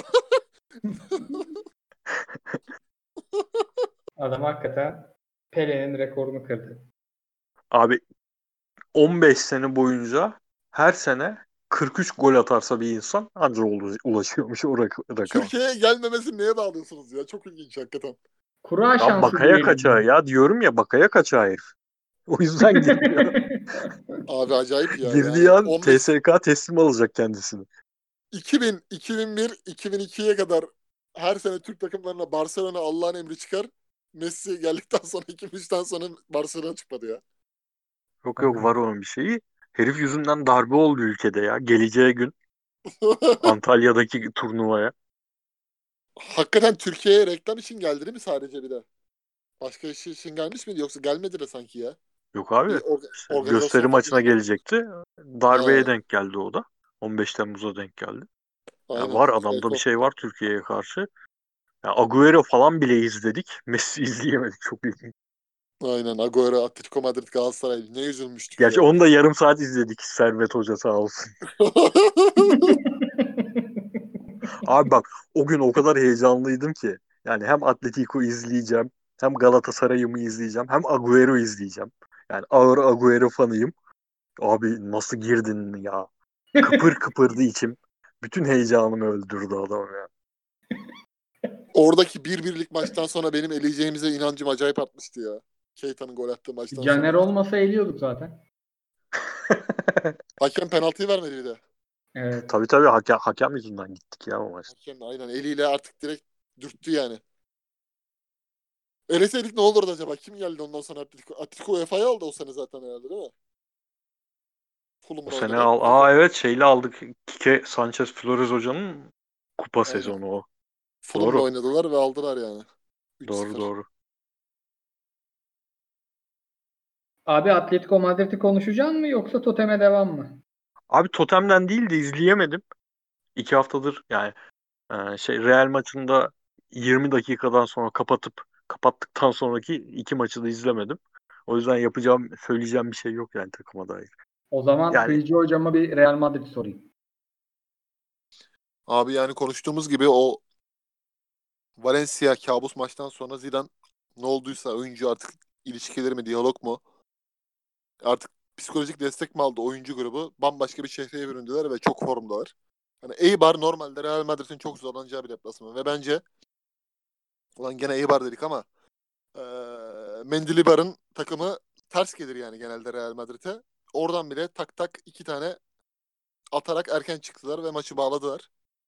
Adam hakikaten Pele'nin rekorunu kırdı. Abi on beş sene boyunca her sene kırk üç gol atarsa bir insan ancak ulu- ulaşıyormuş o rak- rakama. Türkiye'ye gelmemesini neye bağlıyorsunuz ya? Çok ilginç hakikaten. Kura Ya şansı bakaya diyelim kaçağı ya. ya diyorum ya bakaya kaçağı herif. O yüzden girmiyor. Abi acayip ya. Girdiği Yani an on beş T S K teslim alacak kendisini. iki bin, iki bin bir, iki bin ikiye kadar her sene Türk takımlarına Barcelona Allah'ın emri çıkar. Messi geldikten sonra iki bin üçten sonra Barcelona çıkmadı ya. Yok yok var onun bir şeyi. Herif yüzünden darbe oldu ülkede ya. Geleceği gün Antalya'daki turnuvaya. Hakikaten Türkiye'ye reklam için geldi değil mi sadece bir de? Başka işi için gelmiş miydi yoksa gelmedi de sanki ya. Yok abi. Bir orga- İşte organizasyon gösteri maçına falan. gelecekti. Darbeye Ha, denk geldi o da. on beş Temmuz'a denk geldi. Ya aynen. var adamda bir Psycho. şey var Türkiye'ye karşı. Ya Agüero falan bile izledik. Messi izleyemedik. Çok ilginç. Aynen. Agüero, Atletico Madrid, Galatasaray. Ne üzülmüştük Gerçi ya. onu da yarım saat izledik. Servet Hoca sağ olsun. Abi bak o gün o kadar heyecanlıydım ki. Yani hem Atletico izleyeceğim. Hem Galatasaray'ımı izleyeceğim. Hem Agüero izleyeceğim. Yani ağır Agüero fanıyım. Abi nasıl girdin ya? Kıpır kıpırdı içim. Bütün heyecanımı öldürdü adam ya. Oradaki bir birlik maçtan sonra benim eleyeceğimize inancım acayip artmıştı ya. Keita'nın gol attığı maçtan sonra. Caner olmasa eliyorduk zaten. Hakem penaltıyı vermedi bir de. Evet. Tabii tabii hakem, hakem yüzünden gittik ya o maç. Hakem aynen eliyle artık direkt dürttü yani. Eleseydik ne olurdu acaba? Kim geldi ondan sonra Atletico? Atletico U E F A'yı aldı o sene zaten herhalde değil mi? O Fulham'da sene oynadı. al. Aa evet şeyle aldık. Kike Sanchez Flores hocanın kupa Aynen. sezonu o. Fulham'da Doğru. oynadılar ve aldılar yani. Doğru üç sıfır. doğru. Abi Atletico Madrid'i konuşacaksın mı yoksa Totem'e devam mı? Abi Totem'den değil de izleyemedim. İki haftadır yani e, şey Real maçında yirmi dakikadan sonra kapatıp kapattıktan sonraki iki maçı da izlemedim. O yüzden yapacağım, söyleyeceğim bir şey yok yani takıma dair. O zaman Yani Kıyıcı hocama bir Real Madrid sorayım. Abi yani konuştuğumuz gibi o Valencia kabus maçtan sonra Zidane ne olduysa oyuncu artık ilişkileri mi diyalog mu artık psikolojik destek mi aldı oyuncu grubu bambaşka bir şehre büründüler ve çok formdalar. Hani Eibar normalde Real Madrid'in çok zorlanacağı bir deplasman ve bence ulan gene Eibar dedik ama eee Mendilibar'ın takımı ters gelir yani genelde Real Madrid'e. Oradan bile tak tak iki tane atarak erken çıktılar ve maçı bağladılar.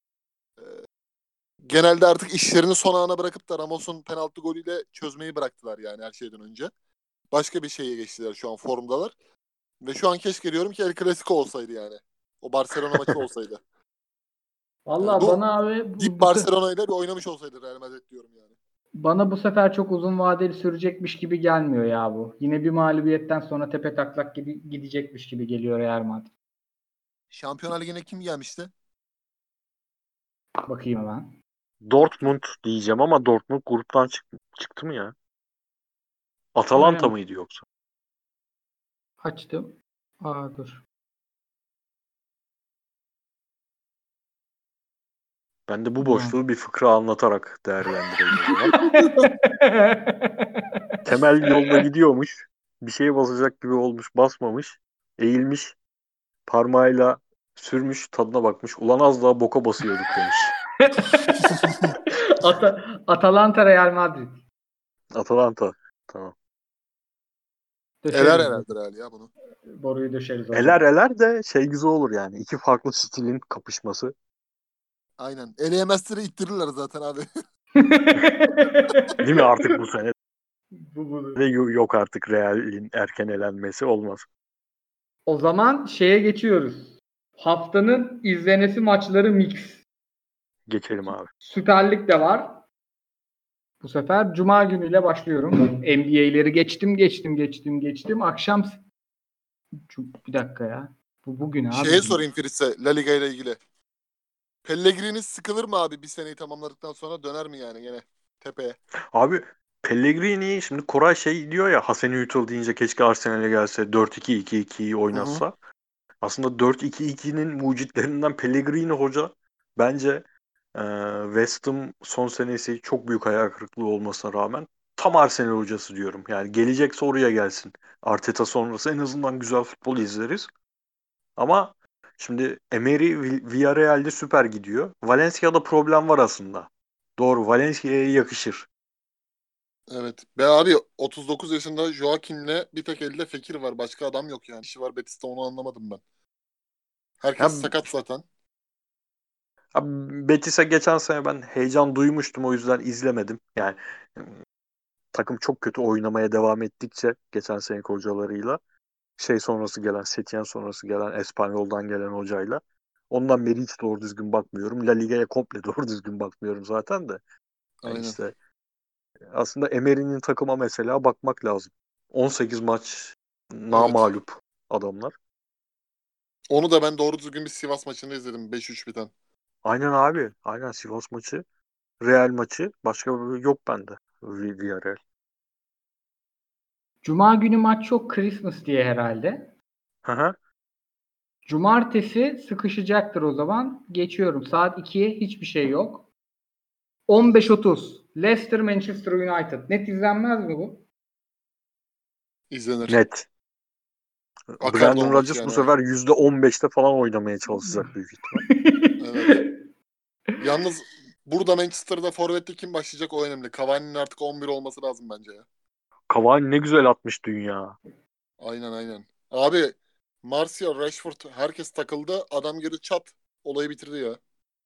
Genelde artık işlerini son ana bırakıp da Ramos'un penaltı golüyle çözmeyi bıraktılar yani her şeyden önce. Başka bir şeye geçtiler şu an formdalar. Ve şu an keşke diyorum ki El Clasico olsaydı yani. O Barcelona maçı olsaydı. Yani Vallahi bu bana abi bu, Deep bu se- Barcelona ile bir oynamış olsaydı Real Madrid diyorum yani. bana bu sefer çok uzun vadeli sürecekmiş gibi gelmiyor ya bu. Yine bir mağlubiyetten sonra tepe taklak gibi gidecekmiş gibi geliyor Real Madrid. Şampiyonlar Ligi'ne kim gelmişti? Bakayım hemen. Dortmund diyeceğim ama Dortmund gruptan çık- çıktı mı ya? Atalanta Aynen. mıydı yoksa? Açtım. Aa dur. Ben de bu Ulan. boşluğu bir fıkra anlatarak değerlendireyim o zaman. Temel yolda gidiyormuş. Bir şeye basacak gibi olmuş, basmamış. Eğilmiş, parmağıyla sürmüş, tadına bakmış. Ulan az daha boka basıyorduk demiş. Ata- Atalanta Real Madrid. Atalanta. Tamam. Eler Döşeriz. herhalde Real ya bunu. Boruyu döşeriz Eler hocam. eler de şey güzel olur yani. İki farklı stilin kapışması. Aynen. Eleyemezleri ittirirler zaten abi. Değil mi artık bu sene Bu, bu. de yo- yok artık Real'in erken elenmesi olmaz. O zaman şeye geçiyoruz. Haftanın izlenesi maçları mix. Geçelim abi. Süper Lig de var. Bu sefer Cuma günüyle başlıyorum. N B A'leri geçtim, geçtim, geçtim, geçtim. Akşam bir dakika ya. Bu bugün abi. Şeye sorayım Fritz'e La Liga ile ilgili. Pellegrini sıkılır mı abi bir seneyi tamamladıktan sonra döner mi yani gene tepeye? Abi Pellegrini şimdi Koray şey diyor ya Hasenhüttl deyince keşke Arsenal'e gelse dört iki iki ikiyi Hı hı. oynatsa. Aslında dört iki ikinin mucitlerinden Pellegrini hoca bence e, West Ham son senesi çok büyük hayal kırıklığı olmasına rağmen tam Arsenal hocası diyorum. Yani gelecekse oraya gelsin. Arteta sonrası en azından güzel futbol izleriz. Ama şimdi Emery Vi- Villarreal'de süper gidiyor. Valencia'da problem var aslında. Doğru Valencia'ya yakışır. Evet. Be abi otuz dokuz yaşında Joaquin'le bir tek elde Fekir var. Başka adam yok yani. İşi var Betis'te onu anlamadım ben. Ya, Herkes sakat zaten. ya Betis'e geçen sene ben heyecan duymuştum o yüzden izlemedim. Yani ım, takım çok kötü oynamaya devam ettikçe geçen seneki hocalarıyla şey sonrası gelen Setien sonrası gelen Espanyol'dan gelen hocayla ondan beri hiç doğru düzgün bakmıyorum. La Liga'ya komple doğru düzgün bakmıyorum zaten de. Yani Aynen. işte Aslında Emery'nin takıma mesela bakmak lazım. on sekiz maç namağlup adamlar. Onu da ben doğru düzgün bir Sivas maçında izledim. beş üç biten. Aynen abi. Aynen Sivas maçı. Real maçı. Başka bir yok bende. Vi- Villarreal. Cuma günü maç yok Christmas diye herhalde. Hı hı. Cumartesi sıkışacaktır o zaman. Geçiyorum. Saat ikiye hiçbir şey yok. on beş otuz Leicester Manchester United. Net izlenmez mi bu? İzlenir. Net. Akar da o Brandon maç Rodgers bu yani. sefer yüzde on beşte falan oynamaya çalışacak büyük ihtimal. Evet. Yalnız burada Manchester'da forvette kim başlayacak o önemli. Cavani'nin artık on bir olması lazım bence ya. Cavani ne güzel atmış dünya. Aynen aynen. Abi Martial, Rashford herkes takıldı. Adam girdi çat. Olayı bitirdi ya.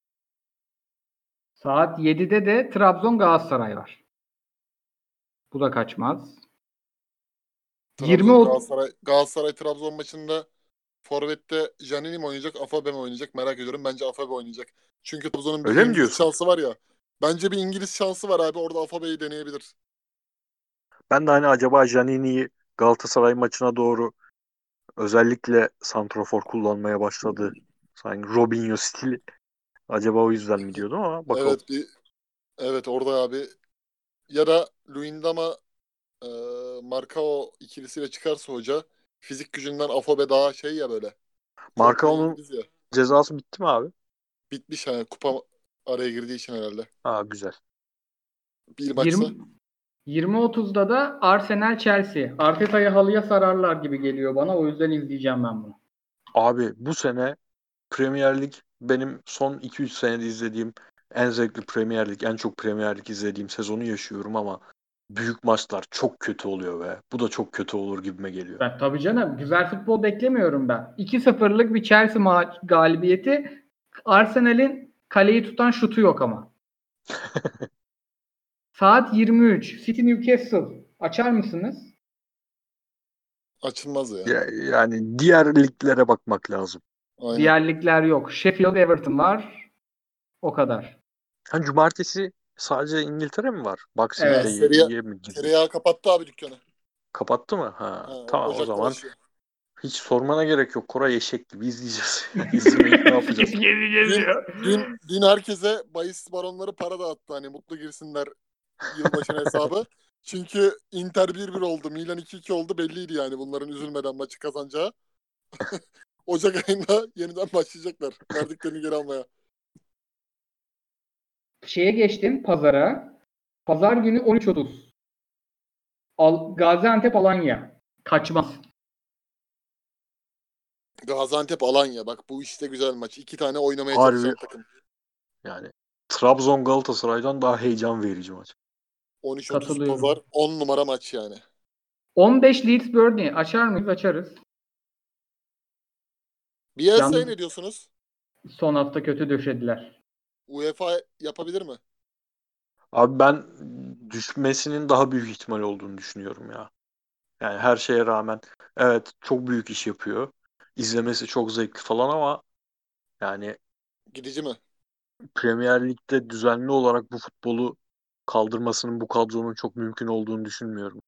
Saat yedide de Trabzon Galatasaray var. Bu da kaçmaz. yirmi Trabzon ot- Galatasaray Galatasaray Trabzon maçında forvette Janini mi oynayacak, Afabe mi oynayacak merak ediyorum. Bence Afabe oynayacak. Çünkü Trabzon'un bir Öyle mi İngiliz diyorsun? şansı var ya. Bence bir İngiliz şansı var abi. Orada Afabe'yi deneyebilir. Ben de hani acaba Janini'yi Galatasaray maçına doğru özellikle santrafor kullanmaya başladı. Sanki Robinho stili. Acaba o yüzden mi diyordum ama bakalım. Evet bir evet orada abi ya da Luyendama e, Marcao ikilisiyle çıkarsa hoca fizik gücünden Afobe daha şey ya böyle. Komple Markao'nun İngiliz ya. cezası bitti mi abi? Bitmiş hani kupa araya girdiği için herhalde. Ha güzel. Bir maçsa. yirmi yirmi otuzda da Arsenal Chelsea. Arteta'yı halıya sararlar gibi geliyor bana. O yüzden izleyeceğim ben bunu. Abi bu sene Premier Lig benim son iki üç senede izlediğim en zevkli Premier Lig, en çok Premier Lig izlediğim sezonu yaşıyorum ama büyük maçlar çok kötü oluyor be. Bu da çok kötü olur gibime geliyor. Ben, tabii canım. Güzel futbol beklemiyorum ben. iki sıfırlık bir Chelsea ma- galibiyeti. Arsenal'in kaleyi tutan şutu yok ama. Saat yirmi üç City Newcastle. Açar mısınız? Açılmaz ya. Ya, yani diğer liglere bakmak lazım. Aynen. Diğer ligler yok. Sheffield Everton var. O kadar. Ha, cumartesi sadece İngiltere mi var? Boxing Ha, Evet. Serie, Day'e mi Serie girdik? A kapattı abi dükkanı. Kapattı mı? Ha, Ha, tamam o Ocak'ta zaman başlıyor. hiç sormana gerek yok. Koray eşek gibi izleyeceğiz. İzlemeyip ne yapacağız? Gezeceğiz Dün, ya. dün, dün herkese bahis baronları para dağıttı. Hani mutlu girsinler yılbaşına hesabı. Çünkü Inter bir bir oldu. Milan iki iki oldu. Belliydi yani bunların üzülmeden maçı kazanacağı. Ocak ayında yeniden başlayacaklar. Verdiklerini geri almaya. Şeye geçtim pazara. Pazar günü on üç otuz. Al, Gaziantep Alanya. Kaçmaz. Gaziantep Alanya. Bak bu işte güzel maç. İki tane oynamaya Harbi çalışan takım. yani Trabzon Galatasaray'dan daha heyecan verici maç. on üç otuz pazar. Katılıyorum. on numara maç yani. on beş Leeds Burnley. Açar mıyız? Açarız. Bielsa'ya Yalnız ne diyorsunuz? son hafta kötü döşediler. UEFA yapabilir mi? Abi ben düşmesinin daha büyük ihtimal olduğunu düşünüyorum ya. Yani her şeye rağmen evet çok büyük iş yapıyor. İzlemesi çok zevkli falan ama yani Gidici mi? Premier Lig'de düzenli olarak bu futbolu kaldırmasının bu kadronun çok mümkün olduğunu düşünmüyorum.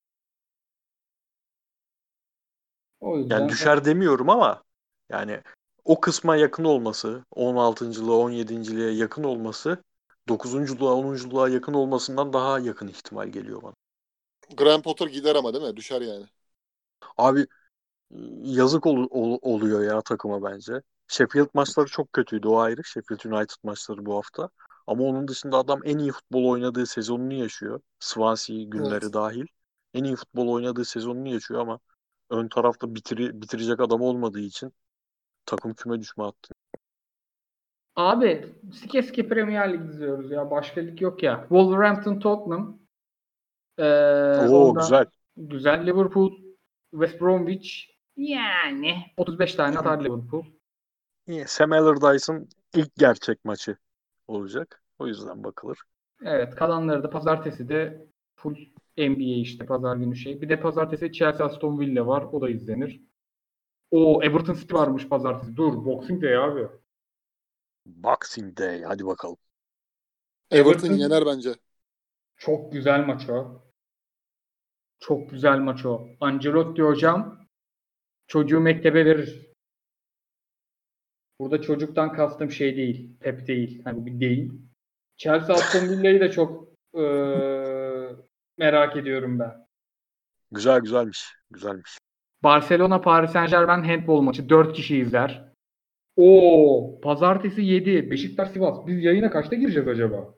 O Yani yüzden düşer demiyorum ama yani o kısma yakın olması, on altıncılığa, on yedinciliğe yakın olması, dokuzunculuğa, onunculuğa yakın olmasından daha yakın ihtimal geliyor bana. Graham Potter gider ama değil mi? Düşer yani. Abi yazık ol- ol- oluyor ya takıma bence. Sheffield maçları çok kötüydü o ayrı. Sheffield United maçları bu hafta. Ama onun dışında adam en iyi futbol oynadığı sezonunu yaşıyor. Swansea günleri Evet. dahil. En iyi futbol oynadığı sezonunu yaşıyor ama ön tarafta bitiri, bitirecek adam olmadığı için takım küme düşme hattı. abi sike sike Premier Lig izliyoruz ya. Başka lig yok ya. Wolverhampton Tottenham. Ee, Oo güzel. ondan güzel. Liverpool West Bromwich. Yani otuz beş tane atar Liverpool. İyi. Sam Allardyce'ın ilk gerçek maçı olacak. O yüzden bakılır. Evet, kalanları da pazartesi de full N B A işte pazar günü şey. Bir de pazartesi Chelsea Aston Villa var. O da izlenir. O Everton City varmış pazartesi. Dur, Boxing Day abi. Boxing Day. Hadi bakalım. Everton Everton yener bence. Çok güzel maç o. Çok güzel maç o. Ancelotti hocam çocuğu mektebe verir. Burada çocuktan kastım şey değil. Pep değil. Hani bu bir deyim. Chelsea Aston Villa'yı da çok eee, merak ediyorum ben. Güzel güzelmiş. Güzelmiş. Barcelona Paris Saint-Germain handball maçı. dört kişi izler. Oo, pazartesi yedi. Beşiktaş Sivas. Biz yayına kaçta gireceğiz acaba?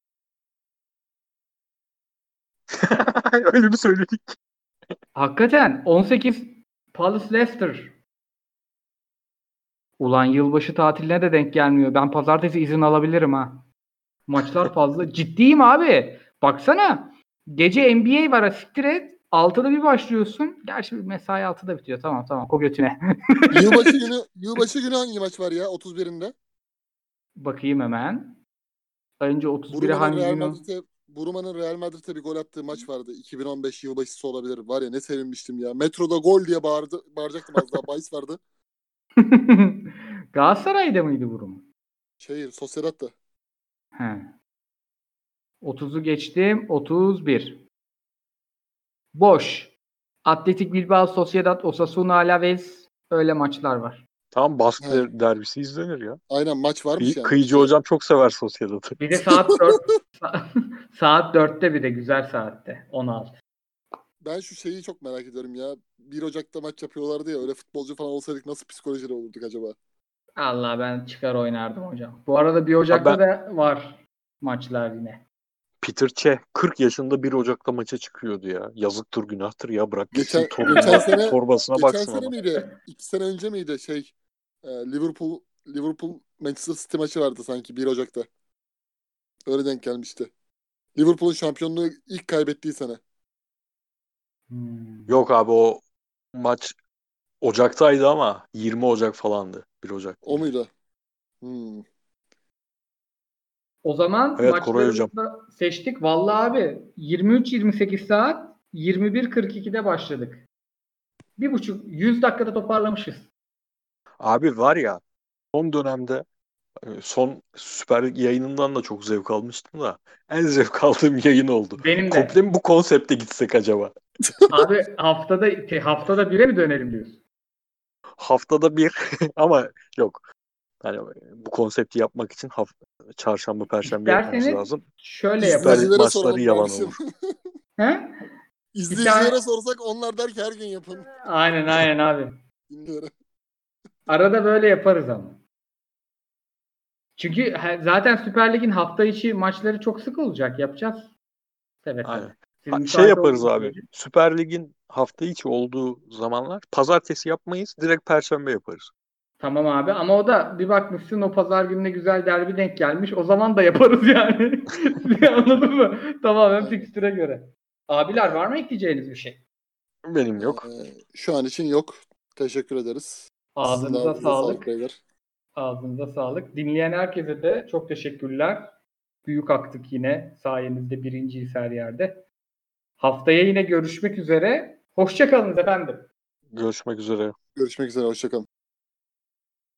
Öyle mi söyledik? Hakikaten on sekiz Palace Leicester. Ulan yılbaşı tatiline de denk gelmiyor. Ben pazartesi izin alabilirim ha. Maçlar fazla. Ciddiyim abi. Baksana. Gece N B A var ha, siktir et. altıda bir başlıyorsun. Gerçi mesai altıda bitiyor. Tamam tamam. Ko götüne. Yılbaşı günü yılbaşı günü hangi maç var ya? otuz birinde. Bakayım hemen. Önce otuz biri Buruma'nın hangi Real günü? Madrid'e Buruma'nın Real Madrid'e bir gol attığı maç vardı. iki bin on beş yılbaşısı olabilir. Var ya ne sevinmiştim ya. Metroda gol diye bağırdı, bağıracaktım az daha. Bahis vardı. Galatasaray'da mıydı bu durum? Şehir, Sociedad'da. He. otuzu geçtim. otuz bir. Boş. Atletik Bilbao, Sociedad, Osasuna, Alaves. Öyle maçlar var. Tamam, Bask He. der- derbisi izlenir ya. Aynen maç varmış Kıyı, yani. kıyıcı İşte hocam çok sever Sociedad'ı. Bir de saat dört. Saat dörtte bir de güzel saatte. on altı. ben şu şeyi çok merak ediyorum ya. bir Ocak'ta maç yapıyorlardı ya. Öyle futbolcu falan olsaydık nasıl psikolojide olurduk acaba? Allah ben çıkar oynardım hocam. Bu arada bir Ocak'ta Ha ben- da var maçlar yine. Peter Cech kırk yaşında bir Ocak'ta maça çıkıyordu ya. Yazıktır, günahtır ya. Bırak gitsin Geçen torununa, geçen sene torbasına geçen baksın sene ama. miydi? İki sene önce miydi şey e, Liverpool Liverpool Manchester City maçı vardı sanki bir Ocak'ta. Öyle denk gelmişti. Liverpool'un şampiyonluğu ilk kaybettiği sene. Hmm. Yok abi, o maç Ocak'taydı ama yirmi Ocak falandı. bir Ocak O değil. muydu? Hmm. O zaman Evet Koray maçlarımızı hocam. da seçtik. Vallahi abi yirmi üç yirmi sekiz saat yirmi bir kırk ikide başladık. Bir buçuk yüz dakikada toparlamışız. Abi var ya, son dönemde e, son Süper Lig yayınından da çok zevk almıştım da en zevk aldığım yayın oldu. Benim de. Komple mi bu konsepte gitsek acaba? Abi haftada te- haftada bire mi dönelim diyorsun? Haftada bir ama yok. Hani bu konsepti yapmak için hafta, çarşamba, perşembe yapmamız İsterseniz lazım. şöyle Süper yaparız. Lig İzleyicilere maçları soralım yalan kardeşim. olur. He? İzleyicilere sorsak onlar der ki her gün yapın. Aynen aynen abi. Dinliyorum. Arada böyle yaparız ama. Çünkü he- zaten Süper Lig'in hafta içi maçları çok sık olacak. Yapacağız. Evet. Aynen. Siz Ha, müsait şey yaparız olduğunuz abi. sürece. Süper Lig'in hafta içi olduğu zamanlar pazartesi yapmayız. Direkt perşembe yaparız. Tamam abi ama o da bir bakmışsın o pazar gününe güzel derbi denk gelmiş. O zaman da yaparız yani. Anladın mı? Tamamen fikstüre göre. Abiler var mı ekleyeceğiniz bir şey? Benim yok. Ee, şu an için yok. Teşekkür ederiz. Sizin de Ağzınıza ağzınıza sağlık. sağlık beyler. Ağzınıza sağlık. Dinleyen herkese de çok teşekkürler. Büyük aktık yine. Sayenizde birinciyiz her yerde. Haftaya yine görüşmek üzere. Hoşça kalın efendim. Görüşmek üzere. Görüşmek üzere. Hoşçakalın.